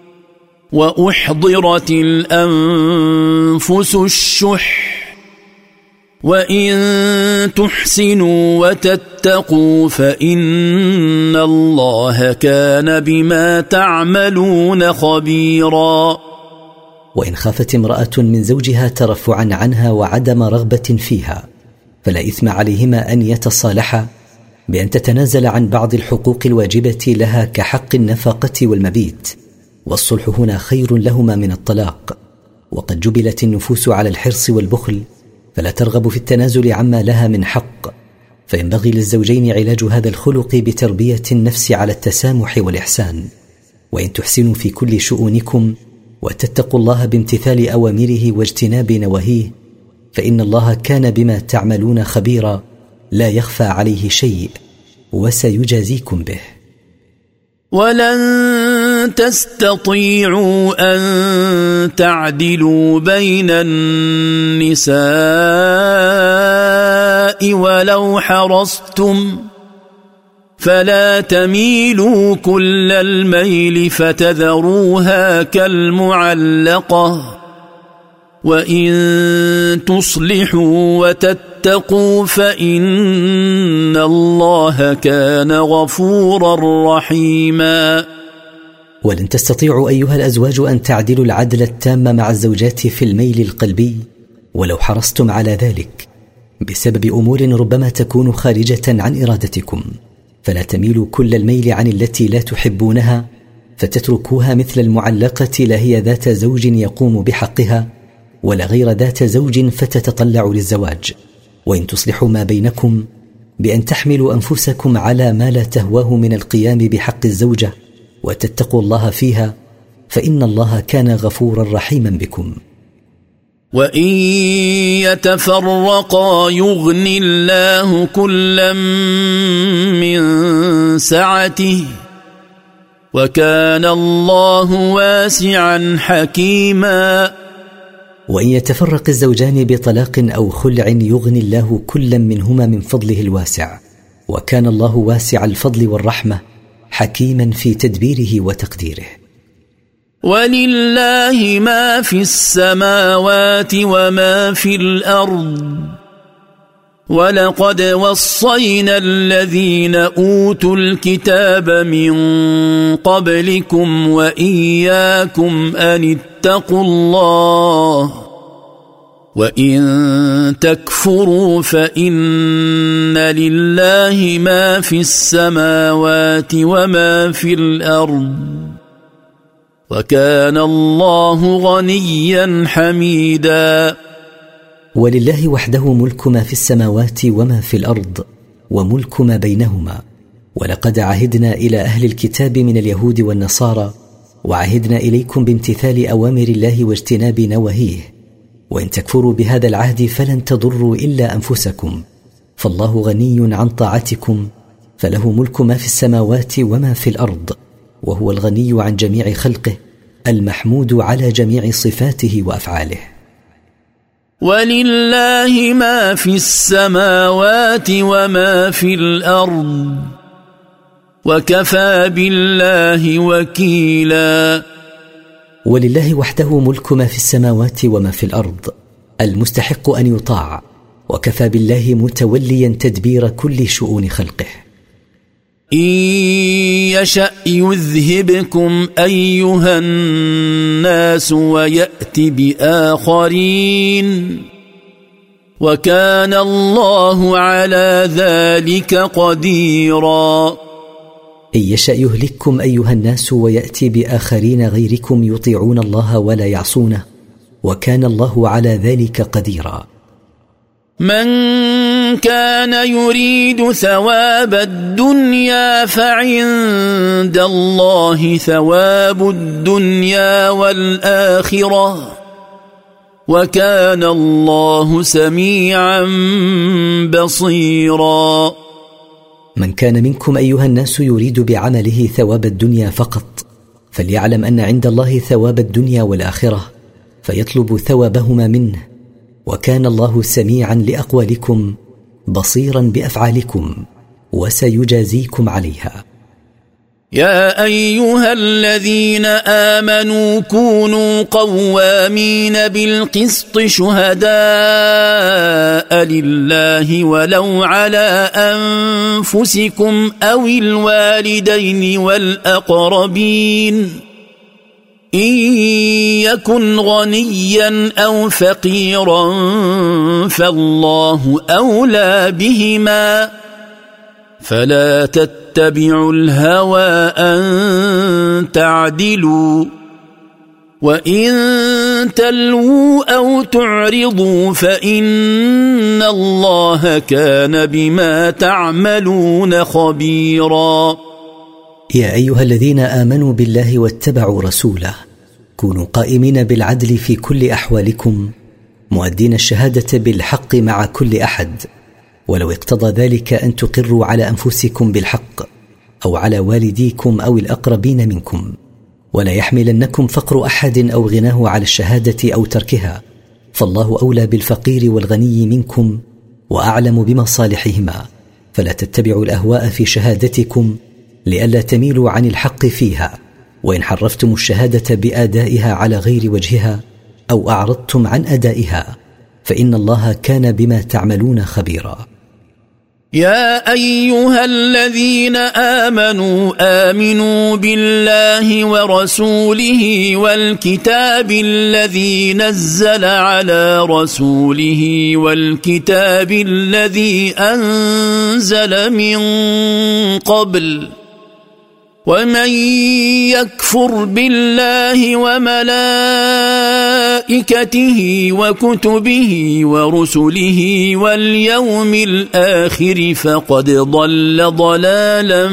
وأحضرت الأنفس الشح، وإن تحسنوا وتتقوا فإن الله كان بما تعملون خبيرا. وإن خافت امرأة من زوجها ترفعا عنها وعدم رغبة فيها فلا إثم عليهما أن يتصالحا بأن تتنازل عن بعض الحقوق الواجبة لها كحق النفقة والمبيت، والصلح هنا خير لهما من الطلاق. وقد جبلت النفوس على الحرص والبخل فلا ترغب في التنازل عما لها من حق، فينبغي للزوجين علاج هذا الخلق بتربية النفس على التسامح والإحسان. وإن تحسنوا في كل شؤونكم وتتقوا الله بامتثال أوامره واجتناب نواهيه فإن الله كان بما تعملون خبيرا لا يخفى عليه شيء وسيجازيكم به. ولن تستطيعوا أن تعدلوا بين النساء ولو حرصتم، فلا تميلوا كل الميل فتذروها كالمعلقة، وإن تصلحوا وتتقوا فإن الله كان غفورا رحيما. ولن تستطيعوا أيها الأزواج أن تعدلوا العدل التام مع الزوجات في الميل القلبي ولو حرصتم على ذلك بسبب أمور ربما تكون خارجة عن إرادتكم، فلا تميلوا كل الميل عن التي لا تحبونها فتتركوها مثل المعلقة لا هي ذات زوج يقوم بحقها ولا غير ذات زوج فتتطلع للزواج. وإن تصلحوا ما بينكم بأن تحملوا أنفسكم على ما لا تهواه من القيام بحق الزوجة وتتقوا الله فيها فإن الله كان غفورا رحيما بكم. وإن يتفرقا يغن الله كلا من سعته، وكان الله واسعا حكيما. وإن يتفرق الزوجان بطلاق أو خلع يغني الله كلا منهما من فضله الواسع، وكان الله واسع الفضل والرحمة حكيما في تدبيره وتقديره. ولله ما في السماوات وما في الأرض، ولقد وصينا الذين أوتوا الكتاب من قبلكم وإياكم أن اتقوا الله، وإن تكفروا فإن لله ما في السماوات وما في الأرض، وكان الله غنيا حميدا. ولله وحده ملك ما في السماوات وما في الأرض وملك ما بينهما. ولقد عهدنا إلى أهل الكتاب من اليهود والنصارى وعهدنا إليكم بامتثال أوامر الله واجتناب نواهيه، وإن تكفروا بهذا العهد فلن تضروا إلا أنفسكم، فالله غني عن طاعتكم فله ملك ما في السماوات وما في الأرض، وهو الغني عن جميع خلقه المحمود على جميع صفاته وأفعاله. ولله ما في السماوات وما في الأرض، وكفى بالله وكيلا. ولله وحده ملك ما في السماوات وما في الأرض المستحق أن يطاع، وكفى بالله متوليا تدبير كل شؤون خلقه. إن يشأ يذهبكم أيها الناس ويأت بآخرين وكان الله على ذلك قديرا. إن يشأ يهلككم أيها الناس ويأتي بآخرين غيركم يطيعون الله ولا يعصونه وكان الله على ذلك قديرا. من كان يريد ثواب الدنيا فعند الله ثواب الدنيا والآخرة وكان الله سميعا بصيرا. من كان منكم أيها الناس يريد بعمله ثواب الدنيا فقط فليعلم أن عند الله ثواب الدنيا والآخرة فيطلب ثوابهما منه وكان الله سميعا لأقوالكم بصيرا بأفعالكم وسيجازيكم عليها. يا أيها الذين آمنوا كونوا قوامين بالقسط شهداء لله ولو على أنفسكم أو الوالدين والأقربين إن يكن غنيا أو فقيرا فالله أولى بهما فلا تتبعوا الهوى أن تعدلوا وإن تلووا أو تعرضوا فإن الله كان بما تعملون خبيرا. يا أيها الذين آمنوا بالله واتبعوا رسوله كونوا قائمين بالعدل في كل أحوالكم مؤدين الشهادة بالحق مع كل أحد ولو اقتضى ذلك أن تقروا على أنفسكم بالحق أو على والديكم أو الأقربين منكم ولا يحملنكم فقر أحد أو غناه على الشهادة أو تركها فالله أولى بالفقير والغني منكم وأعلم بمصالحهما فلا تتبعوا الأهواء في شهادتكم لئلا تميلوا عن الحق فيها وإن حرفتم الشهادة بأدائها على غير وجهها أو أعرضتم عن أدائها فإن الله كان بما تعملون خبيرا. يا أيها الذين آمنوا آمنوا بالله ورسوله والكتاب الذي نزل على رسوله والكتاب الذي أنزل من قبل ومن يكفر بالله وملائكته وكتبه ورسله واليوم الآخر فقد ضل ضلالا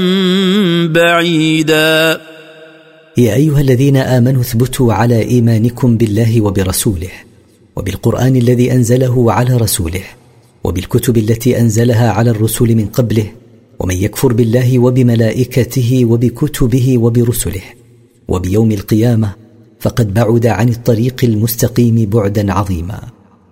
بعيدا. يا أيها الذين آمنوا اثبتوا على إيمانكم بالله وبرسوله وبالقرآن الذي أنزله على رسوله وبالكتب التي أنزلها على الرسل من قبله ومن يكفر بالله وبملائكته وبكتبه وبرسله وبيوم القيامة فقد بعد عن الطريق المستقيم بعدا عظيما.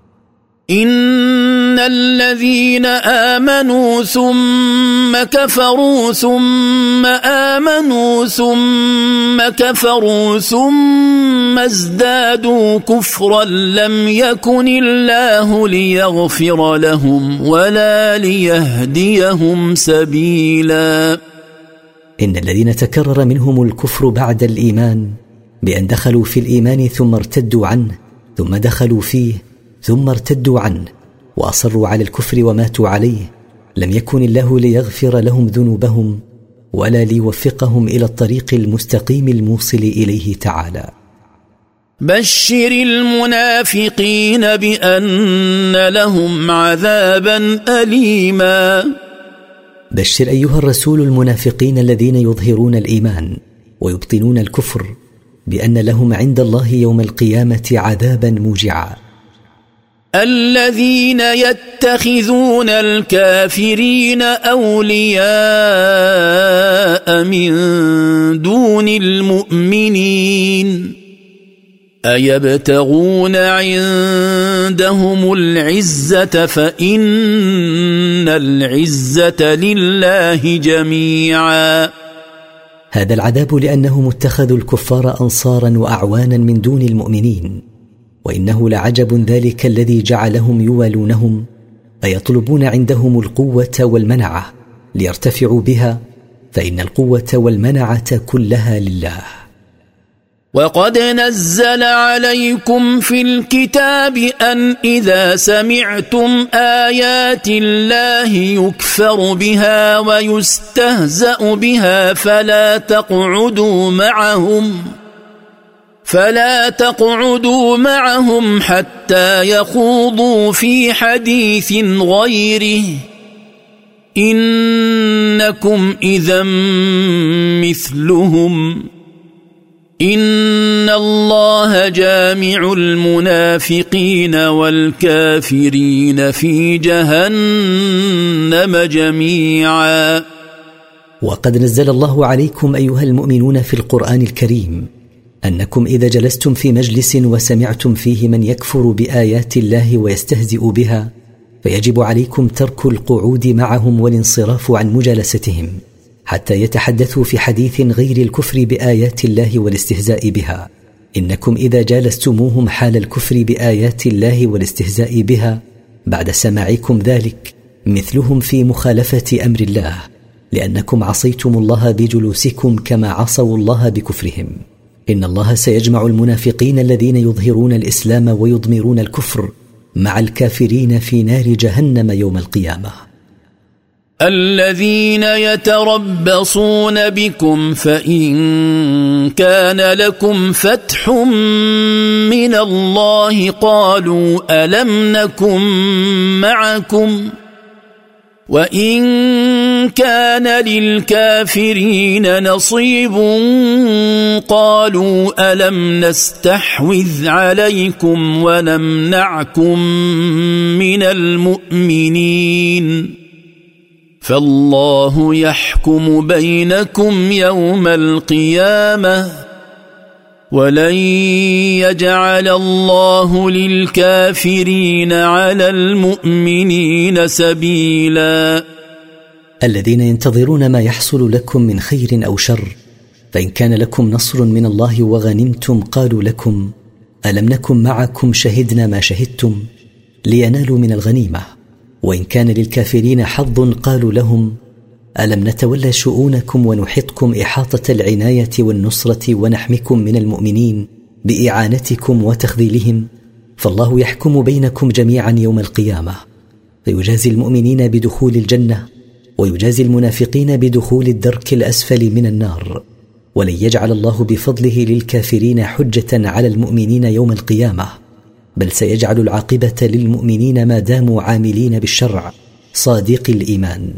إن الذين آمنوا ثم كفروا ثم آمنوا ثم كفروا ثم ازدادوا كفرا لم يكن الله ليغفر لهم ولا ليهديهم سبيلا. إن الذين تكرر منهم الكفر بعد الإيمان بأن دخلوا في الإيمان ثم ارتدوا عنه ثم دخلوا فيه ثم ارتدوا عنه وأصروا على الكفر وماتوا عليه لم يكن الله ليغفر لهم ذنوبهم ولا ليوفقهم إلى الطريق المستقيم الموصل إليه تعالى. بشر المنافقين بأن لهم عذابا أليما. بشر أيها الرسول المنافقين الذين يظهرون الإيمان ويبطنون الكفر بأن لهم عند الله يوم القيامة عذابا موجعا. الذين يتخذون الكافرين أولياء من دون المؤمنين أيبتغون عندهم العزة فإن العزة لله جميعا. هذا العذاب لأنهم اتخذوا الكفار أنصارا وأعوانا من دون المؤمنين وإنه لعجب ذلك الذي جعلهم يوالونهم أيطلبون عندهم القوة والمنعة ليرتفعوا بها فإن القوة والمنعة كلها لله. وقد نزل عليكم في الكتاب أن إذا سمعتم آيات الله يكفر بها ويستهزأ بها فلا تقعدوا معهم فلا تقعدوا معهم حتى يخوضوا في حديث غيره إنكم إذا مثلهم إن الله جامع المنافقين والكافرين في جهنم جميعا. وقد نزل الله عليكم أيها المؤمنون في القرآن الكريم أنكم إذا جلستم في مجلس وسمعتم فيه من يكفر بآيات الله ويستهزئ بها فيجب عليكم ترك القعود معهم والانصراف عن مجالستهم حتى يتحدثوا في حديث غير الكفر بآيات الله والاستهزاء بها. إنكم إذا جالستموهم حال الكفر بآيات الله والاستهزاء بها بعد سماعكم ذلك مثلهم في مخالفة أمر الله، لأنكم عصيتم الله بجلوسكم كما عصوا الله بكفرهم. إن الله سيجمع المنافقين الذين يظهرون الإسلام ويضمرون الكفر مع الكافرين في نار جهنم يوم القيامة. الذين يتربصون بكم فإن كان لكم فتح من الله قالوا ألم نكن معكم وإن كان للكافرين نصيب قالوا ألم نستحوذ عليكم ونمنعكم من المؤمنين فالله يحكم بينكم يوم القيامة ولن يجعل الله للكافرين على المؤمنين سبيلا. الذين ينتظرون ما يحصل لكم من خير أو شر فإن كان لكم نصر من الله وغنمتم قالوا لكم ألم نكن معكم شهدنا ما شهدتم لينالوا من الغنيمة، وإن كان للكافرين حظ قالوا لهم ألم نتولى شؤونكم ونحطكم إحاطة العناية والنصرة ونحمكم من المؤمنين بإعانتكم وتخذيلهم فالله يحكم بينكم جميعا يوم القيامة فيجازي المؤمنين بدخول الجنة ويجازي المنافقين بدخول الدرك الأسفل من النار، ولن يجعل الله بفضله للكافرين حجة على المؤمنين يوم القيامة، بل سيجعل العاقبة للمؤمنين ما داموا عاملين بالشرع صادق الإيمان.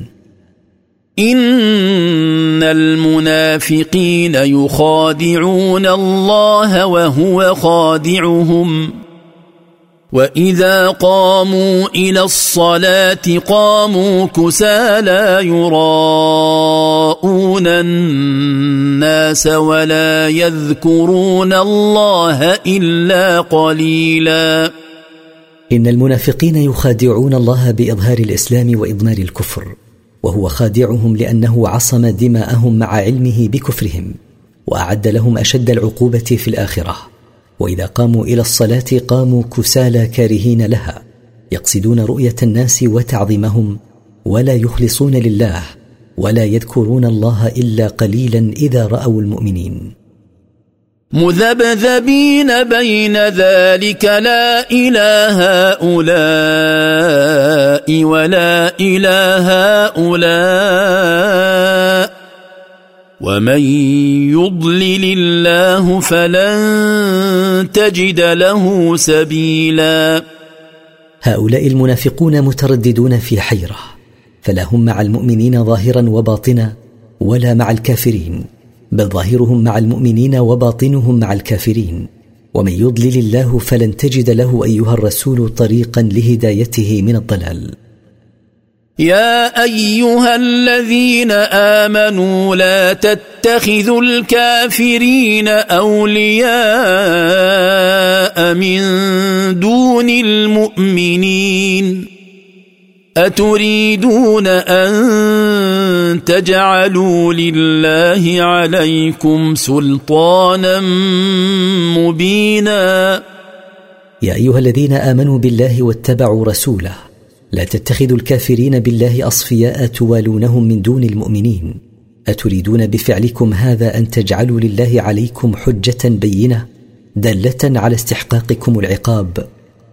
إن المنافقين يخادعون الله وهو خادعهم وإذا قاموا إلى الصلاة قاموا كسالى يراءون الناس ولا يذكرون الله إلا قليلا. إن المنافقين يخادعون الله بإظهار الإسلام وإضمار الكفر، وهو خادعهم لأنه عصم دماءهم مع علمه بكفرهم وأعد لهم أشد العقوبة في الآخرة. وإذا قاموا إلى الصلاة قاموا كسالى كارهين لها يقصدون رؤية الناس وتعظيمهم ولا يخلصون لله ولا يذكرون الله إلا قليلا إذا رأوا المؤمنين. مذبذبين بين ذلك لا إلى هؤلاء ولا إلى هؤلاء ومن يضلل الله فلن تجد له سبيلا. هؤلاء المنافقون مترددون في حيرة، فلا هم مع المؤمنين ظاهرا وباطنا ولا مع الكافرين، بل ظاهرهم مع المؤمنين وباطنهم مع الكافرين. ومن يضلل الله فلن تجد له أيها الرسول طريقا لهدايته من الضلال. يا أيها الذين آمنوا لا تتخذوا الكافرين أولياء من دون المؤمنين أتريدون أن تجعلوا لله عليكم سلطانا مبينا. يا أيها الذين آمنوا بالله واتبعوا رسوله لا تتخذوا الكافرين بالله أصفياء توالونهم من دون المؤمنين أتريدون بفعلكم هذا أن تجعلوا لله عليكم حجة بينة دالة على استحقاقكم العقاب؟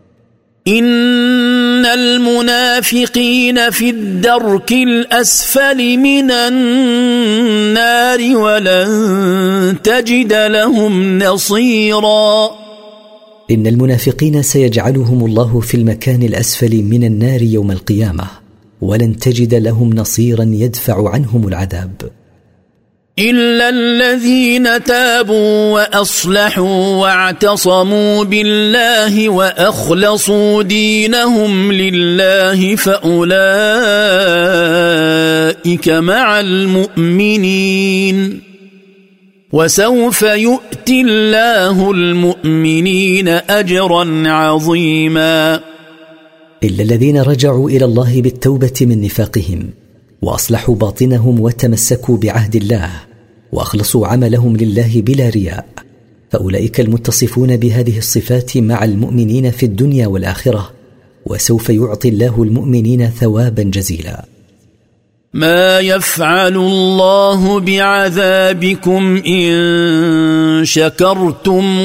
إن المنافقين في الدرك الأسفل من النار ولن تجد لهم نصيرا. إن المنافقين سيجعلهم الله في المكان الأسفل من النار يوم القيامة ولن تجد لهم نصيرا يدفع عنهم العذاب. إلا الذين تابوا وأصلحوا واعتصموا بالله وأخلصوا دينهم لله فأولئك مع المؤمنين وسوف يؤتي الله المؤمنين أجرا عظيما. إلا الذين رجعوا إلى الله بالتوبة من نفاقهم وأصلحوا باطنهم وتمسكوا بعهد الله وأخلصوا عملهم لله بلا رياء، فأولئك المتصفون بهذه الصفات مع المؤمنين في الدنيا والآخرة، وسوف يعطي الله المؤمنين ثوابا جزيلا. ما يفعل الله بعذابكم إن شكرتم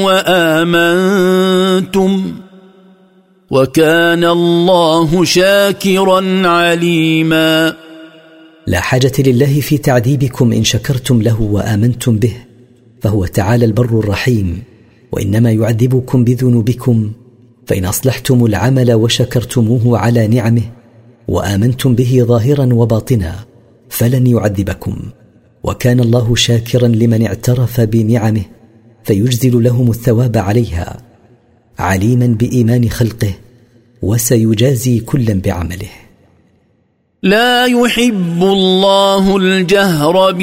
وآمنتم وكان الله شاكرا عليما. لا حاجة لله في تعذيبكم إن شكرتم له وآمنتم به، فهو تعالى البر الرحيم، وإنما يعذبكم بذنوبكم فإن أصلحتم العمل وشكرتموه على نعمه وآمنتم به ظاهرا وباطنا فلن يعذبكم، وكان الله شاكرا لمن اعترف بنعمه فيجزل لهم الثواب عليها، عليما بإيمان خلقه وسيجازي كلا بعمله. لا يحب الله الجهر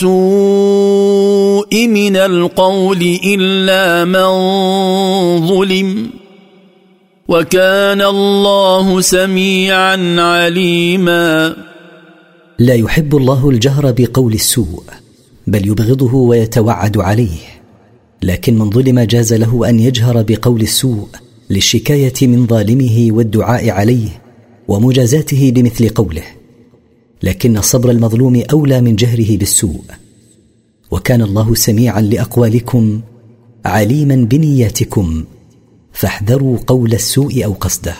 بالسوء من القول إلا من ظلم وكان الله سميعا عليما. لا يحب الله الجهر بقول السوء بل يبغضه ويتوعد عليه، لكن من ظلم جاز له أن يجهر بقول السوء للشكاية من ظالمه والدعاء عليه ومجازاته بمثل قوله، لكن صبر المظلوم أولى من جهره بالسوء، وكان الله سميعا لأقوالكم عليما بنياتكم، فاحذروا قول السوء أو قصده.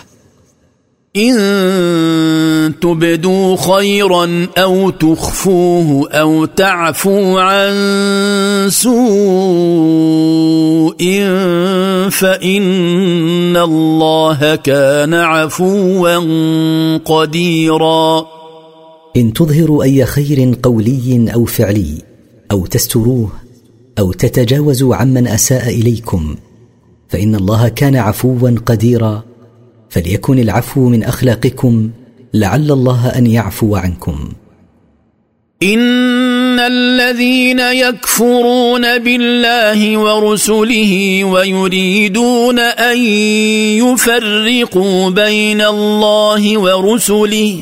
إن تبدوا خيرا أو تخفوه أو تعفوا عن سوء فإن الله كان عفوا قديرا. إن تظهروا أي خير قولي أو فعلي أو تستروه أو تتجاوزوا عمن أساء إليكم فإن الله كان عفوا قديرا، فليكن العفو من أخلاقكم لعل الله أن يعفو عنكم. إن الذين يكفرون بالله ورسله ويريدون أن يفرقوا بين الله ورسله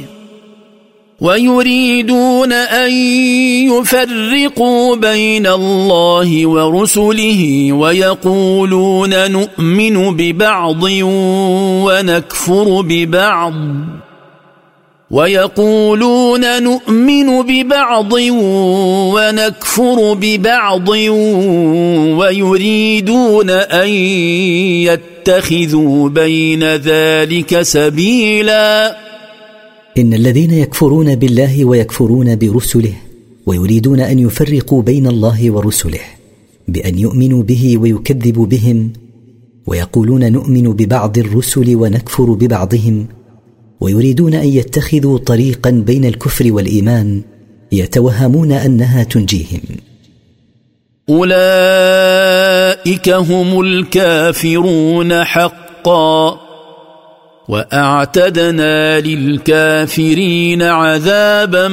ويريدون أن يفرقوا بين الله ورسله ويقولون نؤمن ببعض ونكفر ببعض ويقولون نؤمن ببعض ونكفر ببعض ويريدون أن يتخذوا بين ذلك سبيلا. إن الذين يكفرون بالله ويكفرون برسله ويريدون أن يفرقوا بين الله ورسله بأن يؤمنوا به ويكذبوا بهم ويقولون نؤمن ببعض الرسل ونكفر ببعضهم ويريدون أن يتخذوا طريقا بين الكفر والإيمان يتوهمون أنها تنجيهم، أولئك هم الكافرون حقا وأعتدنا للكافرين عذابا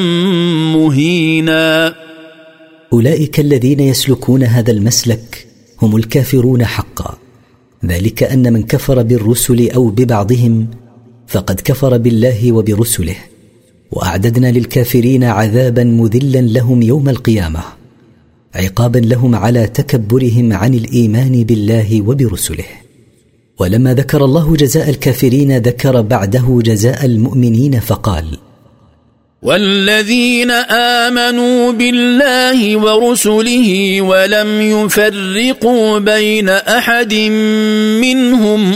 مهينا. أولئك الذين يسلكون هذا المسلك هم الكافرون حقا، ذلك أن من كفر بالرسل أو ببعضهم فقد كفر بالله وبرسله، وأعددنا للكافرين عذابا مذلا لهم يوم القيامة، عقابا لهم على تكبرهم عن الإيمان بالله وبرسله. ولما ذكر الله جزاء الكافرين ذكر بعده جزاء المؤمنين فقال: والذين آمنوا بالله ورسله ولم يفرقوا بين أحد منهم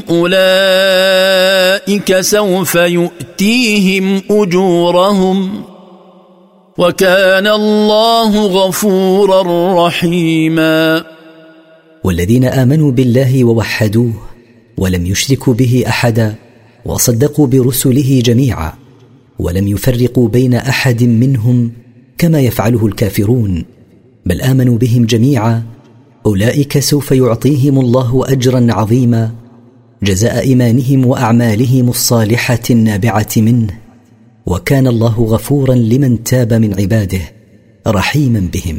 أولئك سوف يؤتيهم أجورهم وكان الله غفورا رحيما. والذين آمنوا بالله ووحدوه ولم يشركوا به أحدا وصدقوا برسله جميعا ولم يفرقوا بين أحد منهم كما يفعله الكافرون بل آمنوا بهم جميعا، أولئك سوف يعطيهم الله أجرا عظيما جزاء إيمانهم وأعمالهم الصالحة النابعة منه، وكان الله غفورا لمن تاب من عباده رحيما بهم.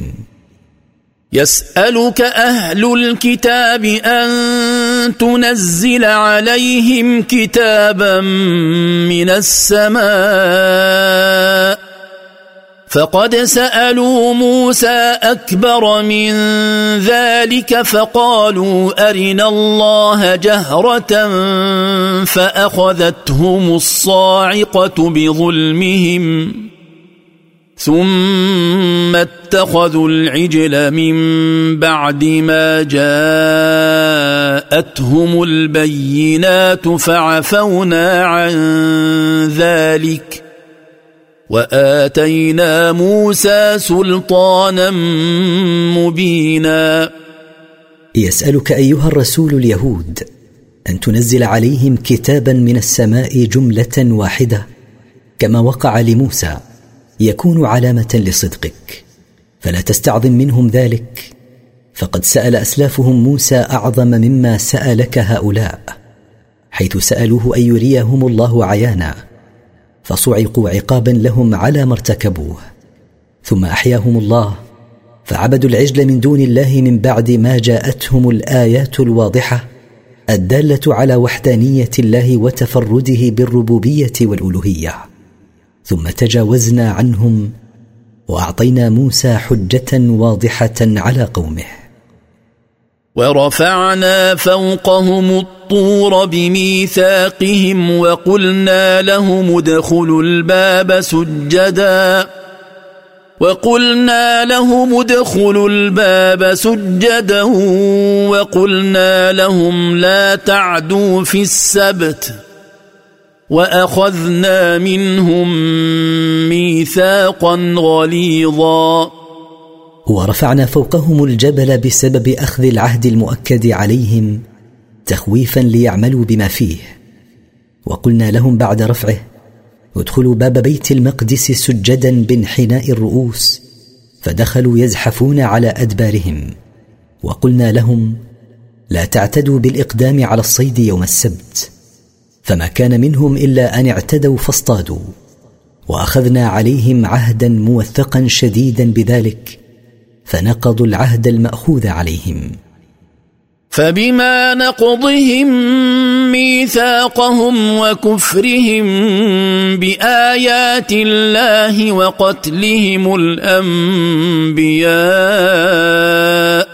يسألك أهل الكتاب أن تنزل عليهم كتابا من السماء فقد سألوا موسى أكبر من ذلك فقالوا أرنا الله جهرة فأخذتهم الصاعقة بظلمهم ثم اتخذوا العجل من بعد ما جاءتهم البينات فعفونا عن ذلك وآتينا موسى سلطانا مبينا. يسألك أيها الرسول اليهود أن تنزل عليهم كتابا من السماء جملة واحدة كما وقع لموسى يكون علامة لصدقك، فلا تستعظم منهم ذلك، فقد سأل أسلافهم موسى أعظم مما سألك هؤلاء، حيث سألوه أن يريهم الله عيانا فصعقوا عقابا لهم على ما ارتكبوه، ثم أحياهم الله فعبدوا العجل من دون الله من بعد ما جاءتهم الآيات الواضحة الدالة على وحدانية الله وتفرده بالربوبية والألوهية، ثم تجاوزنا عنهم وأعطينا موسى حجة واضحة على قومه. ورفعنا فوقهم الطور بميثاقهم وقلنا لهم ادخلوا الباب سجدا وقلنا لهم ادخلوا الباب سجدا وقلنا لهم لا تعدوا في السبت وأخذنا منهم ميثاقا غليظا. ورفعنا فوقهم الجبل بسبب أخذ العهد المؤكد عليهم تخويفا ليعملوا بما فيه، وقلنا لهم بعد رفعه ادخلوا باب بيت المقدس سجدا بانحناء الرؤوس، فدخلوا يزحفون على أدبارهم، وقلنا لهم لا تعتدوا بالإقدام على الصيد يوم السبت، فما كان منهم إلا أن اعتدوا فاصطادوا، وأخذنا عليهم عهدا موثقا شديدا بذلك فنقضوا العهد المأخوذ عليهم. فبما نقضهم ميثاقهم وكفرهم بآيات الله وقتلهم الأنبياء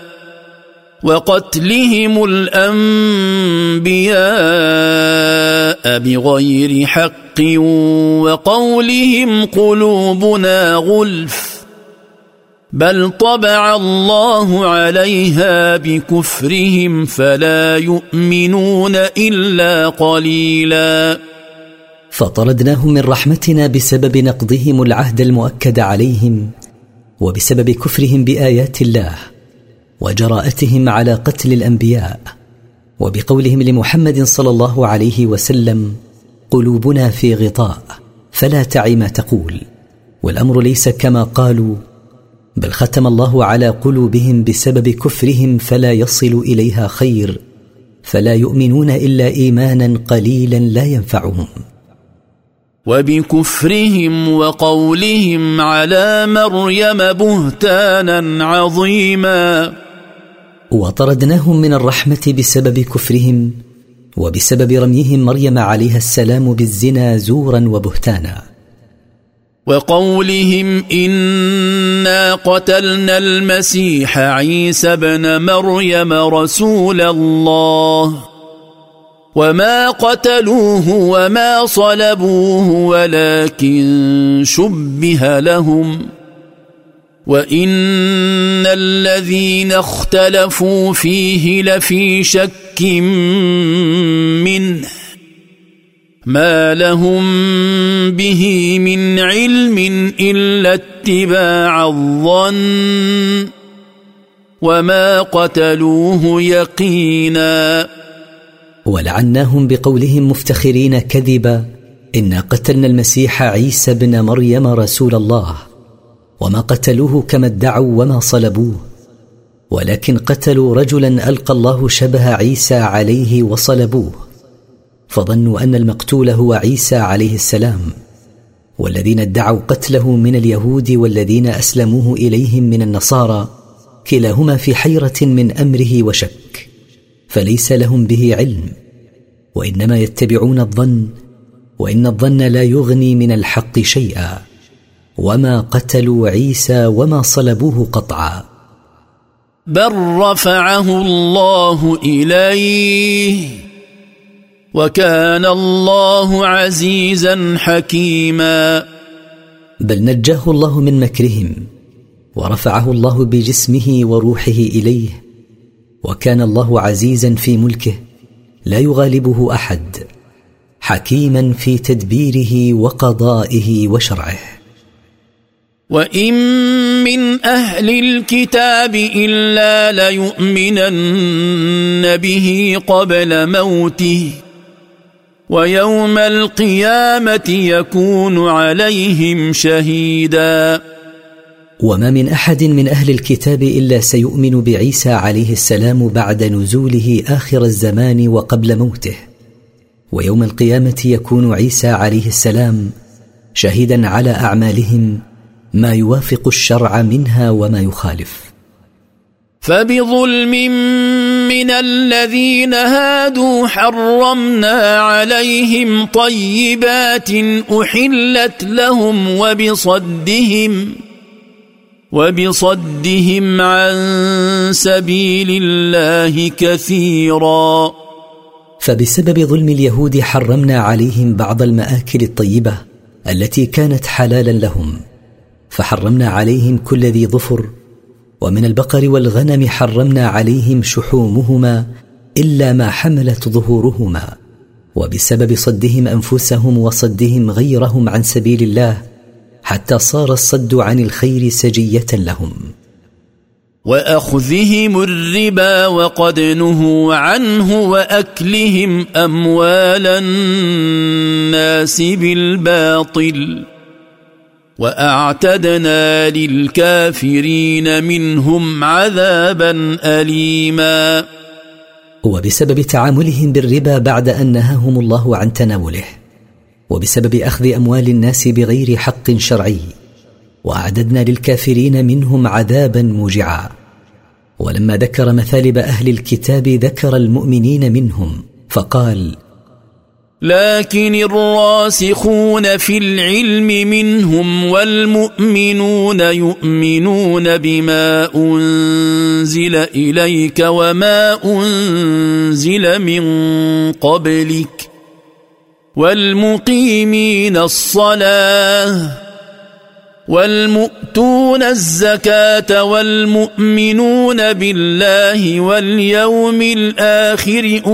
وقتلهم الأنبياء بغير حق وقولهم قلوبنا غلف بل طبع الله عليها بكفرهم فلا يؤمنون إلا قليلا. فطردناهم من رحمتنا بسبب نقضهم العهد المؤكد عليهم وبسبب كفرهم بآيات الله وجراءتهم على قتل الأنبياء، وبقولهم لمحمد صلى الله عليه وسلم قلوبنا في غطاء فلا تعي ما تقول، والأمر ليس كما قالوا بل ختم الله على قلوبهم بسبب كفرهم فلا يصل إليها خير، فلا يؤمنون إلا إيمانا قليلا لا ينفعهم. وبكفرهم وقولهم على مريم بهتانا عظيما. وطردناهم من الرحمة بسبب كفرهم وبسبب رميهم مريم عليها السلام بالزنا زورا وبهتانا. وقولهم إنا قتلنا المسيح عيسى ابن مريم رسول الله وما قتلوه وما صلبوه ولكن شبه لهم وإن الذين اختلفوا فيه لفي شك منه ما لهم به من علم إلا اتباع الظن وما قتلوه يقينا. ولعناهم بقولهم مفتخرين كذبا إنا قتلنا المسيح عيسى بن مريم رسول الله وما قتلوه كما ادعوا وما صلبوه ولكن قتلوا رجلا ألقى الله شبه عيسى عليه وصلبوه فظنوا أن المقتول هو عيسى عليه السلام والذين ادعوا قتله من اليهود والذين أسلموه إليهم من النصارى كلاهما في حيرة من أمره وشك فليس لهم به علم وإنما يتبعون الظن وإن الظن لا يغني من الحق شيئا وما قتلوا عيسى وما صلبوه قطعا بل رفعه الله إليه وكان الله عزيزا حكيما. بل نجاه الله من مكرهم ورفعه الله بجسمه وروحه إليه وكان الله عزيزا في ملكه لا يغالبه أحد حكيما في تدبيره وقضائه وشرعه. وإن من أهل الكتاب إلا ليؤمنن به قبل موته ويوم القيامة يكون عليهم شهيدا. وما من أحد من أهل الكتاب إلا سيؤمن بعيسى عليه السلام بعد نزوله آخر الزمان وقبل موته ويوم القيامة يكون عيسى عليه السلام شهيدا على أعمالهم ما يوافق الشرع منها وما يخالف. فبظلم من الذين هادوا حرمنا عليهم طيبات أحلت لهم وبصدهم وبصدهم عن سبيل الله كثيرا. فبسبب ظلم اليهود حرمنا عليهم بعض المآكل الطيبة التي كانت حلالا لهم فحرمنا عليهم كل ذي ظفر ومن البقر والغنم حرمنا عليهم شحومهما إلا ما حملت ظهورهما وبسبب صدهم أنفسهم وصدهم غيرهم عن سبيل الله حتى صار الصد عن الخير سجية لهم. وأخذهم الربا وقد نهوا عنه وأكلهم أموال الناس بالباطل وأعتدنا للكافرين منهم عذابا أليما. وبسبب تعاملهم بالربا بعد أن نهاهم الله عن تناوله وبسبب أخذ أموال الناس بغير حق شرعي وأعددنا للكافرين منهم عذابا موجعا. ولما ذكر مثالب أهل الكتاب ذكر المؤمنين منهم فقال لكن الراسخون في العلم منهم والمؤمنون يؤمنون بما أنزل إليك وما أنزل من قبلك والمقيمين الصلاة والمؤتون الزكاة والمؤمنون بالله واليوم الآخر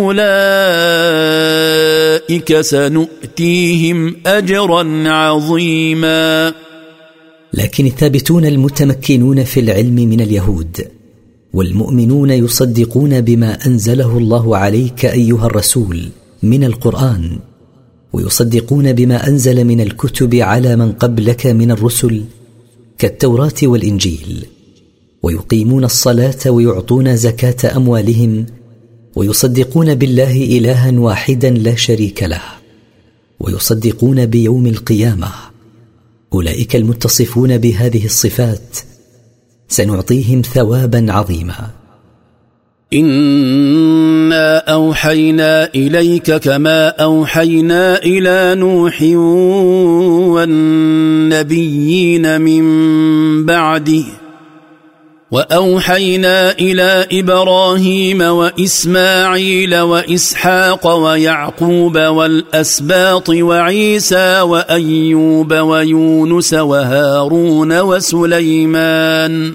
أولئك سنؤتيهم أجرا عظيما. لكن الثابتون المتمكنون في العلم من اليهود والمؤمنون يصدقون بما أنزله الله عليك أيها الرسول من القرآن ويصدقون بما أنزل من الكتب على من قبلك من الرسل كالتوراة والإنجيل ويقيمون الصلاة ويعطون زكاة أموالهم ويصدقون بالله إلها واحدا لا شريك له ويصدقون بيوم القيامة أولئك المتصفون بهذه الصفات سنعطيهم ثوابا عظيما. إنا أوحينا إليك كما أوحينا إلى نوح والنبيين من بعده وأوحينا إلى إبراهيم وإسماعيل وإسحاق ويعقوب والأسباط وعيسى وأيوب ويونس وهارون وسليمان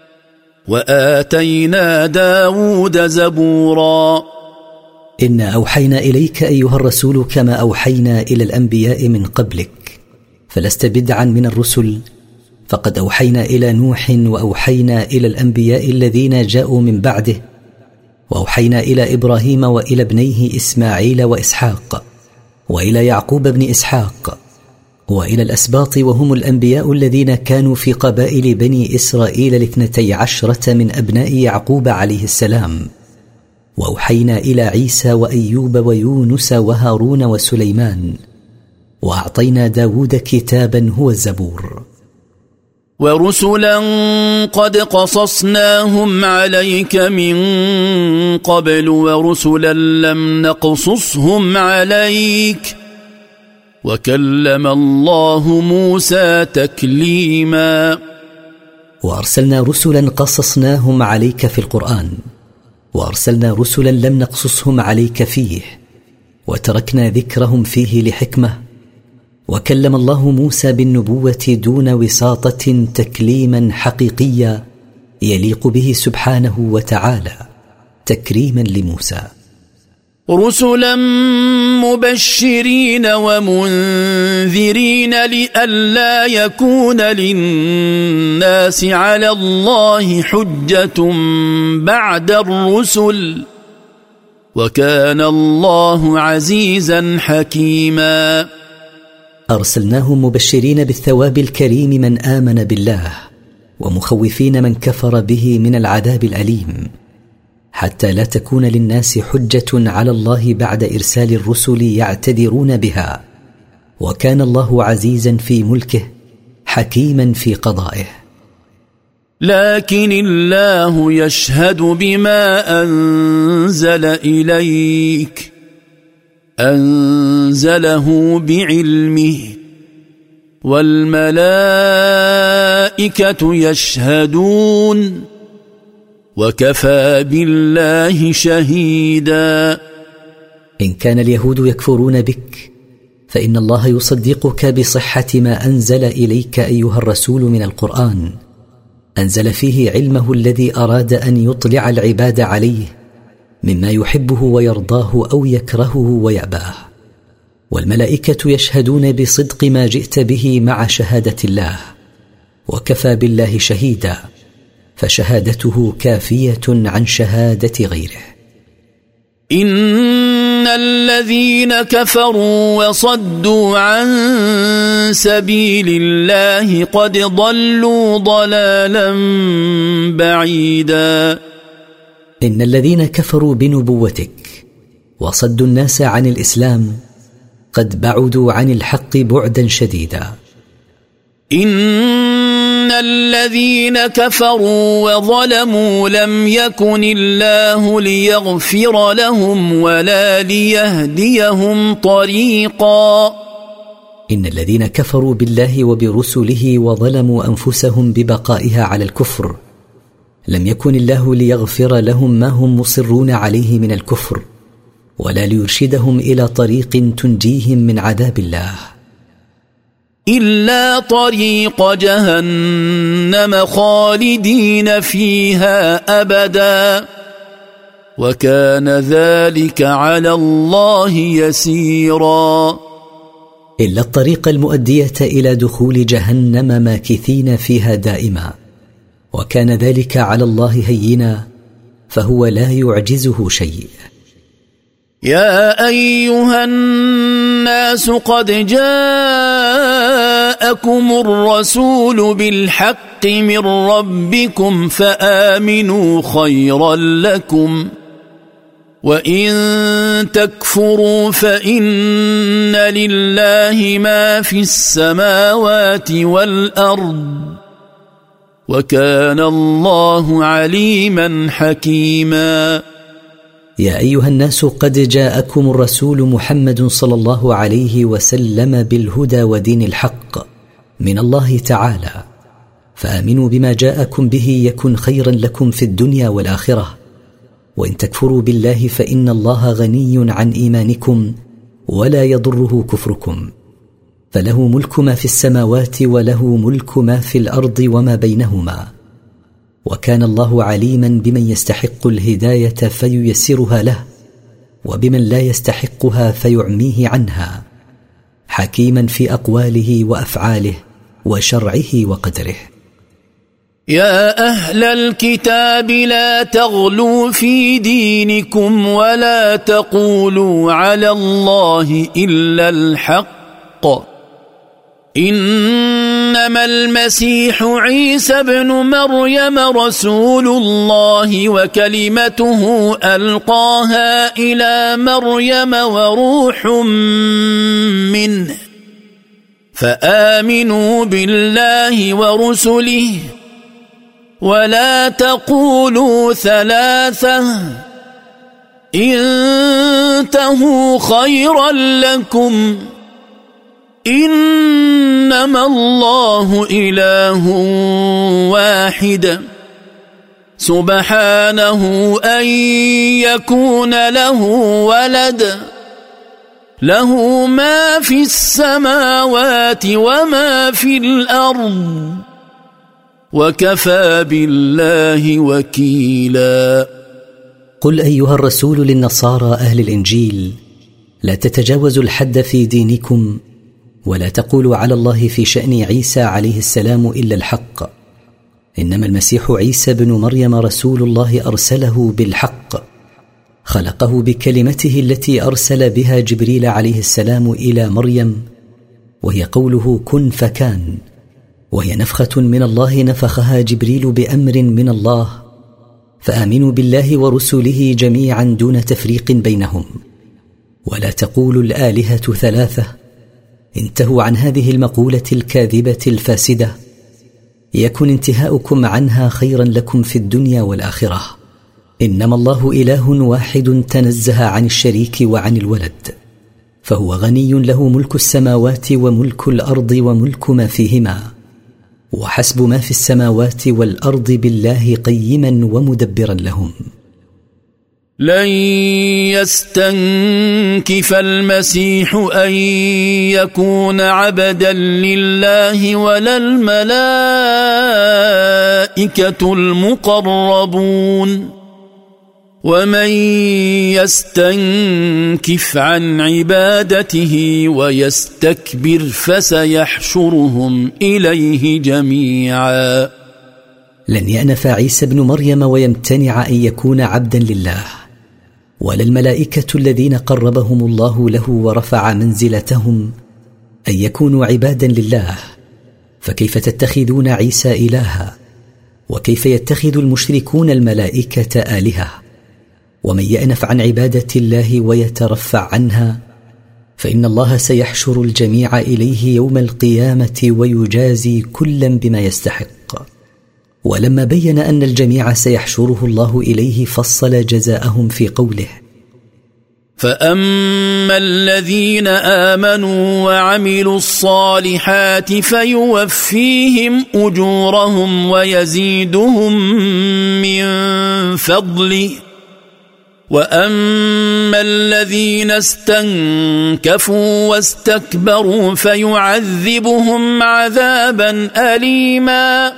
وآتينا داود زبورا. إنا أوحينا إليك أيها الرسول كما أوحينا إلى الأنبياء من قبلك، فلست بدعا من الرسل، فقد أوحينا إلى نوح وأوحينا إلى الأنبياء الذين جاءوا من بعده، وأوحينا إلى إبراهيم وإلى ابنيه إسماعيل وإسحاق وإلى يعقوب بن إسحاق وإلى الأسباط وهم الأنبياء الذين كانوا في قبائل بني إسرائيل الاثنتي عشرة من أبناء يعقوب عليه السلام. وأوحينا إلى عيسى وأيوب ويونس وهارون وسليمان، وأعطينا داود كتابا هو الزبور. ورسلا قد قصصناهم عليك من قبل ورسلا لم نقصصهم عليك وكلم الله موسى تكليما. وأرسلنا رسلا قصصناهم عليك في القرآن، وأرسلنا رسلا لم نقصصهم عليك فيه، وتركنا ذكرهم فيه لحكمة. وكلم الله موسى بالنبوة دون وساطة تكليما حقيقيا يليق به سبحانه وتعالى تكريما لموسى. رسلا مبشرين ومنذرين لئلا يكون للناس على الله حجة بعد الرسل وكان الله عزيزا حكيما. أرسلناهم مبشرين بالثواب الكريم من آمن بالله، ومخوفين من كفر به من العذاب الأليم، حتى لا تكون للناس حجة على الله بعد إرسال الرسل يعتذرون بها. وكان الله عزيزا في ملكه حكيما في قضائه. لكن الله يشهد بما أنزل إليك أنزله بعلمه والملائكة يشهدون وكفى بالله شهيدا. إن كان اليهود يكفرون بك فإن الله يصدقك بصحة ما أنزل إليك أيها الرسول من القرآن، أنزل فيه علمه الذي أراد أن يطلع العباد عليه مما يحبه ويرضاه أو يكرهه ويأباه. والملائكة يشهدون بصدق ما جئت به مع شهادة الله، وكفى بالله شهيدا، فشهادته كافية عن شهادة غيره. إن الذين كفروا وصدوا عن سبيل الله قد ضلوا ضلالا بعيدا. إن الذين كفروا بنبوتك وصدوا الناس عن الإسلام قد بعدوا عن الحق بعدا شديدا. إن الذين كفروا وظلموا لم يكن الله ليغفر لهم ولا ليهديهم طريقا. إن الذين كفروا بالله وبرسله وظلموا أنفسهم ببقائها على الكفر لم يكن الله ليغفر لهم ما هم مصرون عليه من الكفر، ولا ليرشدهم إلى طريق تنجيهم من عذاب الله، إلا طريق جهنم خالدين فيها أبدا وكان ذلك على الله يسيرا. إلا الطريق المؤدية إلى دخول جهنم ماكثين فيها دائما، وكان ذلك على الله هينا، فهو لا يعجزه شيء. يا أيها الناس قد جاءكم الرسول بالحق من ربكم فآمنوا خيرا لكم، وإن تكفروا فإن لله ما في السماوات والأرض وكان الله عليما حكيما. يا أيها الناس قد جاءكم الرسول محمد صلى الله عليه وسلم بالهدى ودين الحق من الله تعالى، فآمنوا بما جاءكم به يكن خيرا لكم في الدنيا والآخرة، وإن تكفروا بالله فإن الله غني عن إيمانكم ولا يضره كفركم، فله ملك ما في السماوات وله ملك ما في الأرض وما بينهما، وكان الله عليما بمن يستحق الهداية فييسرها له، وبمن لا يستحقها فيعميه عنها، حكيما في أقواله وأفعاله وشرعه وقدره. يا أهل الكتاب لا تغلوا في دينكم ولا تقولوا على الله إلا الحق، إنما المسيح عيسى بن مريم رسول الله وكلمته ألقاها إلى مريم وروح منه، فآمنوا بالله ورسله ولا تقولوا ثلاثة، انتهوا خيرا لكم، إنما الله إله واحد سبحانه أن يكون له ولد، له ما في السماوات وما في الأرض، وكفى بالله وكيلا. قل أيها الرسول للنصارى أهل الإنجيل لا تتجاوزوا الحد في دينكم، ولا تقولوا على الله في شأن عيسى عليه السلام إلا الحق، إنما المسيح عيسى بن مريم رسول الله أرسله بالحق، خلقه بكلمته التي أرسل بها جبريل عليه السلام إلى مريم، وهي قوله كن فكان، وهي نفخة من الله نفخها جبريل بأمر من الله، فآمنوا بالله ورسله جميعا دون تفريق بينهم، ولا تقولوا الآلهة ثلاثة، انتهوا عن هذه المقولة الكاذبة الفاسدة، يكن انتهاؤكم عنها خيرا لكم في الدنيا والآخرة، إنما الله إله واحد تنزه عن الشريك وعن الولد، فهو غني له ملك السماوات وملك الأرض وملك ما فيهما، وحسب ما في السماوات والأرض بالله قيما ومدبرا لهم. لن يستنكف المسيح أن يكون عبدا لله ولا الملائكة المقربون، ومن يستنكف عن عبادته ويستكبر فسيحشرهم إليه جميعا. لن يأنف عيسى بن مريم ويمتنع أن يكون عبدا لله، ولا الملائكة الذين قربهم الله له ورفع منزلتهم أن يكونوا عبادا لله، فكيف تتخذون عيسى إلها؟ وكيف يتخذ المشركون الملائكة آلهة؟ ومن يأنف عن عبادة الله ويترفع عنها فإن الله سيحشر الجميع إليه يوم القيامة ويجازي كلا بما يستحق. ولما بين أن الجميع سيحشره الله إليه فصل جزاءهم في قوله: فأما الذين آمنوا وعملوا الصالحات فيوفيهم أجورهم ويزيدهم من فضله، وأما الذين استنكفوا واستكبروا فيعذبهم عذابا أليما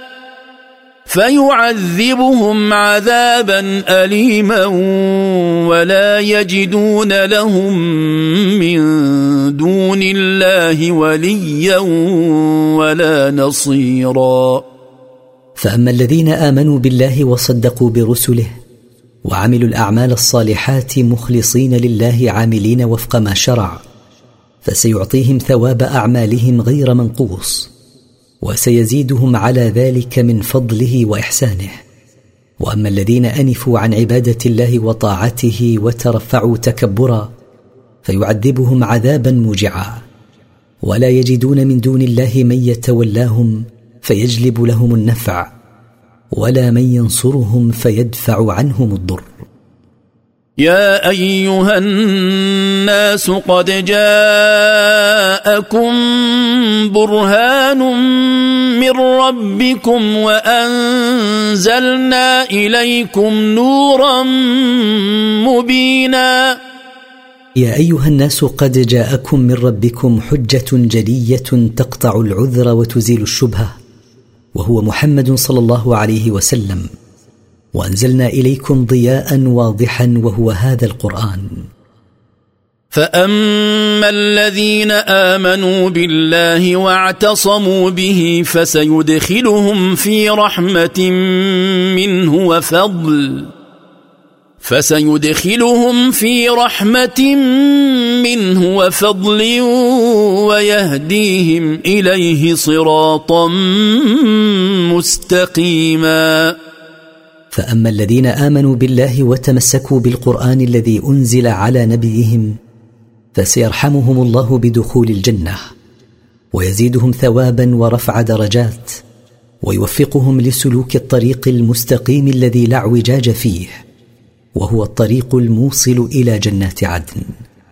فيعذبهم عذابا أليما ولا يجدون لهم من دون الله وليا ولا نصيرا. فأما الذين آمنوا بالله وصدقوا برسله وعملوا الأعمال الصالحات مخلصين لله عاملين وفق ما شرع، فسيعطيهم ثواب أعمالهم غير منقوص، وسيزيدهم على ذلك من فضله وإحسانه. وأما الذين أنفوا عن عبادة الله وطاعته وترفعوا تكبرا فيعذبهم عذابا موجعا، ولا يجدون من دون الله من يتولاهم فيجلب لهم النفع، ولا من ينصرهم فيدفع عنهم الضر. يا أيها الناس قد جاءكم برهان من ربكم وأنزلنا إليكم نورا مبينا. يا أيها الناس قد جاءكم من ربكم حجة جلية تقطع العذر وتزيل الشبهة، وهو محمد صلى الله عليه وسلم، وأنزلنا إليكم ضياء واضحا وهو هذا القرآن. فأما الذين آمنوا بالله واعتصموا به فسيدخلهم في رحمة منه وفضل فسيدخلهم في رحمة منه وفضل ويهديهم إليه صراطا مستقيما. فأما الذين آمنوا بالله وتمسكوا بالقرآن الذي أنزل على نبيهم فسيرحمهم الله بدخول الجنة، ويزيدهم ثوابا ورفع درجات، ويوفقهم لسلوك الطريق المستقيم الذي لا اعوجاج فيه، وهو الطريق الموصل إلى جنات عدن.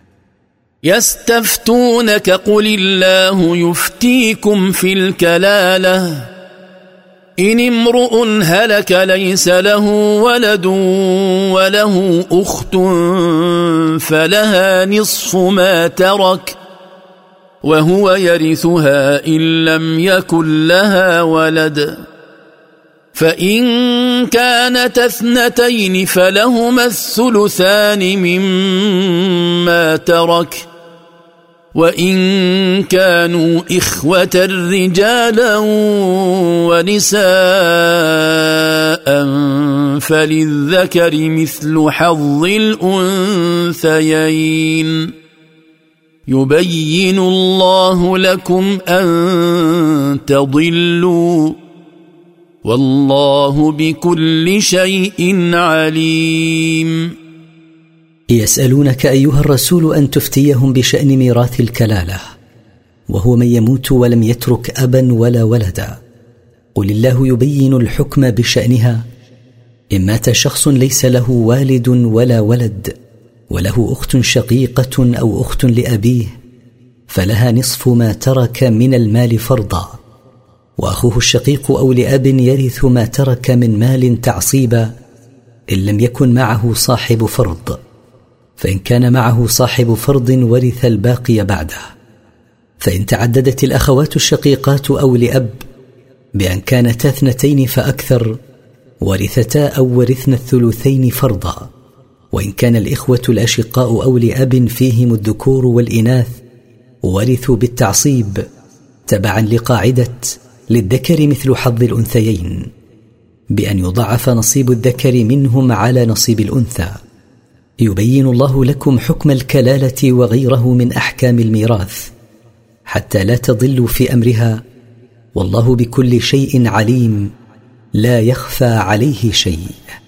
يستفتونك قل الله يفتيكم في الكلالة إن امرؤ هلك ليس له ولد وله أخت فلها نصف ما ترك وهو يرثها إن لم يكن لها ولد، فإن كانت اثنتين فلهما الثلثان مما ترك، وإن كانوا إخوة رجالا ونساء فللذكر مثل حظ الأنثيين يبين الله لكم أن تضلوا والله بكل شيء عليم. يسألونك أيها الرسول أن تفتيهم بشأن ميراث الكلالة، وهو من يموت ولم يترك أبا ولا ولدا. قل الله يبين الحكم بشأنها. إن مات شخص ليس له والد ولا ولد وله أخت شقيقة أو أخت لأبيه فلها نصف ما ترك من المال فرضا، وأخوه الشقيق أو لأب يرث ما ترك من مال تعصيبا إن لم يكن معه صاحب فرض، فإن كان معه صاحب فرض ورث الباقي بعده. فإن تعددت الأخوات الشقيقات أو لأب بأن كانتا اثنتين فأكثر ورثتا أو ورثن الثلثين فرضا، وإن كان الإخوة الأشقاء أو لأب فيهم الذكور والإناث ورثوا بالتعصيب تبعا لقاعدة للذكر مثل حظ الأنثيين، بأن يضعف نصيب الذكر منهم على نصيب الأنثى. يبين الله لكم حكم الكلالة وغيره من أحكام الميراث حتى لا تضلوا في أمرها، والله بكل شيء عليم لا يخفى عليه شيء.